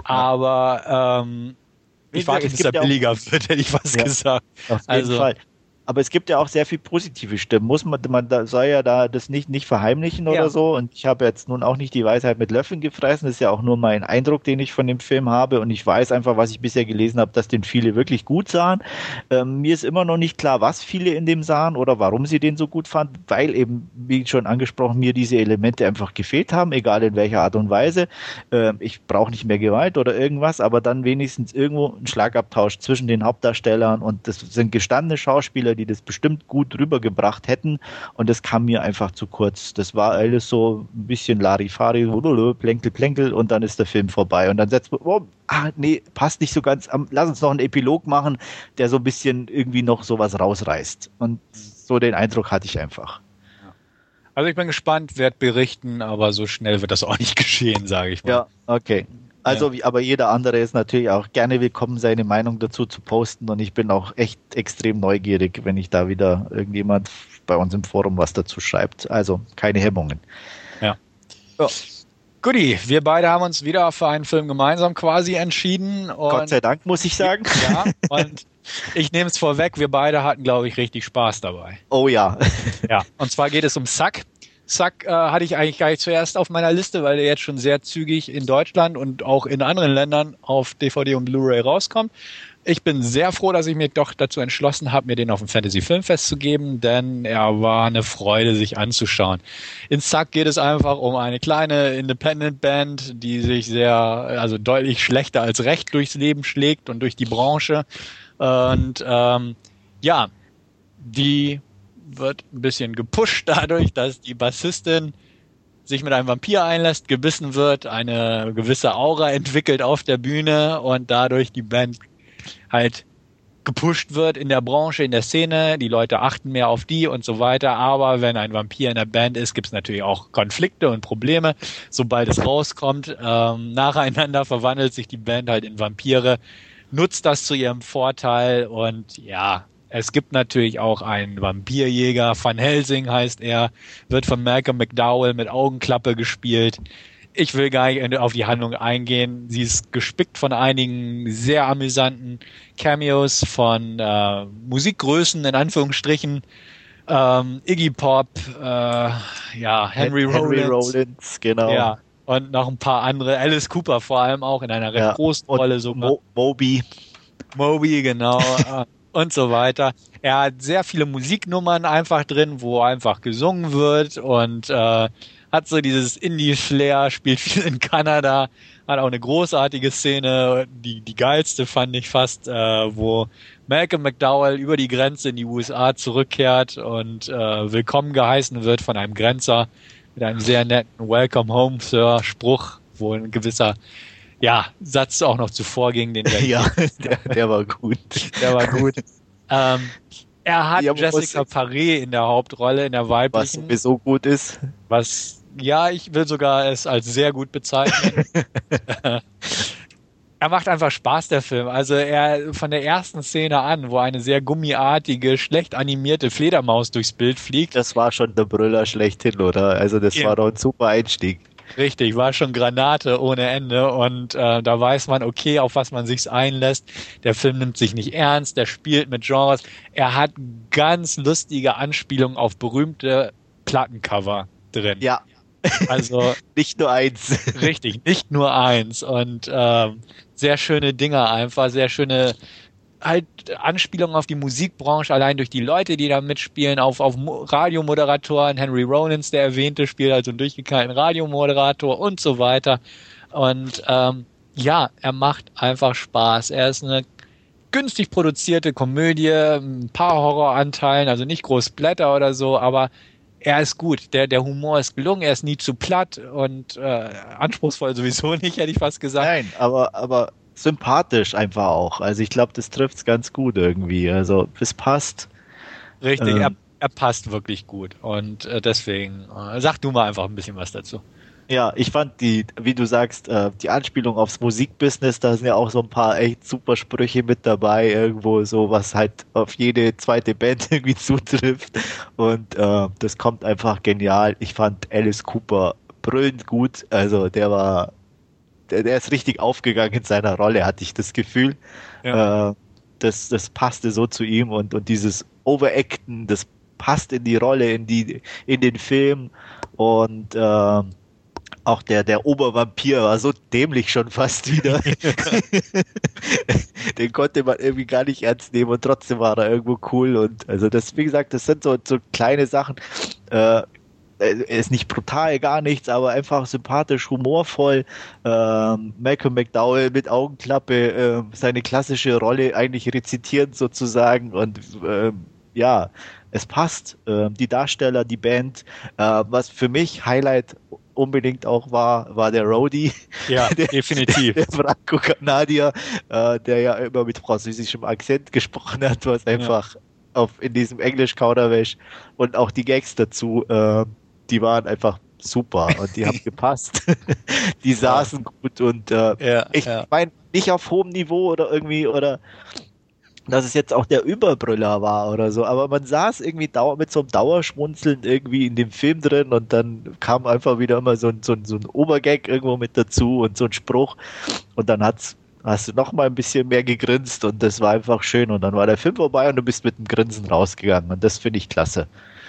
Aber ähm, ich warte, bis er billiger wird, hätte ich fast ja, gesagt. Auf jeden also, Fall. Aber es gibt ja auch sehr viel positive Stimmen. Muss man, man da soll ja da das nicht, nicht verheimlichen oder ja. so. Und ich habe jetzt nun auch nicht die Weisheit mit Löffeln gefressen. Das ist ja auch nur mein Eindruck, den ich von dem Film habe. Und ich weiß einfach, was ich bisher gelesen habe, dass den viele wirklich gut sahen. Ähm, mir ist immer noch nicht klar, was viele in dem sahen oder warum sie den so gut fanden, weil eben, wie schon angesprochen, mir diese Elemente einfach gefehlt haben, egal in welcher Art und Weise. Ähm, ich brauche nicht mehr Gewalt oder irgendwas, aber dann wenigstens irgendwo ein Schlagabtausch zwischen den Hauptdarstellern und das sind gestandene Schauspieler, die das bestimmt gut rübergebracht hätten und das kam mir einfach zu kurz. Das war alles so ein bisschen Larifari, Plänkel, Plänkel und dann ist der Film vorbei und dann setzt man, oh, ah, nee, passt nicht so ganz, lass uns noch einen Epilog machen, der so ein bisschen irgendwie noch sowas rausreißt und so den Eindruck hatte ich einfach. Also ich bin gespannt, werde berichten, aber so schnell wird das auch nicht geschehen, sage ich mal. Ja, okay. Also, ja. wie aber jeder andere ist natürlich auch gerne willkommen, seine Meinung dazu zu posten und ich bin auch echt extrem neugierig, wenn ich da wieder irgendjemand bei uns im Forum was dazu schreibt. Also, keine Hemmungen. Ja. ja. Guti, wir beide haben uns wieder für einen Film gemeinsam quasi entschieden. Und Gott sei Dank, muss ich sagen. Ja, und ich nehme es vorweg, wir beide hatten, glaube ich, richtig Spaß dabei. Oh ja. Ja, und zwar geht es um Suck. Suck äh, hatte ich eigentlich gar nicht zuerst auf meiner Liste, weil der jetzt schon sehr zügig in Deutschland und auch in anderen Ländern auf D V D und Blu-ray rauskommt. Ich bin sehr froh, dass ich mich doch dazu entschlossen habe, mir den auf dem Fantasy Filmfest zu geben, denn er war eine Freude, sich anzuschauen. In Suck geht es einfach um eine kleine Independent Band, die sich sehr, also deutlich schlechter als recht durchs Leben schlägt und durch die Branche. Und ähm, ja, die wird ein bisschen gepusht dadurch, dass die Bassistin sich mit einem Vampir einlässt, gebissen wird, eine gewisse Aura entwickelt auf der Bühne und dadurch die Band halt gepusht wird in der Branche, in der Szene. Die Leute achten mehr auf die und so weiter. Aber wenn ein Vampir in der Band ist, gibt es natürlich auch Konflikte und Probleme. Sobald es rauskommt, ähm, nacheinander verwandelt sich die Band halt in Vampire, nutzt das zu ihrem Vorteil und ja, es gibt natürlich auch einen Vampirjäger, Van Helsing heißt er, wird von Malcolm McDowell mit Augenklappe gespielt. Ich will gar nicht auf die Handlung eingehen. Sie ist gespickt von einigen sehr amüsanten Cameos von äh, Musikgrößen, in Anführungsstrichen. Ähm, Iggy Pop, äh, ja, Henry, Henry Rollins. Rollins, genau. Ja, und noch ein paar andere. Alice Cooper vor allem auch in einer recht ja, großen Rolle sogar. Mo- Moby. Moby, genau. Und so weiter. Er hat sehr viele Musiknummern einfach drin, wo einfach gesungen wird und äh, hat so dieses Indie-Flair, spielt viel in Kanada, hat auch eine großartige Szene, die die geilste fand ich fast, äh, wo Malcolm McDowell über die Grenze in die U S A zurückkehrt und äh, willkommen geheißen wird von einem Grenzer mit einem sehr netten Welcome Home Sir Spruch, wo ein gewisser ja, Satz auch noch zuvor ging, den der ja, der, der war gut. Der war gut. ähm, er hat ja, Jessica Paré in der Hauptrolle, in der weiblichen. Was sowieso gut ist. Was, ja, ich will sogar es als sehr gut bezeichnen. Er macht einfach Spaß, der Film. Also er, von der ersten Szene an, wo eine sehr gummiartige, schlecht animierte Fledermaus durchs Bild fliegt. Das war schon der Brüller schlechthin, oder? Also das ja. war doch ein super Einstieg. Richtig, war schon Granate ohne Ende und äh, da weiß man, okay, auf was man sich einlässt. Der Film nimmt sich nicht ernst, der spielt mit Genres. Er hat ganz lustige Anspielungen auf berühmte Plattencover drin. Ja. Also nicht nur eins. Richtig, nicht nur eins und ähm, sehr schöne Dinger einfach, sehr schöne halt Anspielungen auf die Musikbranche, allein durch die Leute, die da mitspielen, auf, auf Radiomoderatoren. Henry Rollins, der erwähnte, spielt halt so einen durchgeknallten Radiomoderator und so weiter. Und ähm, ja, er macht einfach Spaß. Er ist eine günstig produzierte Komödie, ein paar Horroranteilen, also nicht groß Blätter oder so, aber er ist gut. Der, der Humor ist gelungen, er ist nie zu platt und äh, anspruchsvoll sowieso nicht, hätte ich fast gesagt. Nein, aber, aber sympathisch einfach auch. Also ich glaube, das trifft's ganz gut irgendwie. Also es passt. Richtig, ähm, er, er passt wirklich gut. Und äh, deswegen, äh, sag du mal einfach ein bisschen was dazu. Ja, ich fand die, wie du sagst, äh, die Anspielung aufs Musikbusiness, da sind ja auch so ein paar echt super Sprüche mit dabei, irgendwo so, was halt auf jede zweite Band irgendwie zutrifft. Und äh, das kommt einfach genial. Ich fand Alice Cooper brüllend gut. Also der war Der, der ist richtig aufgegangen in seiner Rolle, hatte ich das Gefühl. Ja. Äh, das, das passte so zu ihm und, und dieses Overacten, das passt in die Rolle, in die, in den Film. Und äh, auch der, der Obervampir war so dämlich schon fast wieder. Den konnte man irgendwie gar nicht ernst nehmen und trotzdem war er irgendwo cool. Und also das, wie gesagt, das sind so, so kleine Sachen. Äh, Er ist nicht brutal, gar nichts, aber einfach sympathisch, humorvoll. Ähm, Malcolm McDowell mit Augenklappe, äh, seine klassische Rolle eigentlich rezitierend sozusagen. Und ähm, ja, es passt. Ähm, die Darsteller, die Band. Äh, was für mich Highlight unbedingt auch war, war der Roadie. Ja, der, definitiv. Der Franco-Kanadier, äh, der ja immer mit französischem Akzent gesprochen hat, was einfach ja. auf, in diesem Englisch-Kauderwelsch und auch die Gags dazu, äh, die waren einfach super und die haben gepasst. Die saßen ja. gut und äh, ja, ich ja. meine, nicht auf hohem Niveau oder irgendwie, oder dass es jetzt auch der Überbrüller war oder so, aber man saß irgendwie dauer, mit so einem Dauerschmunzeln irgendwie in dem Film drin und dann kam einfach wieder immer so ein, so ein, so ein Obergag irgendwo mit dazu und so ein Spruch und dann hat's hast du noch mal ein bisschen mehr gegrinst und das war einfach schön und dann war der Film vorbei und du bist mit einem Grinsen rausgegangen und das finde ich klasse.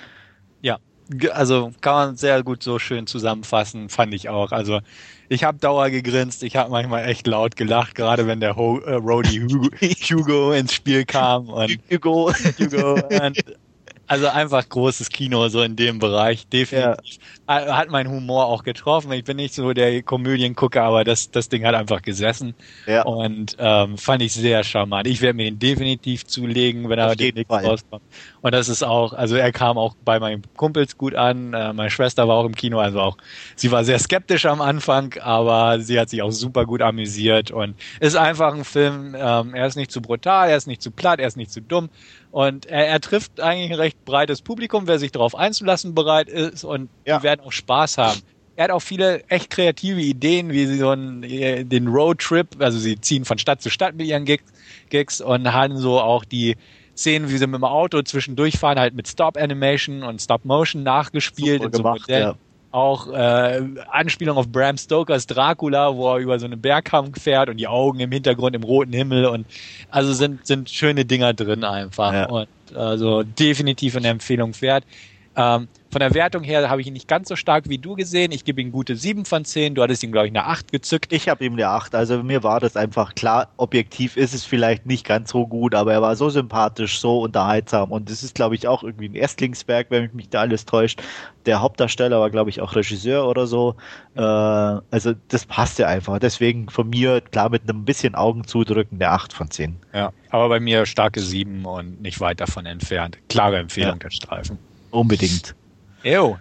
Ja, also kann man sehr gut so schön zusammenfassen, fand ich auch. Also ich habe Dauer gegrinst, ich habe manchmal echt laut gelacht, gerade wenn der Ho äh, Roadie Hugo, Hugo ins Spiel kam. Und Hugo. Hugo und also einfach großes Kino so in dem Bereich, definitiv. Ja. Hat mein Humor auch getroffen. Ich bin nicht so der Komödiengucker, aber das, das Ding hat einfach gesessen. Ja. Und ähm, fand ich sehr charmant. Ich werde mir ihn definitiv zulegen, wenn er demnächst rauskommt. Und das ist auch, also er kam auch bei meinen Kumpels gut an. Äh, meine Schwester war auch im Kino, also auch, sie war sehr skeptisch am Anfang, aber sie hat sich auch super gut amüsiert und ist einfach ein Film, ähm, er ist nicht zu brutal, er ist nicht zu platt, er ist nicht zu dumm. Und er, er trifft eigentlich ein recht breites Publikum, wer sich darauf einzulassen bereit ist und ja. die werden auch Spaß haben. Er hat auch viele echt kreative Ideen, wie sie so einen, den Roadtrip, also sie ziehen von Stadt zu Stadt mit ihren Gigs, Gigs und haben so auch die Szenen, wie sie mit dem Auto zwischendurch fahren, halt mit Stop-Animation und Stop-Motion nachgespielt. Super in so gemacht, Modell. Ja. Auch äh, Anspielung auf Bram Stokers Dracula, wo er über so einen Bergkamm fährt und die Augen im Hintergrund im roten Himmel und also sind sind schöne Dinger drin einfach ja. und also definitiv eine Empfehlung wert. Ähm, von der Wertung her habe ich ihn nicht ganz so stark wie du gesehen. Ich gebe ihm gute sieben von zehn. Du hattest ihm, glaube ich, eine acht gezückt. Ich habe ihm eine acht. Also mir war das einfach klar. Objektiv ist es vielleicht nicht ganz so gut, aber er war so sympathisch, so unterhaltsam. Und das ist, glaube ich, auch irgendwie ein Erstlingswerk, wenn mich da alles täuscht. Der Hauptdarsteller war, glaube ich, auch Regisseur oder so. Äh, also das passt ja einfach. Deswegen von mir, klar, mit einem bisschen Augen zudrücken, der acht von zehn. Ja, aber bei mir starke sieben und nicht weit davon entfernt. Klare Empfehlung, ja. Der Streifen. Unbedingt. Ew.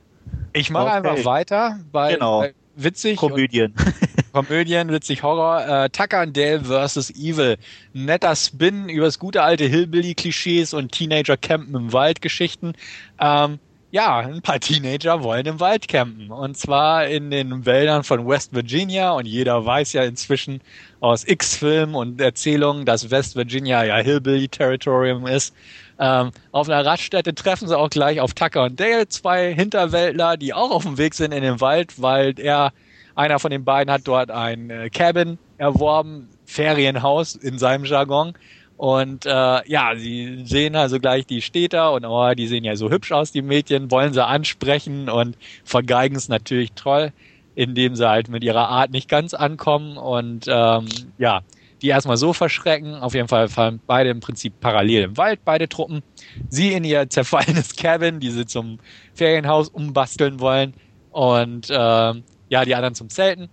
Ich mache okay. einfach weiter bei, genau. bei witzig Komödien. Komödien, witzig Horror. Äh, Tucker and Dale versus Evil. Ein netter Spin über das gute alte Hillbilly-Klischees und Teenager-Campen im Wald-Geschichten. Ähm, ja, ein paar Teenager wollen im Wald campen. Und zwar in den Wäldern von West Virginia. Und jeder weiß ja inzwischen aus X-Filmen und Erzählungen, dass West Virginia ja Hillbilly-Territorium ist. Ähm, auf einer Raststätte treffen sie auch gleich auf Tucker und Dale, zwei Hinterwäldler, die auch auf dem Weg sind in den Wald, weil er, einer von den beiden hat dort ein äh, Cabin erworben, Ferienhaus in seinem Jargon. Und äh, ja, sie sehen also gleich die Städter und oh, die sehen ja so hübsch aus, die Mädchen, wollen sie ansprechen und vergeigen es natürlich toll, indem sie halt mit ihrer Art nicht ganz ankommen. Und ähm, ja, die erstmal so verschrecken. Auf jeden Fall fallen beide im Prinzip parallel im Wald, beide Truppen. Sie in ihr zerfallenes Cabin, die sie zum Ferienhaus umbasteln wollen. Und äh, ja, die anderen zum Zelten.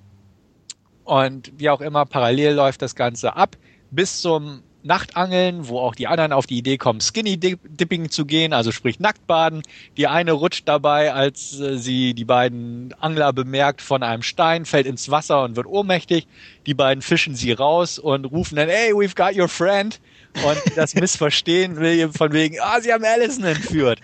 Und wie auch immer, parallel läuft das Ganze ab bis zum Nachtangeln, wo auch die anderen auf die Idee kommen, Skinny-Dipping zu gehen, also sprich Nacktbaden. Die eine rutscht dabei, als äh, sie die beiden Angler bemerkt, von einem Stein, fällt ins Wasser und wird ohnmächtig. Die beiden fischen sie raus und rufen dann, hey, we've got your friend. Und das Missverstehen will von wegen, ah, sie haben Allison entführt.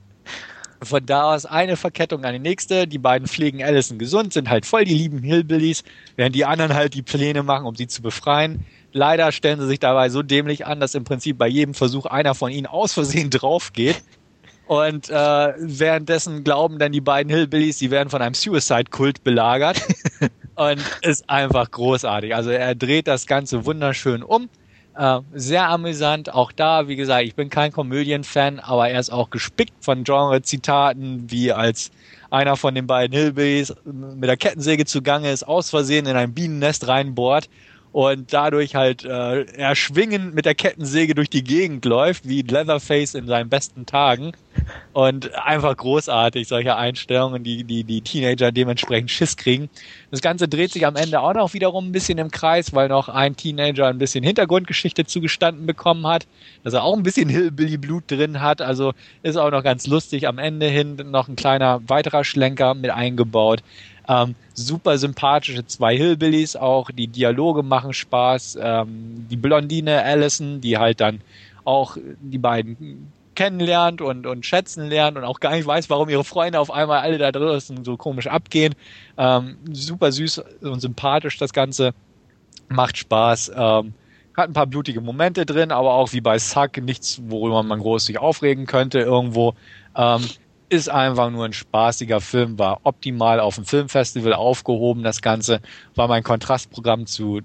Von da aus eine Verkettung an die nächste. Die beiden pflegen Allison gesund, sind halt voll die lieben Hillbillies, während die anderen halt die Pläne machen, um sie zu befreien. Leider stellen sie sich dabei so dämlich an, dass im Prinzip bei jedem Versuch einer von ihnen aus Versehen drauf geht. Und äh, währenddessen glauben dann die beiden Hillbillies, sie werden von einem Suicide-Kult belagert. Und ist einfach großartig. Also er dreht das Ganze wunderschön um. Äh, sehr amüsant. Auch da, wie gesagt, ich bin kein Komödien-Fan, aber er ist auch gespickt von Genre-Zitaten, wie als einer von den beiden Hillbillies mit der Kettensäge zugange ist, aus Versehen in ein Bienennest reinbohrt und dadurch halt äh, erschwingend mit der Kettensäge durch die Gegend läuft, wie Leatherface in seinen besten Tagen. Und einfach großartig, solche Einstellungen, die, die, die Teenager dementsprechend Schiss kriegen. Das Ganze dreht sich am Ende auch noch wiederum ein bisschen im Kreis, weil noch ein Teenager ein bisschen Hintergrundgeschichte zugestanden bekommen hat, dass er auch ein bisschen Hillbilly-Blut drin hat. Also ist auch noch ganz lustig. Am Ende hin noch ein kleiner weiterer Schlenker mit eingebaut. Ähm, super sympathische zwei Hillbillies auch, die Dialoge machen Spaß. Ähm, die Blondine Allison, die halt dann auch die beiden kennenlernt und, und schätzen lernt und auch gar nicht weiß, warum ihre Freunde auf einmal alle da draußen so komisch abgehen. Ähm, super süß und sympathisch das Ganze. Macht Spaß. Ähm, hat ein paar blutige Momente drin, aber auch wie bei Suck nichts, worüber man groß sich aufregen könnte irgendwo. Ähm, ist einfach nur ein spaßiger Film, war optimal auf dem Filmfestival aufgehoben, das Ganze. War mein Kontrastprogramm zu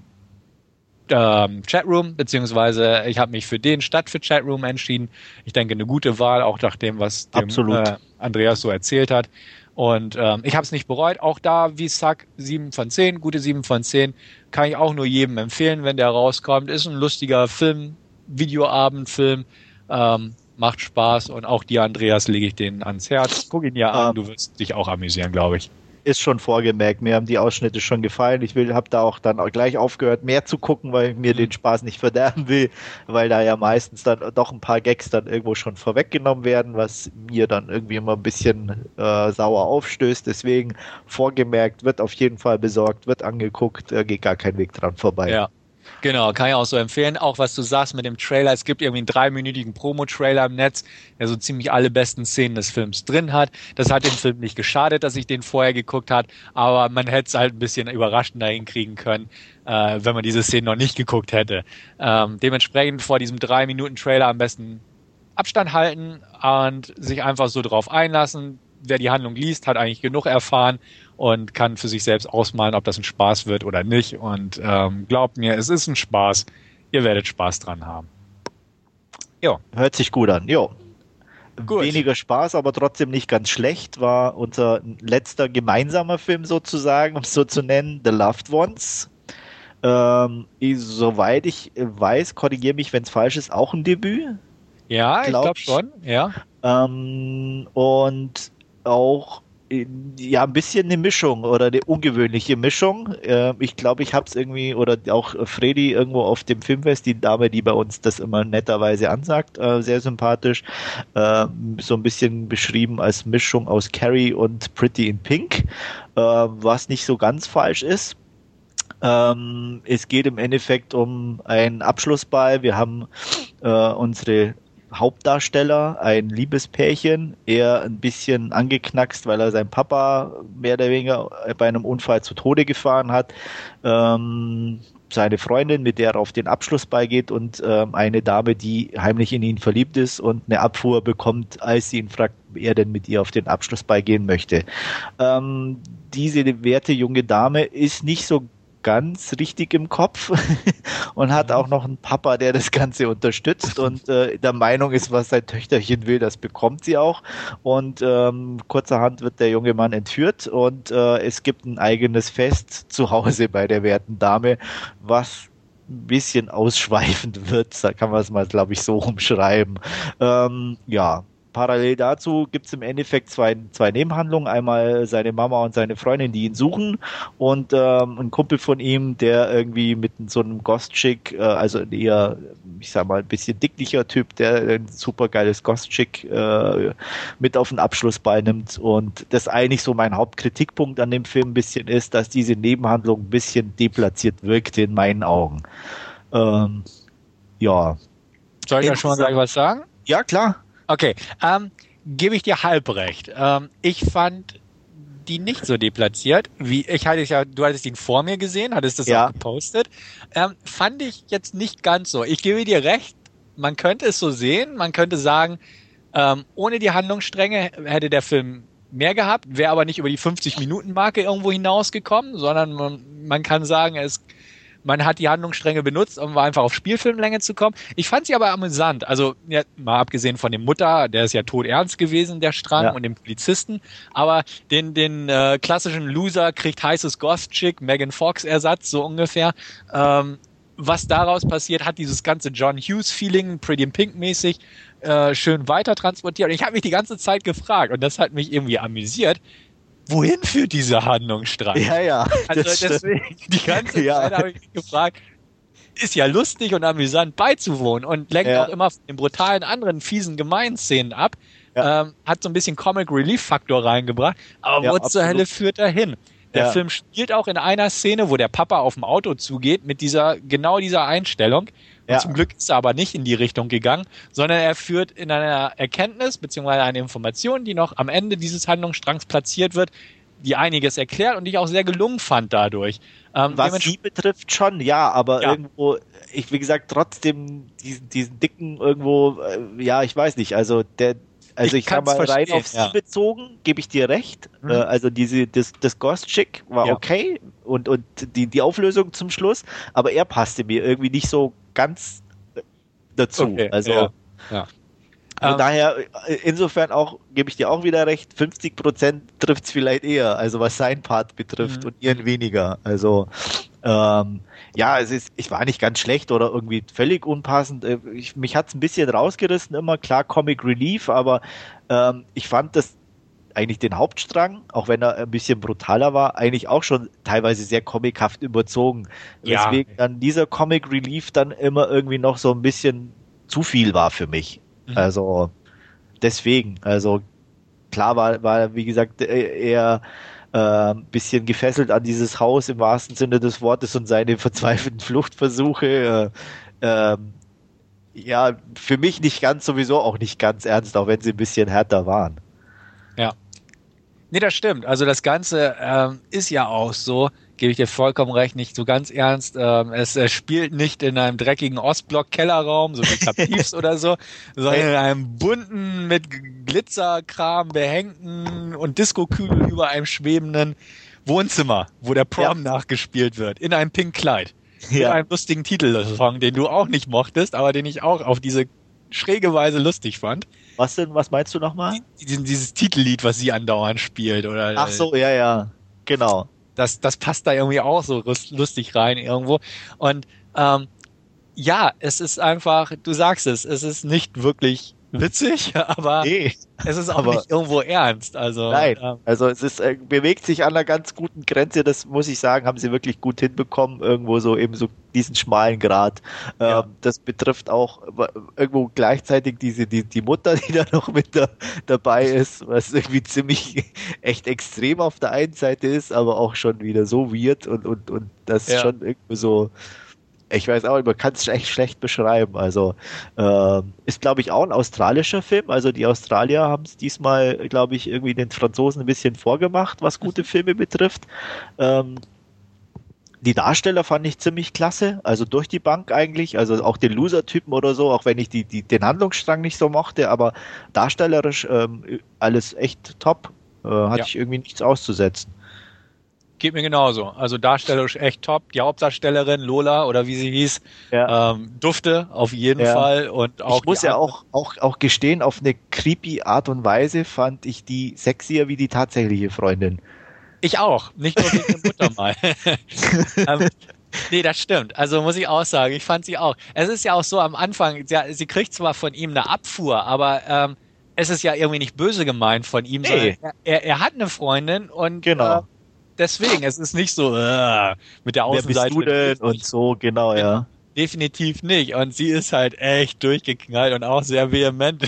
ähm, Chatroom, beziehungsweise ich habe mich für den statt für Chatroom entschieden. Ich denke, eine gute Wahl, auch nach dem, was dem, äh, Andreas so erzählt hat. Und ähm, ich habe es nicht bereut. Auch da, wie Suck, sieben von zehn, gute sieben von zehn. Kann ich auch nur jedem empfehlen, wenn der rauskommt. Ist ein lustiger Film, Videoabendfilm. Ähm, macht Spaß. Und auch dir, Andreas, lege ich den ans Herz. Guck ihn ja an, du wirst dich auch amüsieren, glaube ich. Ist schon vorgemerkt. Mir haben die Ausschnitte schon gefallen. Ich will, habe da auch dann auch gleich aufgehört, mehr zu gucken, weil ich mir mhm. den Spaß nicht verderben will, weil da ja meistens dann doch ein paar Gags dann irgendwo schon vorweggenommen werden, was mir dann irgendwie immer ein bisschen äh, sauer aufstößt. Deswegen vorgemerkt, wird auf jeden Fall besorgt, wird angeguckt, äh, geht gar kein Weg dran vorbei. Ja. Genau, kann ich auch so empfehlen. Auch was du sagst mit dem Trailer, es gibt irgendwie einen dreiminütigen Promo-Trailer im Netz, der so ziemlich alle besten Szenen des Films drin hat. Das hat dem Film nicht geschadet, dass ich den vorher geguckt habe, aber man hätte es halt ein bisschen überraschender hinkriegen können, äh, wenn man diese Szenen noch nicht geguckt hätte. Ähm, dementsprechend vor diesem drei-Minuten-Trailer am besten Abstand halten und sich einfach so drauf einlassen. Wer die Handlung liest, hat eigentlich genug erfahren und kann für sich selbst ausmalen, ob das ein Spaß wird oder nicht. Und ähm, glaubt mir, es ist ein Spaß. Ihr werdet Spaß dran haben. Jo. Hört sich gut an. Jo. Gut. Weniger Spaß, aber trotzdem nicht ganz schlecht, war unser letzter gemeinsamer Film sozusagen, um es so zu nennen, The Loved Ones. Ähm, soweit ich weiß, korrigiere mich, wenn es falsch ist, auch ein Debüt. Ja, glaub ich glaube schon, ja. Ähm, und auch ja ein bisschen eine Mischung oder eine ungewöhnliche Mischung. Äh, ich glaube, ich habe es irgendwie, oder auch Freddy irgendwo auf dem Filmfest, die Dame, die bei uns das immer netterweise ansagt, äh, sehr sympathisch, äh, so ein bisschen beschrieben als Mischung aus Carrie und Pretty in Pink, äh, was nicht so ganz falsch ist. Ähm, es geht im Endeffekt um einen Abschlussball. Wir haben äh, unsere Hauptdarsteller, ein Liebespärchen, er ein bisschen angeknackst, weil er seinen Papa mehr oder weniger bei einem Unfall zu Tode gefahren hat. Ähm, seine Freundin, mit der er auf den Abschlussball geht, und ähm, eine Dame, die heimlich in ihn verliebt ist und eine Abfuhr bekommt, als sie ihn fragt, er denn mit ihr auf den Abschlussball gehen möchte. Ähm, diese werte junge Dame ist nicht so ganz richtig im Kopf und hat auch noch einen Papa, der das Ganze unterstützt und äh, der Meinung ist, was sein Töchterchen will, das bekommt sie auch. Und ähm, kurzerhand wird der junge Mann entführt und äh, es gibt ein eigenes Fest zu Hause bei der werten Dame, was ein bisschen ausschweifend wird, da kann man es mal, glaube ich, so rumschreiben. Ähm, ja. Parallel dazu gibt es im Endeffekt zwei, zwei Nebenhandlungen. Einmal seine Mama und seine Freundin, die ihn suchen, und ähm, ein Kumpel von ihm, der irgendwie mit so einem Ghost-Chick, äh, also ein eher, ich sag mal, ein bisschen dicklicher Typ, der ein super geiles Ghost-Chick äh, mit auf den Abschlussball nimmt. Und das eigentlich so mein Hauptkritikpunkt an dem Film ein bisschen ist, dass diese Nebenhandlung ein bisschen deplatziert wirkte in meinen Augen. Ähm, ja. Soll ich da schon mal gleich was sagen? Ja, klar. Okay, ähm, gebe ich dir halb recht. Ähm, ich fand die nicht so deplatziert, wie ich hatte ja, du hattest ihn vor mir gesehen, hattest das ja. auch gepostet. Ähm, fand ich jetzt nicht ganz so. Ich gebe dir recht, man könnte es so sehen, man könnte sagen, ähm, ohne die Handlungsstränge hätte der Film mehr gehabt, wäre aber nicht über die fünfzig-Minuten-Marke irgendwo hinausgekommen, sondern man, man kann sagen, es Man hat die Handlungsstränge benutzt, um einfach auf Spielfilmlänge zu kommen. Ich fand sie aber amüsant. Also, ja, mal abgesehen von dem Mutter, der ist ja todernst gewesen, der Strang, ja. und dem Polizisten. Aber den, den äh, klassischen Loser kriegt heißes Ghost-Chick, Megan Fox-Ersatz, so ungefähr. Ähm, was daraus passiert, hat dieses ganze John Hughes-Feeling, Pretty in Pink-mäßig, äh, schön weiter transportiert. Und ich habe mich die ganze Zeit gefragt, und das hat mich irgendwie amüsiert, wohin führt dieser Handlungsstrang? Ja, ja. Also deswegen, die ganze ja. Zeit habe ich mich gefragt, ist ja lustig und amüsant beizuwohnen und lenkt ja. auch immer von den brutalen, anderen, fiesen Gemeinszenen ab. Ja. Ähm, hat so ein bisschen Comic-Relief-Faktor reingebracht. Aber ja, wo zur Hölle führt er hin? Der ja. Film spielt auch in einer Szene, wo der Papa auf dem Auto zugeht, mit dieser, genau dieser Einstellung. Und ja. zum Glück ist er aber nicht in die Richtung gegangen, sondern er führt in einer Erkenntnis beziehungsweise einer Information, die noch am Ende dieses Handlungsstrangs platziert wird, die einiges erklärt und die ich auch sehr gelungen fand dadurch. Ähm, Was sie betrifft schon, ja, aber ja. irgendwo, ich wie gesagt, trotzdem diesen, diesen dicken irgendwo, äh, ja, ich weiß nicht, also der Also ich, ich sag mal, rein auf ja. sie bezogen, gebe ich dir recht. Mhm. Äh, also diese, das, das Ghost-Chick war ja. okay und, und die, die Auflösung zum Schluss, aber er passte mir irgendwie nicht so ganz dazu. Okay. Also ja. Ja. Von um, daher, insofern auch, gebe ich dir auch wieder recht, fünfzig Prozent trifft es vielleicht eher, also was sein Part betrifft, mhm. und ihren weniger. Also ähm, ja, es ist, ich war nicht ganz schlecht oder irgendwie völlig unpassend. Ich, mich hat es ein bisschen rausgerissen, immer klar Comic Relief, aber ähm, ich fand das eigentlich den Hauptstrang, auch wenn er ein bisschen brutaler war, eigentlich auch schon teilweise sehr comichaft überzogen. Ja. Weswegen dann dieser Comic Relief dann immer irgendwie noch so ein bisschen zu viel war für mich. Mhm. Also deswegen, also klar war, war wie gesagt eher ein äh, bisschen gefesselt an dieses Haus im wahrsten Sinne des Wortes und seine verzweifelten Fluchtversuche. Äh, äh, ja, für mich nicht ganz, sowieso auch nicht ganz ernst, auch wenn sie ein bisschen härter waren. Ja. Nee, das stimmt. Also das Ganze ähm, ist ja auch so, gebe ich dir vollkommen recht, nicht so ganz ernst. Ähm, es, es spielt nicht in einem dreckigen Ostblock-Kellerraum, so wie Captives oder so, sondern in einem bunten, mit Glitzerkram behängten und Disco-Kübel über einem schwebenden Wohnzimmer, wo der Prom ja. nachgespielt wird, in einem pinken Kleid. Ja. Mit einem lustigen Titelsong, den du auch nicht mochtest, aber den ich auch auf diese schräge Weise lustig fand. Was denn, was meinst du nochmal? Dieses, dieses Titellied, was sie andauernd spielt. Oder, Ach so, ja, ja, genau. Das, das passt da irgendwie auch so lustig rein irgendwo. Und ähm, ja, es ist einfach, du sagst es, es ist nicht wirklich witzig, aber nee, es ist auch aber nicht irgendwo ernst. Also, nein, ähm, also es ist, äh, bewegt sich an einer ganz guten Grenze, das muss ich sagen, haben sie wirklich gut hinbekommen, irgendwo so eben so diesen schmalen Grat. Ähm, ja. Das betrifft auch irgendwo gleichzeitig diese, die, die Mutter, die da noch mit da, dabei ist, was irgendwie ziemlich echt extrem auf der einen Seite ist, aber auch schon wieder so weird und, und, und das ja. schon irgendwie so. Ich weiß auch, man kann es echt schlecht beschreiben. Also äh, ist, glaube ich, auch ein australischer Film. Also die Australier haben es diesmal, glaube ich, irgendwie den Franzosen ein bisschen vorgemacht, was gute Filme betrifft. Ähm, die Darsteller fand ich ziemlich klasse, also durch die Bank eigentlich, also auch den Loser-Typen oder so, auch wenn ich die, die, den Handlungsstrang nicht so mochte, aber darstellerisch ähm, alles echt top. Äh, hatte ja. ich irgendwie nichts auszusetzen. Geht mir genauso. Also darstellerisch echt top. Die Hauptdarstellerin Lola oder wie sie hieß, ja. ähm, dufte auf jeden ja. Fall. Und auch ich muss ja auch, auch, auch gestehen, auf eine creepy Art und Weise fand ich die sexier wie die tatsächliche Freundin. Ich auch. Nicht nur wegen der Mutter mal. ähm, Nee, das stimmt. Also muss ich auch sagen, ich fand sie auch. Es ist ja auch so am Anfang, ja, sie kriegt zwar von ihm eine Abfuhr, aber ähm, es ist ja irgendwie nicht böse gemeint von ihm, sondern Nee, er, er, er hat eine Freundin und äh, genau. deswegen, es ist nicht so äh, mit der Wer bist Außenseite. du denn? Und so, genau, Genau. ja. Definitiv nicht. Und sie ist halt echt durchgeknallt und auch sehr vehement.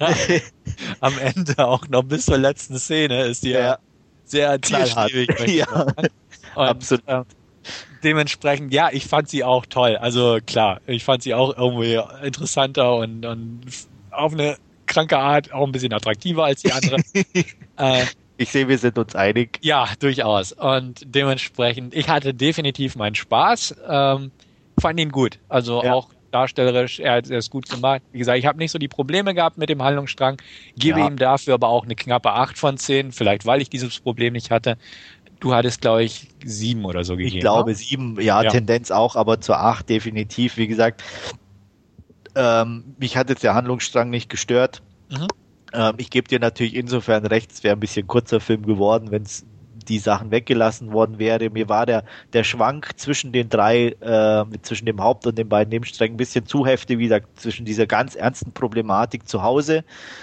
Am Ende auch noch bis zur letzten Szene ist die ja Ja, sehr knallhart. zielstrebig, möchte ich mal Ja, sagen. Und absolut. ähm, dementsprechend, ja, ich fand sie auch toll. Also klar, ich fand sie auch irgendwie interessanter und, und auf eine kranke Art auch ein bisschen attraktiver als die andere. äh, Ich sehe, wir sind uns einig. ja, durchaus. Und dementsprechend, ich hatte definitiv meinen Spaß. Ähm, fand ihn gut. Also Ja. auch darstellerisch, er hat es gut gemacht. Wie gesagt, ich habe nicht so die Probleme gehabt mit dem Handlungsstrang, gebe Ja. ihm dafür aber auch eine knappe acht von zehn, vielleicht weil ich dieses Problem nicht hatte. Du hattest, glaube ich, sieben oder so gegeben. Ich glaube ne? sieben, ja, Ja. Tendenz auch, aber zur acht definitiv. Wie gesagt, ähm, mich hat jetzt der Handlungsstrang nicht gestört. Mhm. Ähm, ich gebe dir natürlich insofern recht, es wäre ein bisschen kurzer Film geworden, wenn es die Sachen weggelassen worden wäre. Mir war der, der Schwank zwischen den drei, äh, zwischen dem Haupt- und den beiden Nebensträngen ein bisschen zu heftig, wie gesagt, zwischen dieser ganz ernsten Problematik zu Hause,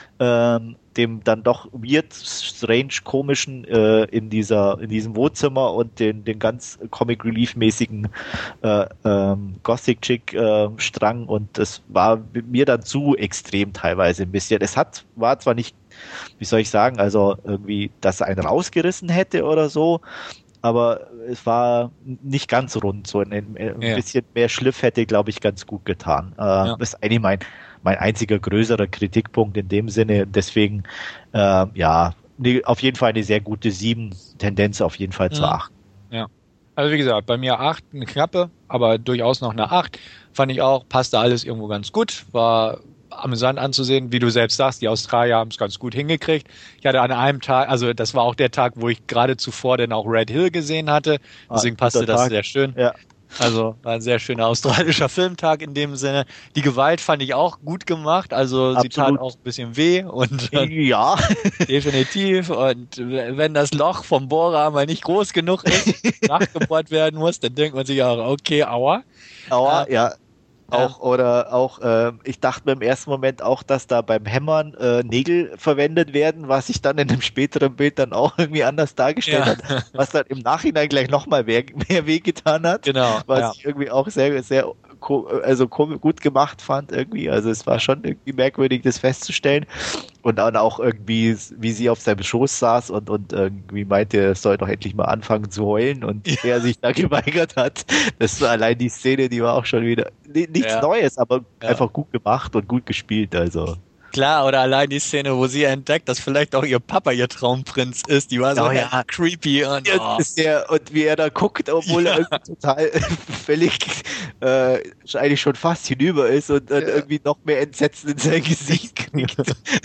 ähm, dem dann doch weird, strange, komischen äh, in dieser, in diesem Wohnzimmer und den, den ganz Comic Relief mäßigen äh, ähm, Gothic Chick äh, Strang, und das war mir dann zu extrem teilweise ein bisschen. Es hat, war zwar nicht, wie soll ich sagen, also irgendwie, dass er einen rausgerissen hätte oder so, aber es war nicht ganz rund. So ein, ein Ja. bisschen mehr Schliff hätte, glaube ich, ganz gut getan. Äh, Ja. Das ist eigentlich mein, mein einziger größerer Kritikpunkt in dem Sinne. Deswegen, äh, ja, ne, auf jeden Fall eine sehr gute sieben, Tendenz auf jeden Fall zur Mhm. acht. Ja. Also wie gesagt, bei mir acht, eine knappe, aber durchaus noch eine acht. Fand ich auch, passte alles irgendwo ganz gut, war amüsant anzusehen. Wie du selbst sagst, die Australier haben es ganz gut hingekriegt. Ich hatte an einem Tag, also das war auch der Tag, wo ich gerade zuvor dann auch Red Hill gesehen hatte. Deswegen Ah, passte guter das Tag. sehr schön. Ja. Also war ein sehr schöner australischer Filmtag in dem Sinne. Die Gewalt fand ich auch gut gemacht. Also sie tat Absolut. auch ein bisschen weh und äh, Ja, definitiv. Und wenn das Loch vom Bohrer mal nicht groß genug ist, nachgebohrt werden muss, dann denkt man sich auch, okay, aua. Aua, Äh, ja. Auch, oder auch, äh, ich dachte mir im ersten Moment auch, dass da beim Hämmern äh, Nägel verwendet werden, was sich dann in einem späteren Bild dann auch irgendwie anders dargestellt Ja. hat, was dann im Nachhinein gleich nochmal mehr, mehr wehgetan hat, Genau. was Ja. ich irgendwie auch sehr, sehr ko- also ko- gut gemacht fand irgendwie. Also es war schon irgendwie merkwürdig, das festzustellen. Und dann auch irgendwie, wie sie auf seinem Schoß saß und, und irgendwie meinte, er soll doch endlich mal anfangen zu heulen, und Ja. er sich da geweigert hat. Das war allein die Szene, die war auch schon wieder ni- nichts Ja. Neues, aber Ja. einfach gut gemacht und gut gespielt. Also Klar, oder allein die Szene, wo sie entdeckt, dass vielleicht auch ihr Papa ihr Traumprinz ist, die war so Oh ja. creepy und ja, oh. ist der, und wie er da guckt, obwohl Ja. er irgendwie total völlig äh, eigentlich schon fast hinüber ist und dann Ja. irgendwie noch mehr Entsetzen in sein Gesicht kriegt.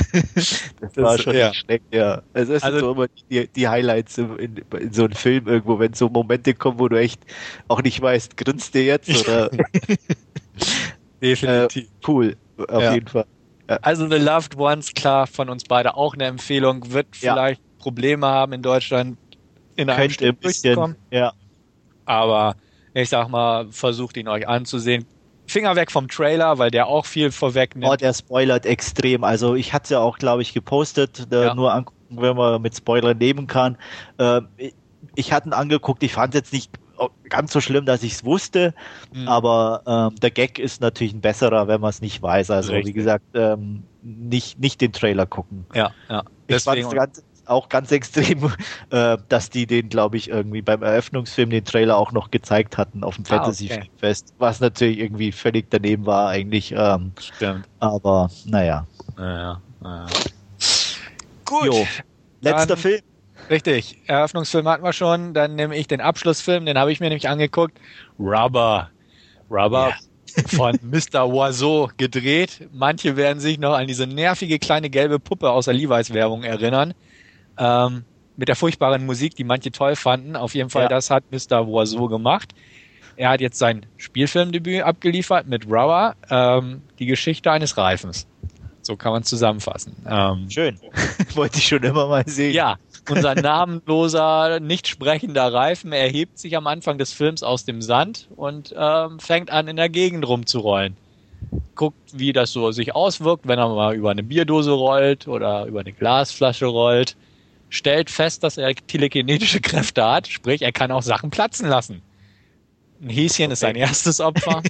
Das war Das- schon ja. nicht schlecht, ja. Also das Also- sind so immer die, die Highlights in, in, in so einem Film irgendwo, wenn so Momente kommen, wo du echt auch nicht weißt, grinst der jetzt oder Definitiv. cool, auf Ja. jeden Fall. Also The Loved Ones, klar, von uns beide auch eine Empfehlung, wird Ja. vielleicht Probleme haben in Deutschland in einem Könnte ein Stück bisschen, durchzukommen, ja. aber ich sag mal, versucht ihn euch anzusehen. Finger weg vom Trailer, weil der auch viel vorwegnimmt. Oh, der spoilert extrem. Also ich hatte es ja auch, glaube ich, gepostet, äh, Ja. nur angucken, wenn man mit Spoilern leben kann. Äh, ich, ich hatte ihn angeguckt, ich fand es jetzt nicht ganz so schlimm, dass ich es wusste, Mhm. aber ähm, der Gag ist natürlich ein besserer, wenn man es nicht weiß. Also Richtig. wie gesagt, ähm, nicht, nicht den Trailer gucken. Ja, ja. Ich fand Deswegen, es ganz, auch ganz extrem, äh, dass die den, glaube ich, irgendwie beim Eröffnungsfilm den Trailer auch noch gezeigt hatten auf dem Ah, Fantasy okay. Filmfest, was natürlich irgendwie völlig daneben war eigentlich. Ähm, stimmt. aber naja. Ja, ja, ja. Gut. Jo. Letzter Dann- Film. Richtig, Eröffnungsfilm hatten wir schon, dann nehme ich den Abschlussfilm, den habe ich mir nämlich angeguckt. Rubber. Rubber von Mister Oiseau gedreht. Manche werden sich noch an diese nervige kleine gelbe Puppe aus der Levi's-Werbung erinnern. Ähm, mit der furchtbaren Musik, die manche toll fanden. Auf jeden Fall, Ja. das hat Mister Oiseau gemacht. Er hat jetzt sein Spielfilmdebüt abgeliefert mit Rubber, ähm, die Geschichte eines Reifens. So kann man es zusammenfassen. Ähm, Schön. Wollte ich schon immer mal sehen. ja, Unser namenloser, nicht sprechender Reifen erhebt sich am Anfang des Films aus dem Sand und ähm, fängt an, in der Gegend rumzurollen. Guckt, wie das so sich auswirkt, wenn er mal über eine Bierdose rollt oder über eine Glasflasche rollt. Stellt fest, dass er telekinetische Kräfte hat, sprich, er kann auch Sachen platzen lassen. Ein Häschen okay. ist sein erstes Opfer,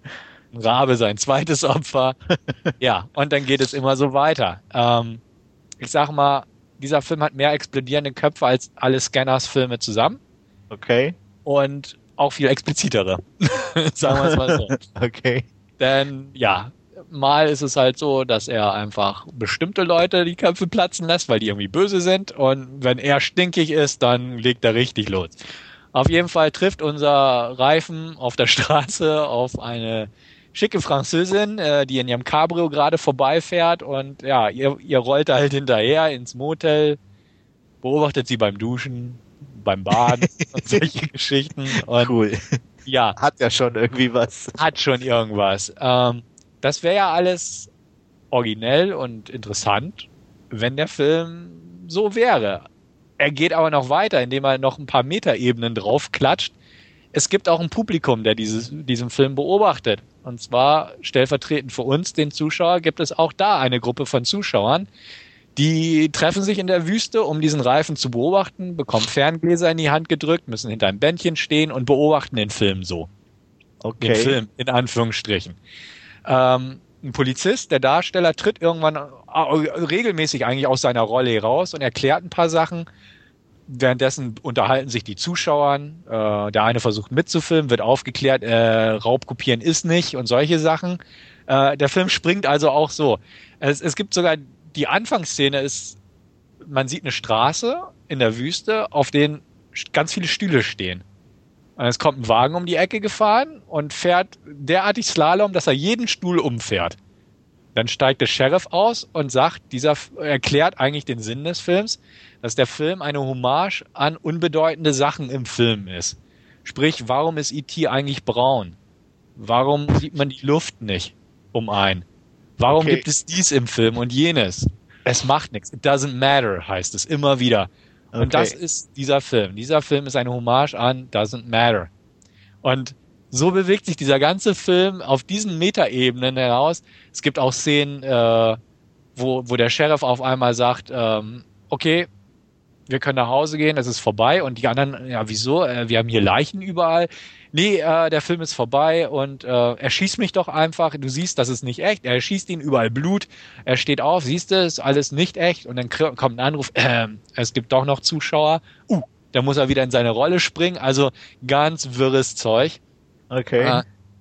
ein Rabe sein zweites Opfer. Ja, und dann geht es immer so weiter. Ähm, ich sag mal, dieser Film hat mehr explodierende Köpfe als alle Scanners-Filme zusammen. Okay. Und auch viel explizitere. Sagen wir es mal so. Okay. Denn, ja, mal ist es halt so, dass er einfach bestimmte Leute die Köpfe platzen lässt, weil die irgendwie böse sind. Und wenn er stinkig ist, dann legt er richtig los. Auf jeden Fall trifft unser Reifen auf der Straße auf eine schicke Französin, äh, die in ihrem Cabrio gerade vorbeifährt und ja, ihr, ihr rollt halt hinterher ins Motel, beobachtet sie beim Duschen, beim Baden und solche Geschichten. Und cool. Ja. Hat ja schon irgendwie was. Hat schon irgendwas. Ähm, das wäre ja alles originell und interessant, wenn der Film so wäre. Er geht aber noch weiter, indem er noch ein paar Metaebenen draufklatscht. Es gibt auch ein Publikum, der dieses, diesen Film beobachtet. Und zwar stellvertretend für uns, den Zuschauer, gibt es auch da eine Gruppe von Zuschauern, die treffen sich in der Wüste, um diesen Reifen zu beobachten, bekommen Ferngläser in die Hand gedrückt, müssen hinter einem Bändchen stehen und beobachten den Film so. Okay. Den Film, in Anführungsstrichen. Ähm, ein Polizist, der Darsteller, tritt irgendwann regelmäßig eigentlich aus seiner Rolle raus und erklärt ein paar Sachen. Währenddessen unterhalten sich die Zuschauer. Äh, der eine versucht mitzufilmen, wird aufgeklärt, äh, Raubkopieren ist nicht und solche Sachen. Äh, der Film springt also auch so. Es, es gibt sogar die Anfangsszene ist, man sieht eine Straße in der Wüste, auf denen ganz viele Stühle stehen. Und es kommt ein Wagen um die Ecke gefahren und fährt derartig Slalom, dass er jeden Stuhl umfährt. Dann steigt der Sheriff aus und sagt, dieser erklärt eigentlich den Sinn des Films, dass der Film eine Hommage an unbedeutende Sachen im Film ist. Sprich, warum ist E T eigentlich braun? Warum sieht man die Luft nicht um einen? Warum okay. gibt es dies im Film und jenes? Es macht nichts. It doesn't matter, heißt es immer wieder. Und okay. das ist dieser Film. Dieser Film ist eine Hommage an Doesn't Matter. Und so bewegt sich dieser ganze Film auf diesen Metaebenen heraus. Es gibt auch Szenen, äh, wo, wo der Sheriff auf einmal sagt, ähm, okay, wir können nach Hause gehen, es ist vorbei. Und die anderen, ja, wieso? Äh, wir haben hier Leichen überall. Nee, äh, der Film ist vorbei und äh, er schießt mich doch einfach. Du siehst, das ist nicht echt. Er schießt ihn, überall Blut. Er steht auf, siehst du, ist alles nicht echt. Und dann kommt ein Anruf, äh, es gibt doch noch Zuschauer. Uh, da muss er wieder in seine Rolle springen. Also ganz wirres Zeug. Okay. Äh,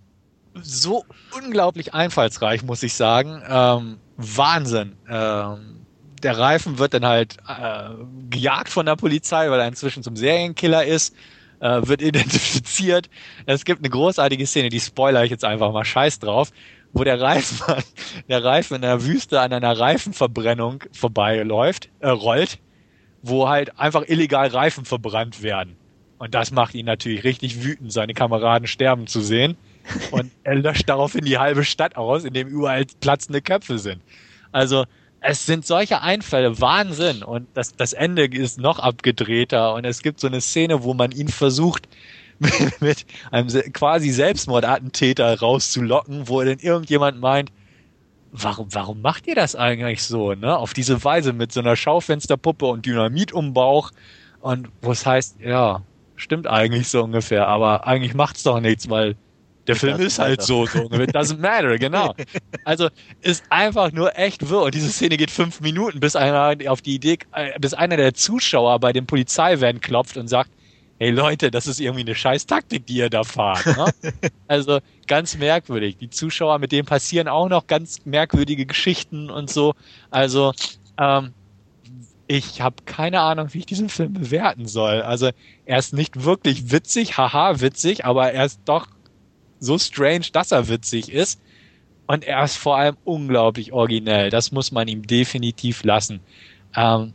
so unglaublich einfallsreich, muss ich sagen. Ähm, Wahnsinn. Ähm, der Reifen wird dann halt äh, gejagt von der Polizei, weil er inzwischen zum Serienkiller ist. Äh, wird identifiziert. Es gibt eine großartige Szene, die spoiler ich jetzt einfach mal, scheiß drauf, wo der Reifen, der Reifen in der Wüste an einer Reifenverbrennung vorbeiläuft, äh, rollt, wo halt einfach illegal Reifen verbrannt werden. Und das macht ihn natürlich richtig wütend, seine Kameraden sterben zu sehen. Und er löscht daraufhin die halbe Stadt aus, in dem überall platzende Köpfe sind. Also, es sind solche Einfälle, Wahnsinn. Und das, das Ende ist noch abgedrehter. Und es gibt so eine Szene, wo man ihn versucht, mit, mit einem quasi Selbstmordattentäter rauszulocken, wo dann irgendjemand meint, warum, warum macht ihr das eigentlich so, ne? Auf diese Weise mit so einer Schaufensterpuppe und Dynamit um Bauch. Und wo es heißt, ja, stimmt eigentlich so ungefähr, aber eigentlich macht's doch nichts, weil der It Film ist halt matter. so, so. It doesn't matter, genau. Also ist einfach nur echt wirr. Und diese Szene geht fünf Minuten, bis einer auf die Idee, äh, bis einer der Zuschauer bei dem Polizeivan klopft und sagt, hey Leute, das ist irgendwie eine scheiß Taktik, die ihr da fahrt. Ne? Also ganz merkwürdig. Die Zuschauer, mit denen passieren auch noch ganz merkwürdige Geschichten und so. Also ähm, ich habe keine Ahnung, wie ich diesen Film bewerten soll. Also er ist nicht wirklich witzig, haha, witzig, aber er ist doch so strange, dass er witzig ist. Und er ist vor allem unglaublich originell. Das muss man ihm definitiv lassen. Ähm,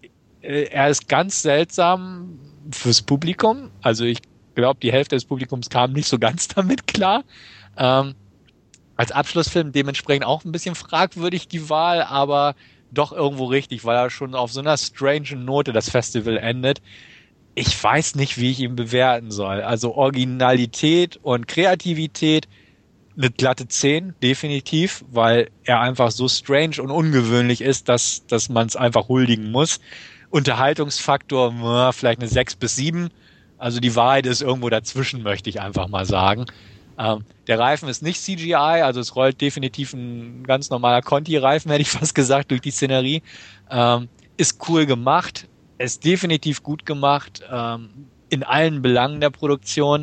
er ist ganz seltsam fürs Publikum. Also ich glaube, die Hälfte des Publikums kam nicht so ganz damit klar. Ähm, als Abschlussfilm dementsprechend auch ein bisschen fragwürdig die Wahl, aber doch irgendwo richtig, weil er schon auf so einer strangen Note das Festival endet. Ich weiß nicht, wie ich ihn bewerten soll. Also Originalität und Kreativität, eine glatte zehn, definitiv, weil er einfach so strange und ungewöhnlich ist, dass, dass man es einfach huldigen muss. Unterhaltungsfaktor, na, vielleicht eine sechs bis sieben. Also die Wahrheit ist irgendwo dazwischen, möchte ich einfach mal sagen. Ähm, der Reifen ist nicht C G I, also es rollt definitiv ein ganz normaler Conti-Reifen, hätte ich fast gesagt, durch die Szenerie. Ähm, ist cool gemacht, ist definitiv gut gemacht, ähm, in allen Belangen der Produktion.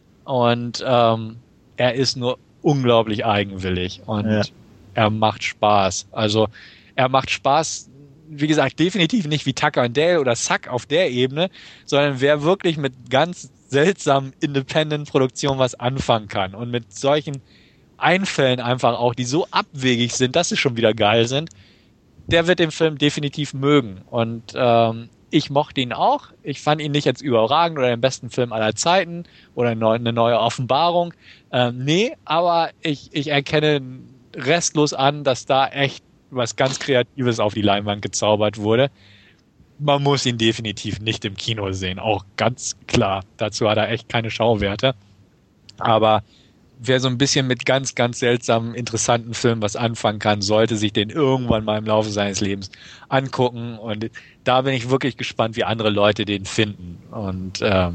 Und ähm, er ist nur unglaublich eigenwillig und ja. er macht Spaß. Also er macht Spaß, wie gesagt, definitiv nicht wie Tucker and Dale oder Suck auf der Ebene, sondern wer wirklich mit ganz seltsamen Independent-Produktionen was anfangen kann und mit solchen Einfällen einfach auch, die so abwegig sind, dass sie schon wieder geil sind, der wird den Film definitiv mögen. Und ähm, ich mochte ihn auch. Ich fand ihn nicht jetzt überragend oder den besten Film aller Zeiten oder eine neue Offenbarung. Ähm, nee, aber ich, ich erkenne restlos an, dass da echt was ganz Kreatives auf die Leinwand gezaubert wurde. Man muss ihn definitiv nicht im Kino sehen, auch ganz klar. Dazu hat er echt keine Schauwerte. Aber wer so ein bisschen mit ganz, ganz seltsamen, interessanten Filmen was anfangen kann, sollte sich den irgendwann mal im Laufe seines Lebens angucken. Und da bin ich wirklich gespannt, wie andere Leute den finden. Und ähm,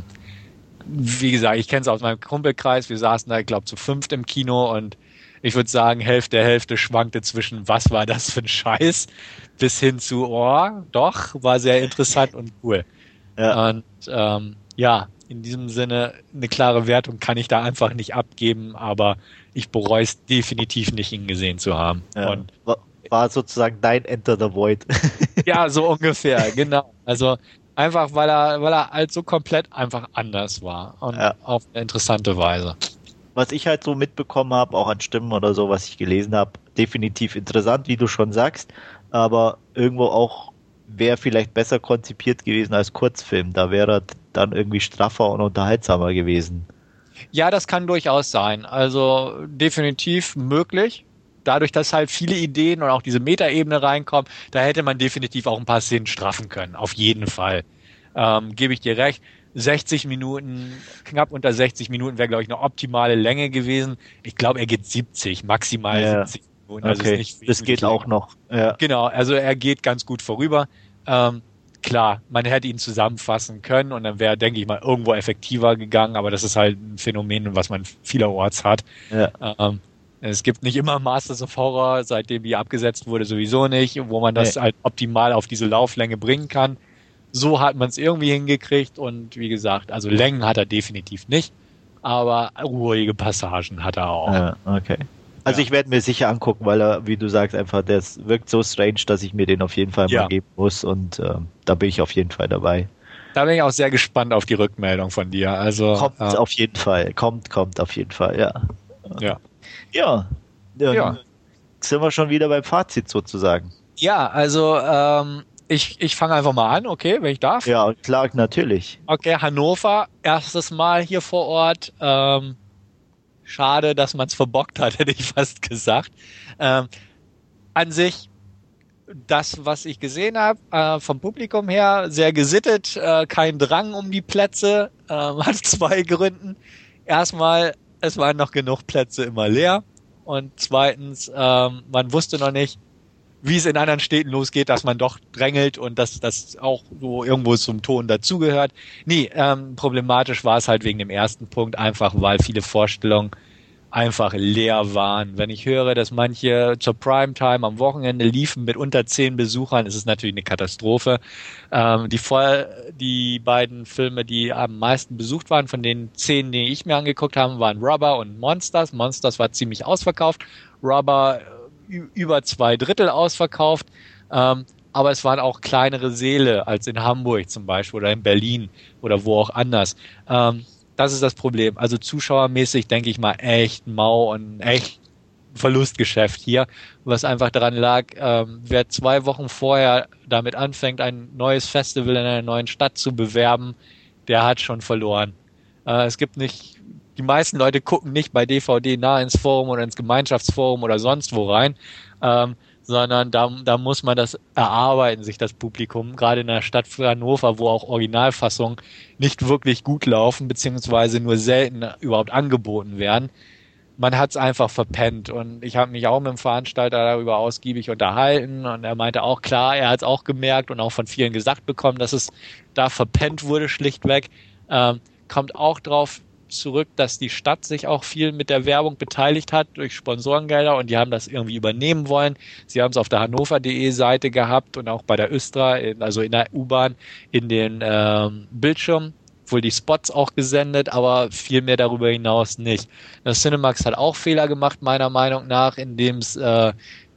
wie gesagt, ich kenne es aus meinem Kumpelkreis. Wir saßen da, ich glaube, zu fünft im Kino und ich würde sagen, Hälfte, Hälfte schwankte zwischen, was war das für ein Scheiß, bis hin zu, oh, doch, war sehr interessant und cool. Ja. Und ähm, ja, in diesem Sinne, eine klare Wertung kann ich da einfach nicht abgeben, aber ich bereue es definitiv nicht, ihn gesehen zu haben. Ja. Und war, war sozusagen dein Enter the Void. Ja, so ungefähr, genau. Also einfach, weil er, weil er halt so komplett einfach anders war und ja. auf eine interessante Weise. Was ich halt so mitbekommen habe, auch an Stimmen oder so, was ich gelesen habe, definitiv interessant, wie du schon sagst, aber irgendwo auch wäre vielleicht besser konzipiert gewesen als Kurzfilm. Da wäre er dann irgendwie straffer und unterhaltsamer gewesen. Ja, das kann durchaus sein. Also definitiv möglich. Dadurch, dass halt viele Ideen und auch diese Metaebene reinkommen, da hätte man definitiv auch ein paar Szenen straffen können. Auf jeden Fall. Ähm, gebe ich dir recht. sechzig Minuten, knapp unter sechzig Minuten wäre, glaube ich, eine optimale Länge gewesen. Ich glaube, er geht siebzig, maximal ja. siebzig Minuten. Also okay, ist nicht das geht auch noch. Ja. Genau, also er geht ganz gut vorüber. Ähm, klar, man hätte ihn zusammenfassen können und dann wäre, denke ich mal, irgendwo effektiver gegangen, aber das ist halt ein Phänomen, was man vielerorts hat. Ja. Ähm, es gibt nicht immer Masters of Horror, seitdem die abgesetzt wurde, sowieso nicht, wo man das nee. halt optimal auf diese Lauflänge bringen kann. So hat man es irgendwie hingekriegt und wie gesagt, also Längen hat er definitiv nicht, aber ruhige Passagen hat er auch. Ja, okay. Also ja. ich werde mir sicher angucken, weil er, wie du sagst, einfach, der wirkt so strange, dass ich mir den auf jeden Fall ja. mal geben muss und äh, da bin ich auf jeden Fall dabei. Da bin ich auch sehr gespannt auf die Rückmeldung von dir. Also kommt äh, auf jeden Fall, kommt, kommt auf jeden Fall, ja. Ja. Ja, dann ja. sind wir schon wieder beim Fazit sozusagen. Ja, also ähm, ich, ich fange einfach mal an, okay, wenn ich darf. Ja, klar, natürlich. Okay, Hannover, erstes Mal hier vor Ort. Ähm, schade, dass man es verbockt hat, hätte ich fast gesagt. Ähm, an sich, das, was ich gesehen habe, äh, vom Publikum her, sehr gesittet, äh, kein Drang um die Plätze, äh, hat zwei Gründen. Erstmal, es waren noch genug Plätze immer leer. Und zweitens, ähm, man wusste noch nicht, wie es in anderen Städten losgeht, dass man doch drängelt und dass das auch so irgendwo zum Ton dazugehört. Nee, ähm, problematisch war es halt wegen dem ersten Punkt, einfach weil viele Vorstellungen einfach leer waren. Wenn ich höre, dass manche zur Primetime am Wochenende liefen mit unter zehn Besuchern, ist es natürlich eine Katastrophe. Ähm, die, voll, die beiden Filme, die am meisten besucht waren, von den zehn, die ich mir angeguckt habe, waren Rubber und Monsters. Monsters war ziemlich ausverkauft. Rubber über zwei Drittel ausverkauft, ähm, aber es waren auch kleinere Säle als in Hamburg zum Beispiel oder in Berlin oder wo auch anders. Ähm, das ist das Problem. Also zuschauermäßig denke ich mal echt mau und echt Verlustgeschäft hier, was einfach daran lag, ähm, wer zwei Wochen vorher damit anfängt, ein neues Festival in einer neuen Stadt zu bewerben, der hat schon verloren. Äh, es gibt nicht Die meisten Leute gucken nicht bei D V D nah ins Forum oder ins Gemeinschaftsforum oder sonst wo rein, ähm, sondern da, da muss man das erarbeiten, sich das Publikum, gerade in der Stadt Hannover, wo auch Originalfassungen nicht wirklich gut laufen, beziehungsweise nur selten überhaupt angeboten werden. Man hat es einfach verpennt und ich habe mich auch mit dem Veranstalter darüber ausgiebig unterhalten und er meinte auch, klar, er hat es auch gemerkt und auch von vielen gesagt bekommen, dass es da verpennt wurde, schlichtweg. Ähm, kommt auch drauf zurück, dass die Stadt sich auch viel mit der Werbung beteiligt hat durch Sponsorengelder und die haben das irgendwie übernehmen wollen. Sie haben es auf der hannover punkt de Seite gehabt und auch bei der Östra, in, also in der U-Bahn, in den ähm, Bildschirm, wohl die Spots auch gesendet, aber viel mehr darüber hinaus nicht. Das Cinemax hat auch Fehler gemacht, meiner Meinung nach, indem es äh,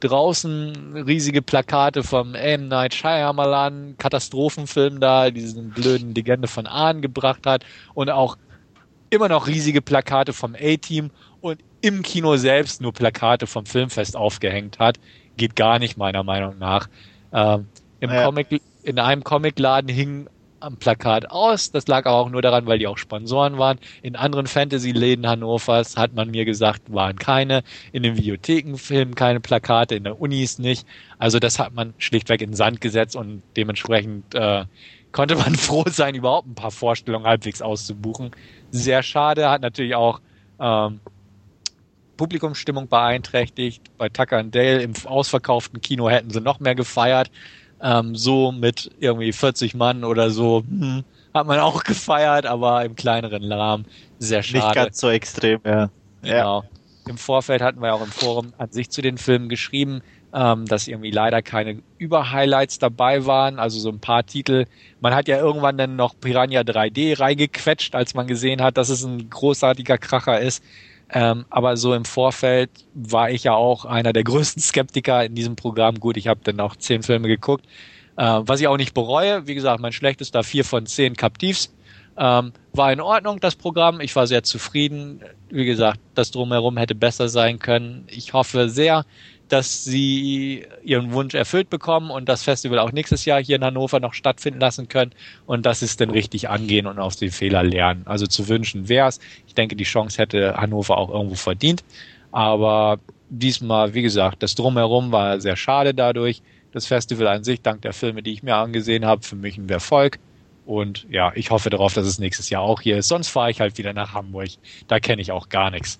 draußen riesige Plakate vom M. Night Shyamalan Katastrophenfilm da, diesen blöden Legende von Ahn gebracht hat und auch immer noch riesige Plakate vom A-Team und im Kino selbst nur Plakate vom Filmfest aufgehängt hat. Geht gar nicht, meiner Meinung nach. Ähm, im ja. Comic, in einem Comicladen hing am Plakat aus. Das lag aber auch nur daran, weil die auch Sponsoren waren. In anderen Fantasy-Läden Hannovers hat man mir gesagt, waren keine. In den Videothekenfilmen keine Plakate, in der Unis nicht. Also das hat man schlichtweg in den Sand gesetzt und dementsprechend äh, konnte man froh sein, überhaupt ein paar Vorstellungen halbwegs auszubuchen. Sehr schade, hat natürlich auch ähm, Publikumsstimmung beeinträchtigt. Bei Tucker and Dale im ausverkauften Kino hätten sie noch mehr gefeiert. Ähm, so mit irgendwie vierzig Mann oder so hm, hat man auch gefeiert, aber im kleineren Rahmen sehr schade. Nicht ganz so extrem, ja. Genau. Ja. Im Vorfeld hatten wir auch im Forum an sich zu den Filmen geschrieben, ähm, dass irgendwie leider keine Über-Highlights dabei waren, also so ein paar Titel. Man hat ja irgendwann dann noch Piranha drei D reingequetscht, als man gesehen hat, dass es ein großartiger Kracher ist. Ähm, aber so im Vorfeld war ich ja auch einer der größten Skeptiker in diesem Programm. Gut, ich habe dann auch zehn Filme geguckt, äh, was ich auch nicht bereue. Wie gesagt, mein schlechtester vier von zehn Captives. Ähm, war in Ordnung, das Programm. Ich war sehr zufrieden. Wie gesagt, das Drumherum hätte besser sein können. Ich hoffe sehr, dass sie ihren Wunsch erfüllt bekommen und das Festival auch nächstes Jahr hier in Hannover noch stattfinden lassen können und dass sie es dann richtig angehen und aus den Fehlern lernen. Also zu wünschen wäre es. Ich denke, die Chance hätte Hannover auch irgendwo verdient. Aber diesmal, wie gesagt, das Drumherum war sehr schade dadurch. Das Festival an sich, dank der Filme, die ich mir angesehen habe, für mich ein Erfolg. Und ja, ich hoffe darauf, dass es nächstes Jahr auch hier ist. Sonst fahre ich halt wieder nach Hamburg. Da kenne ich auch gar nichts.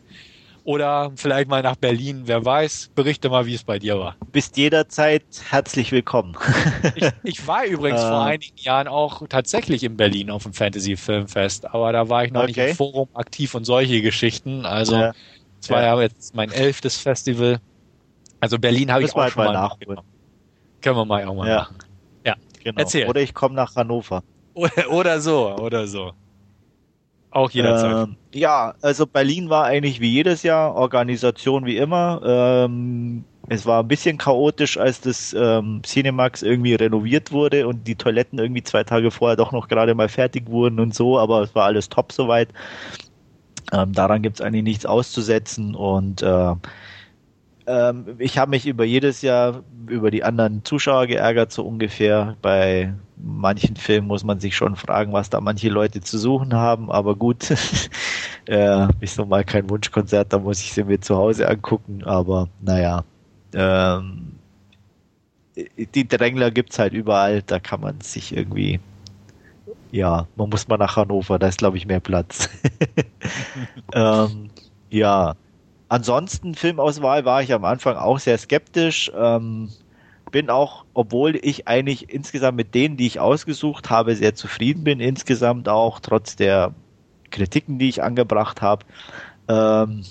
Oder vielleicht mal nach Berlin, wer weiß. Berichte mal, wie es bei dir war. Bist jederzeit herzlich willkommen. ich, ich war übrigens äh, vor einigen Jahren auch tatsächlich in Berlin auf dem Fantasy Filmfest, aber da war ich noch okay. nicht im Forum aktiv und solche Geschichten. Also es ja. war ja. ja jetzt mein elftes Festival. Also Berlin habe ich auch schon mal nachgenommen. Können wir mal auch mal ja. machen. Ja, genau. Erzähl. Oder ich komme nach Hannover. Oder, oder so, oder so. Auch jederzeit. Ähm, ja, also Berlin war eigentlich wie jedes Jahr, Organisation wie immer. Ähm, es war ein bisschen chaotisch, als das ähm, Cinemax irgendwie renoviert wurde und die Toiletten irgendwie zwei Tage vorher doch noch gerade mal fertig wurden und so, aber es war alles top soweit. Ähm, daran gibt's eigentlich nichts auszusetzen und äh, ähm, ich habe mich über jedes Jahr über die anderen Zuschauer geärgert, so ungefähr. Bei manchen Filmen muss man sich schon fragen, was da manche Leute zu suchen haben, aber gut, äh, ist nun mal kein Wunschkonzert, da muss ich sie mir zu Hause angucken, aber naja, ähm, die Drängler gibt's halt überall, da kann man sich irgendwie, ja, man muss mal nach Hannover, da ist glaube ich mehr Platz. ähm, ja, ansonsten Filmauswahl war ich am Anfang auch sehr skeptisch, ähm, bin auch, obwohl ich eigentlich insgesamt mit denen, die ich ausgesucht habe, sehr zufrieden bin, insgesamt auch, trotz der Kritiken, die ich angebracht habe. Ähm,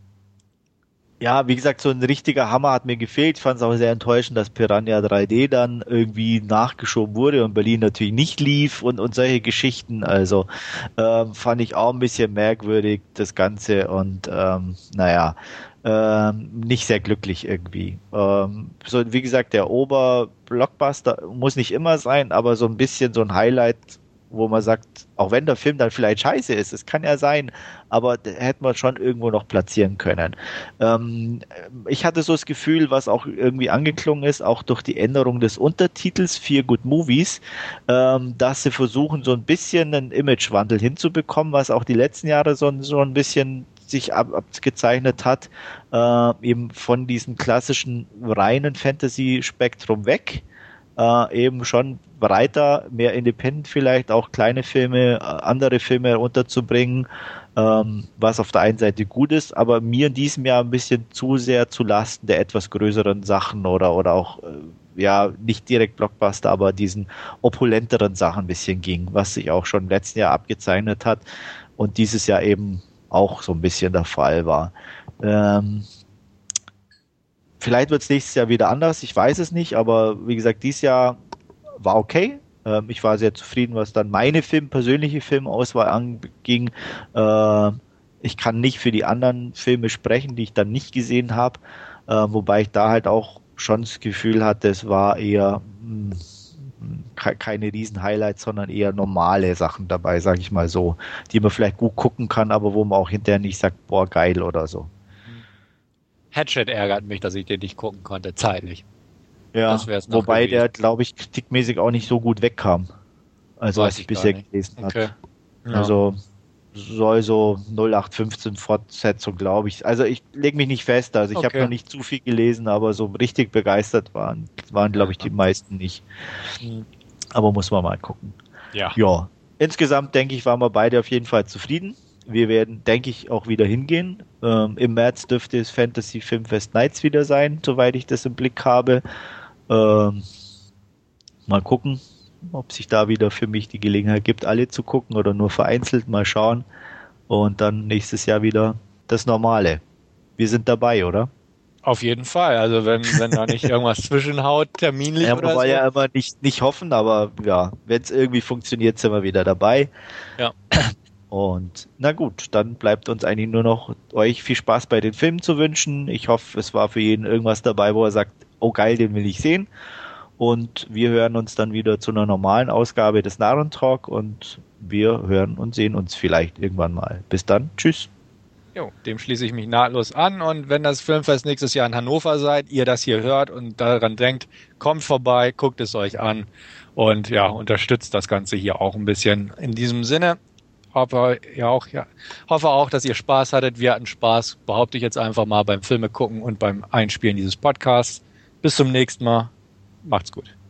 ja, wie gesagt, so ein richtiger Hammer hat mir gefehlt. Ich fand es auch sehr enttäuschend, dass Piranha drei D dann irgendwie nachgeschoben wurde und Berlin natürlich nicht lief und, und solche Geschichten. Also ähm, fand ich auch ein bisschen merkwürdig, das Ganze. Und ähm, naja, ähm, nicht sehr glücklich irgendwie. Ähm, so wie gesagt, der Oberblockbuster muss nicht immer sein, aber so ein bisschen so ein Highlight, wo man sagt, auch wenn der Film dann vielleicht scheiße ist, es kann ja sein, aber hätte man schon irgendwo noch platzieren können. Ähm, ich hatte so das Gefühl, was auch irgendwie angeklungen ist, auch durch die Änderung des Untertitels Fear Good Movies, ähm, dass sie versuchen, so ein bisschen einen Imagewandel hinzubekommen, was auch die letzten Jahre so, so ein bisschen sich ab, abgezeichnet hat, äh, eben von diesem klassischen reinen Fantasy-Spektrum weg, äh, eben schon breiter, mehr independent vielleicht, auch kleine Filme, äh, andere Filme unterzubringen, ähm, was auf der einen Seite gut ist, aber mir in diesem Jahr ein bisschen zu sehr zu Lasten der etwas größeren Sachen oder, oder auch äh, ja, nicht direkt Blockbuster, aber diesen opulenteren Sachen ein bisschen ging, was sich auch schon im letzten Jahr abgezeichnet hat und dieses Jahr eben auch so ein bisschen der Fall war. Ähm, vielleicht wird es nächstes Jahr wieder anders, ich weiß es nicht, aber wie gesagt, dieses Jahr war okay. Ähm, ich war sehr zufrieden, was dann meine Film, persönliche Filmauswahl anging. Äh, ich kann nicht für die anderen Filme sprechen, die ich dann nicht gesehen habe, äh, wobei ich da halt auch schon das Gefühl hatte, es war eher mh, keine riesen Highlights, sondern eher normale Sachen dabei, sage ich mal so, die man vielleicht gut gucken kann, aber wo man auch hinterher nicht sagt, boah, geil oder so. Hatchet ärgert mich, dass ich den nicht gucken konnte, zeitlich. Ja, wobei gewesen. Der, glaube ich, kritikmäßig auch nicht so gut wegkam. Also, Weiß was ich bisher gelesen okay. habe. Ja. Also, soll so null acht fünfzehn Fortsetzung, glaube ich. Also, ich lege mich nicht fest. Also, ich okay. habe noch nicht zu viel gelesen, aber so richtig begeistert waren, waren glaube ich, die meisten nicht. Mhm. Aber muss man mal gucken. Ja. Ja. Insgesamt, denke ich, waren wir beide auf jeden Fall zufrieden. Wir werden, denke ich, auch wieder hingehen. Ähm, im März dürfte es Fantasy Filmfest Nights wieder sein, soweit ich das im Blick habe. Ähm, mal gucken, ob sich da wieder für mich die Gelegenheit gibt, alle zu gucken oder nur vereinzelt, mal schauen. Und dann nächstes Jahr wieder das Normale. Wir sind dabei, oder? Auf jeden Fall. Also wenn, wenn da nicht irgendwas zwischenhaut, terminlich ja, oder man so. soll ja immer nicht, nicht hoffen, aber ja, wenn es irgendwie funktioniert, sind wir wieder dabei. Ja. Und na gut, dann bleibt uns eigentlich nur noch euch viel Spaß bei den Filmen zu wünschen. Ich hoffe, es war für jeden irgendwas dabei, wo er sagt, oh geil, den will ich sehen. Und wir hören uns dann wieder zu einer normalen Ausgabe des Narrentalk und wir hören und sehen uns vielleicht irgendwann mal. Bis dann, tschüss. Jo, dem schließe ich mich nahtlos an und wenn das Filmfest nächstes Jahr in Hannover seid, ihr das hier hört und daran denkt, kommt vorbei, guckt es euch an und ja, unterstützt das Ganze hier auch ein bisschen. In diesem Sinne, hoffe, ja auch, ja, hoffe auch, dass ihr Spaß hattet. Wir hatten Spaß, behaupte ich jetzt einfach mal beim Filme gucken und beim Einspielen dieses Podcasts. Bis zum nächsten Mal. Macht's gut.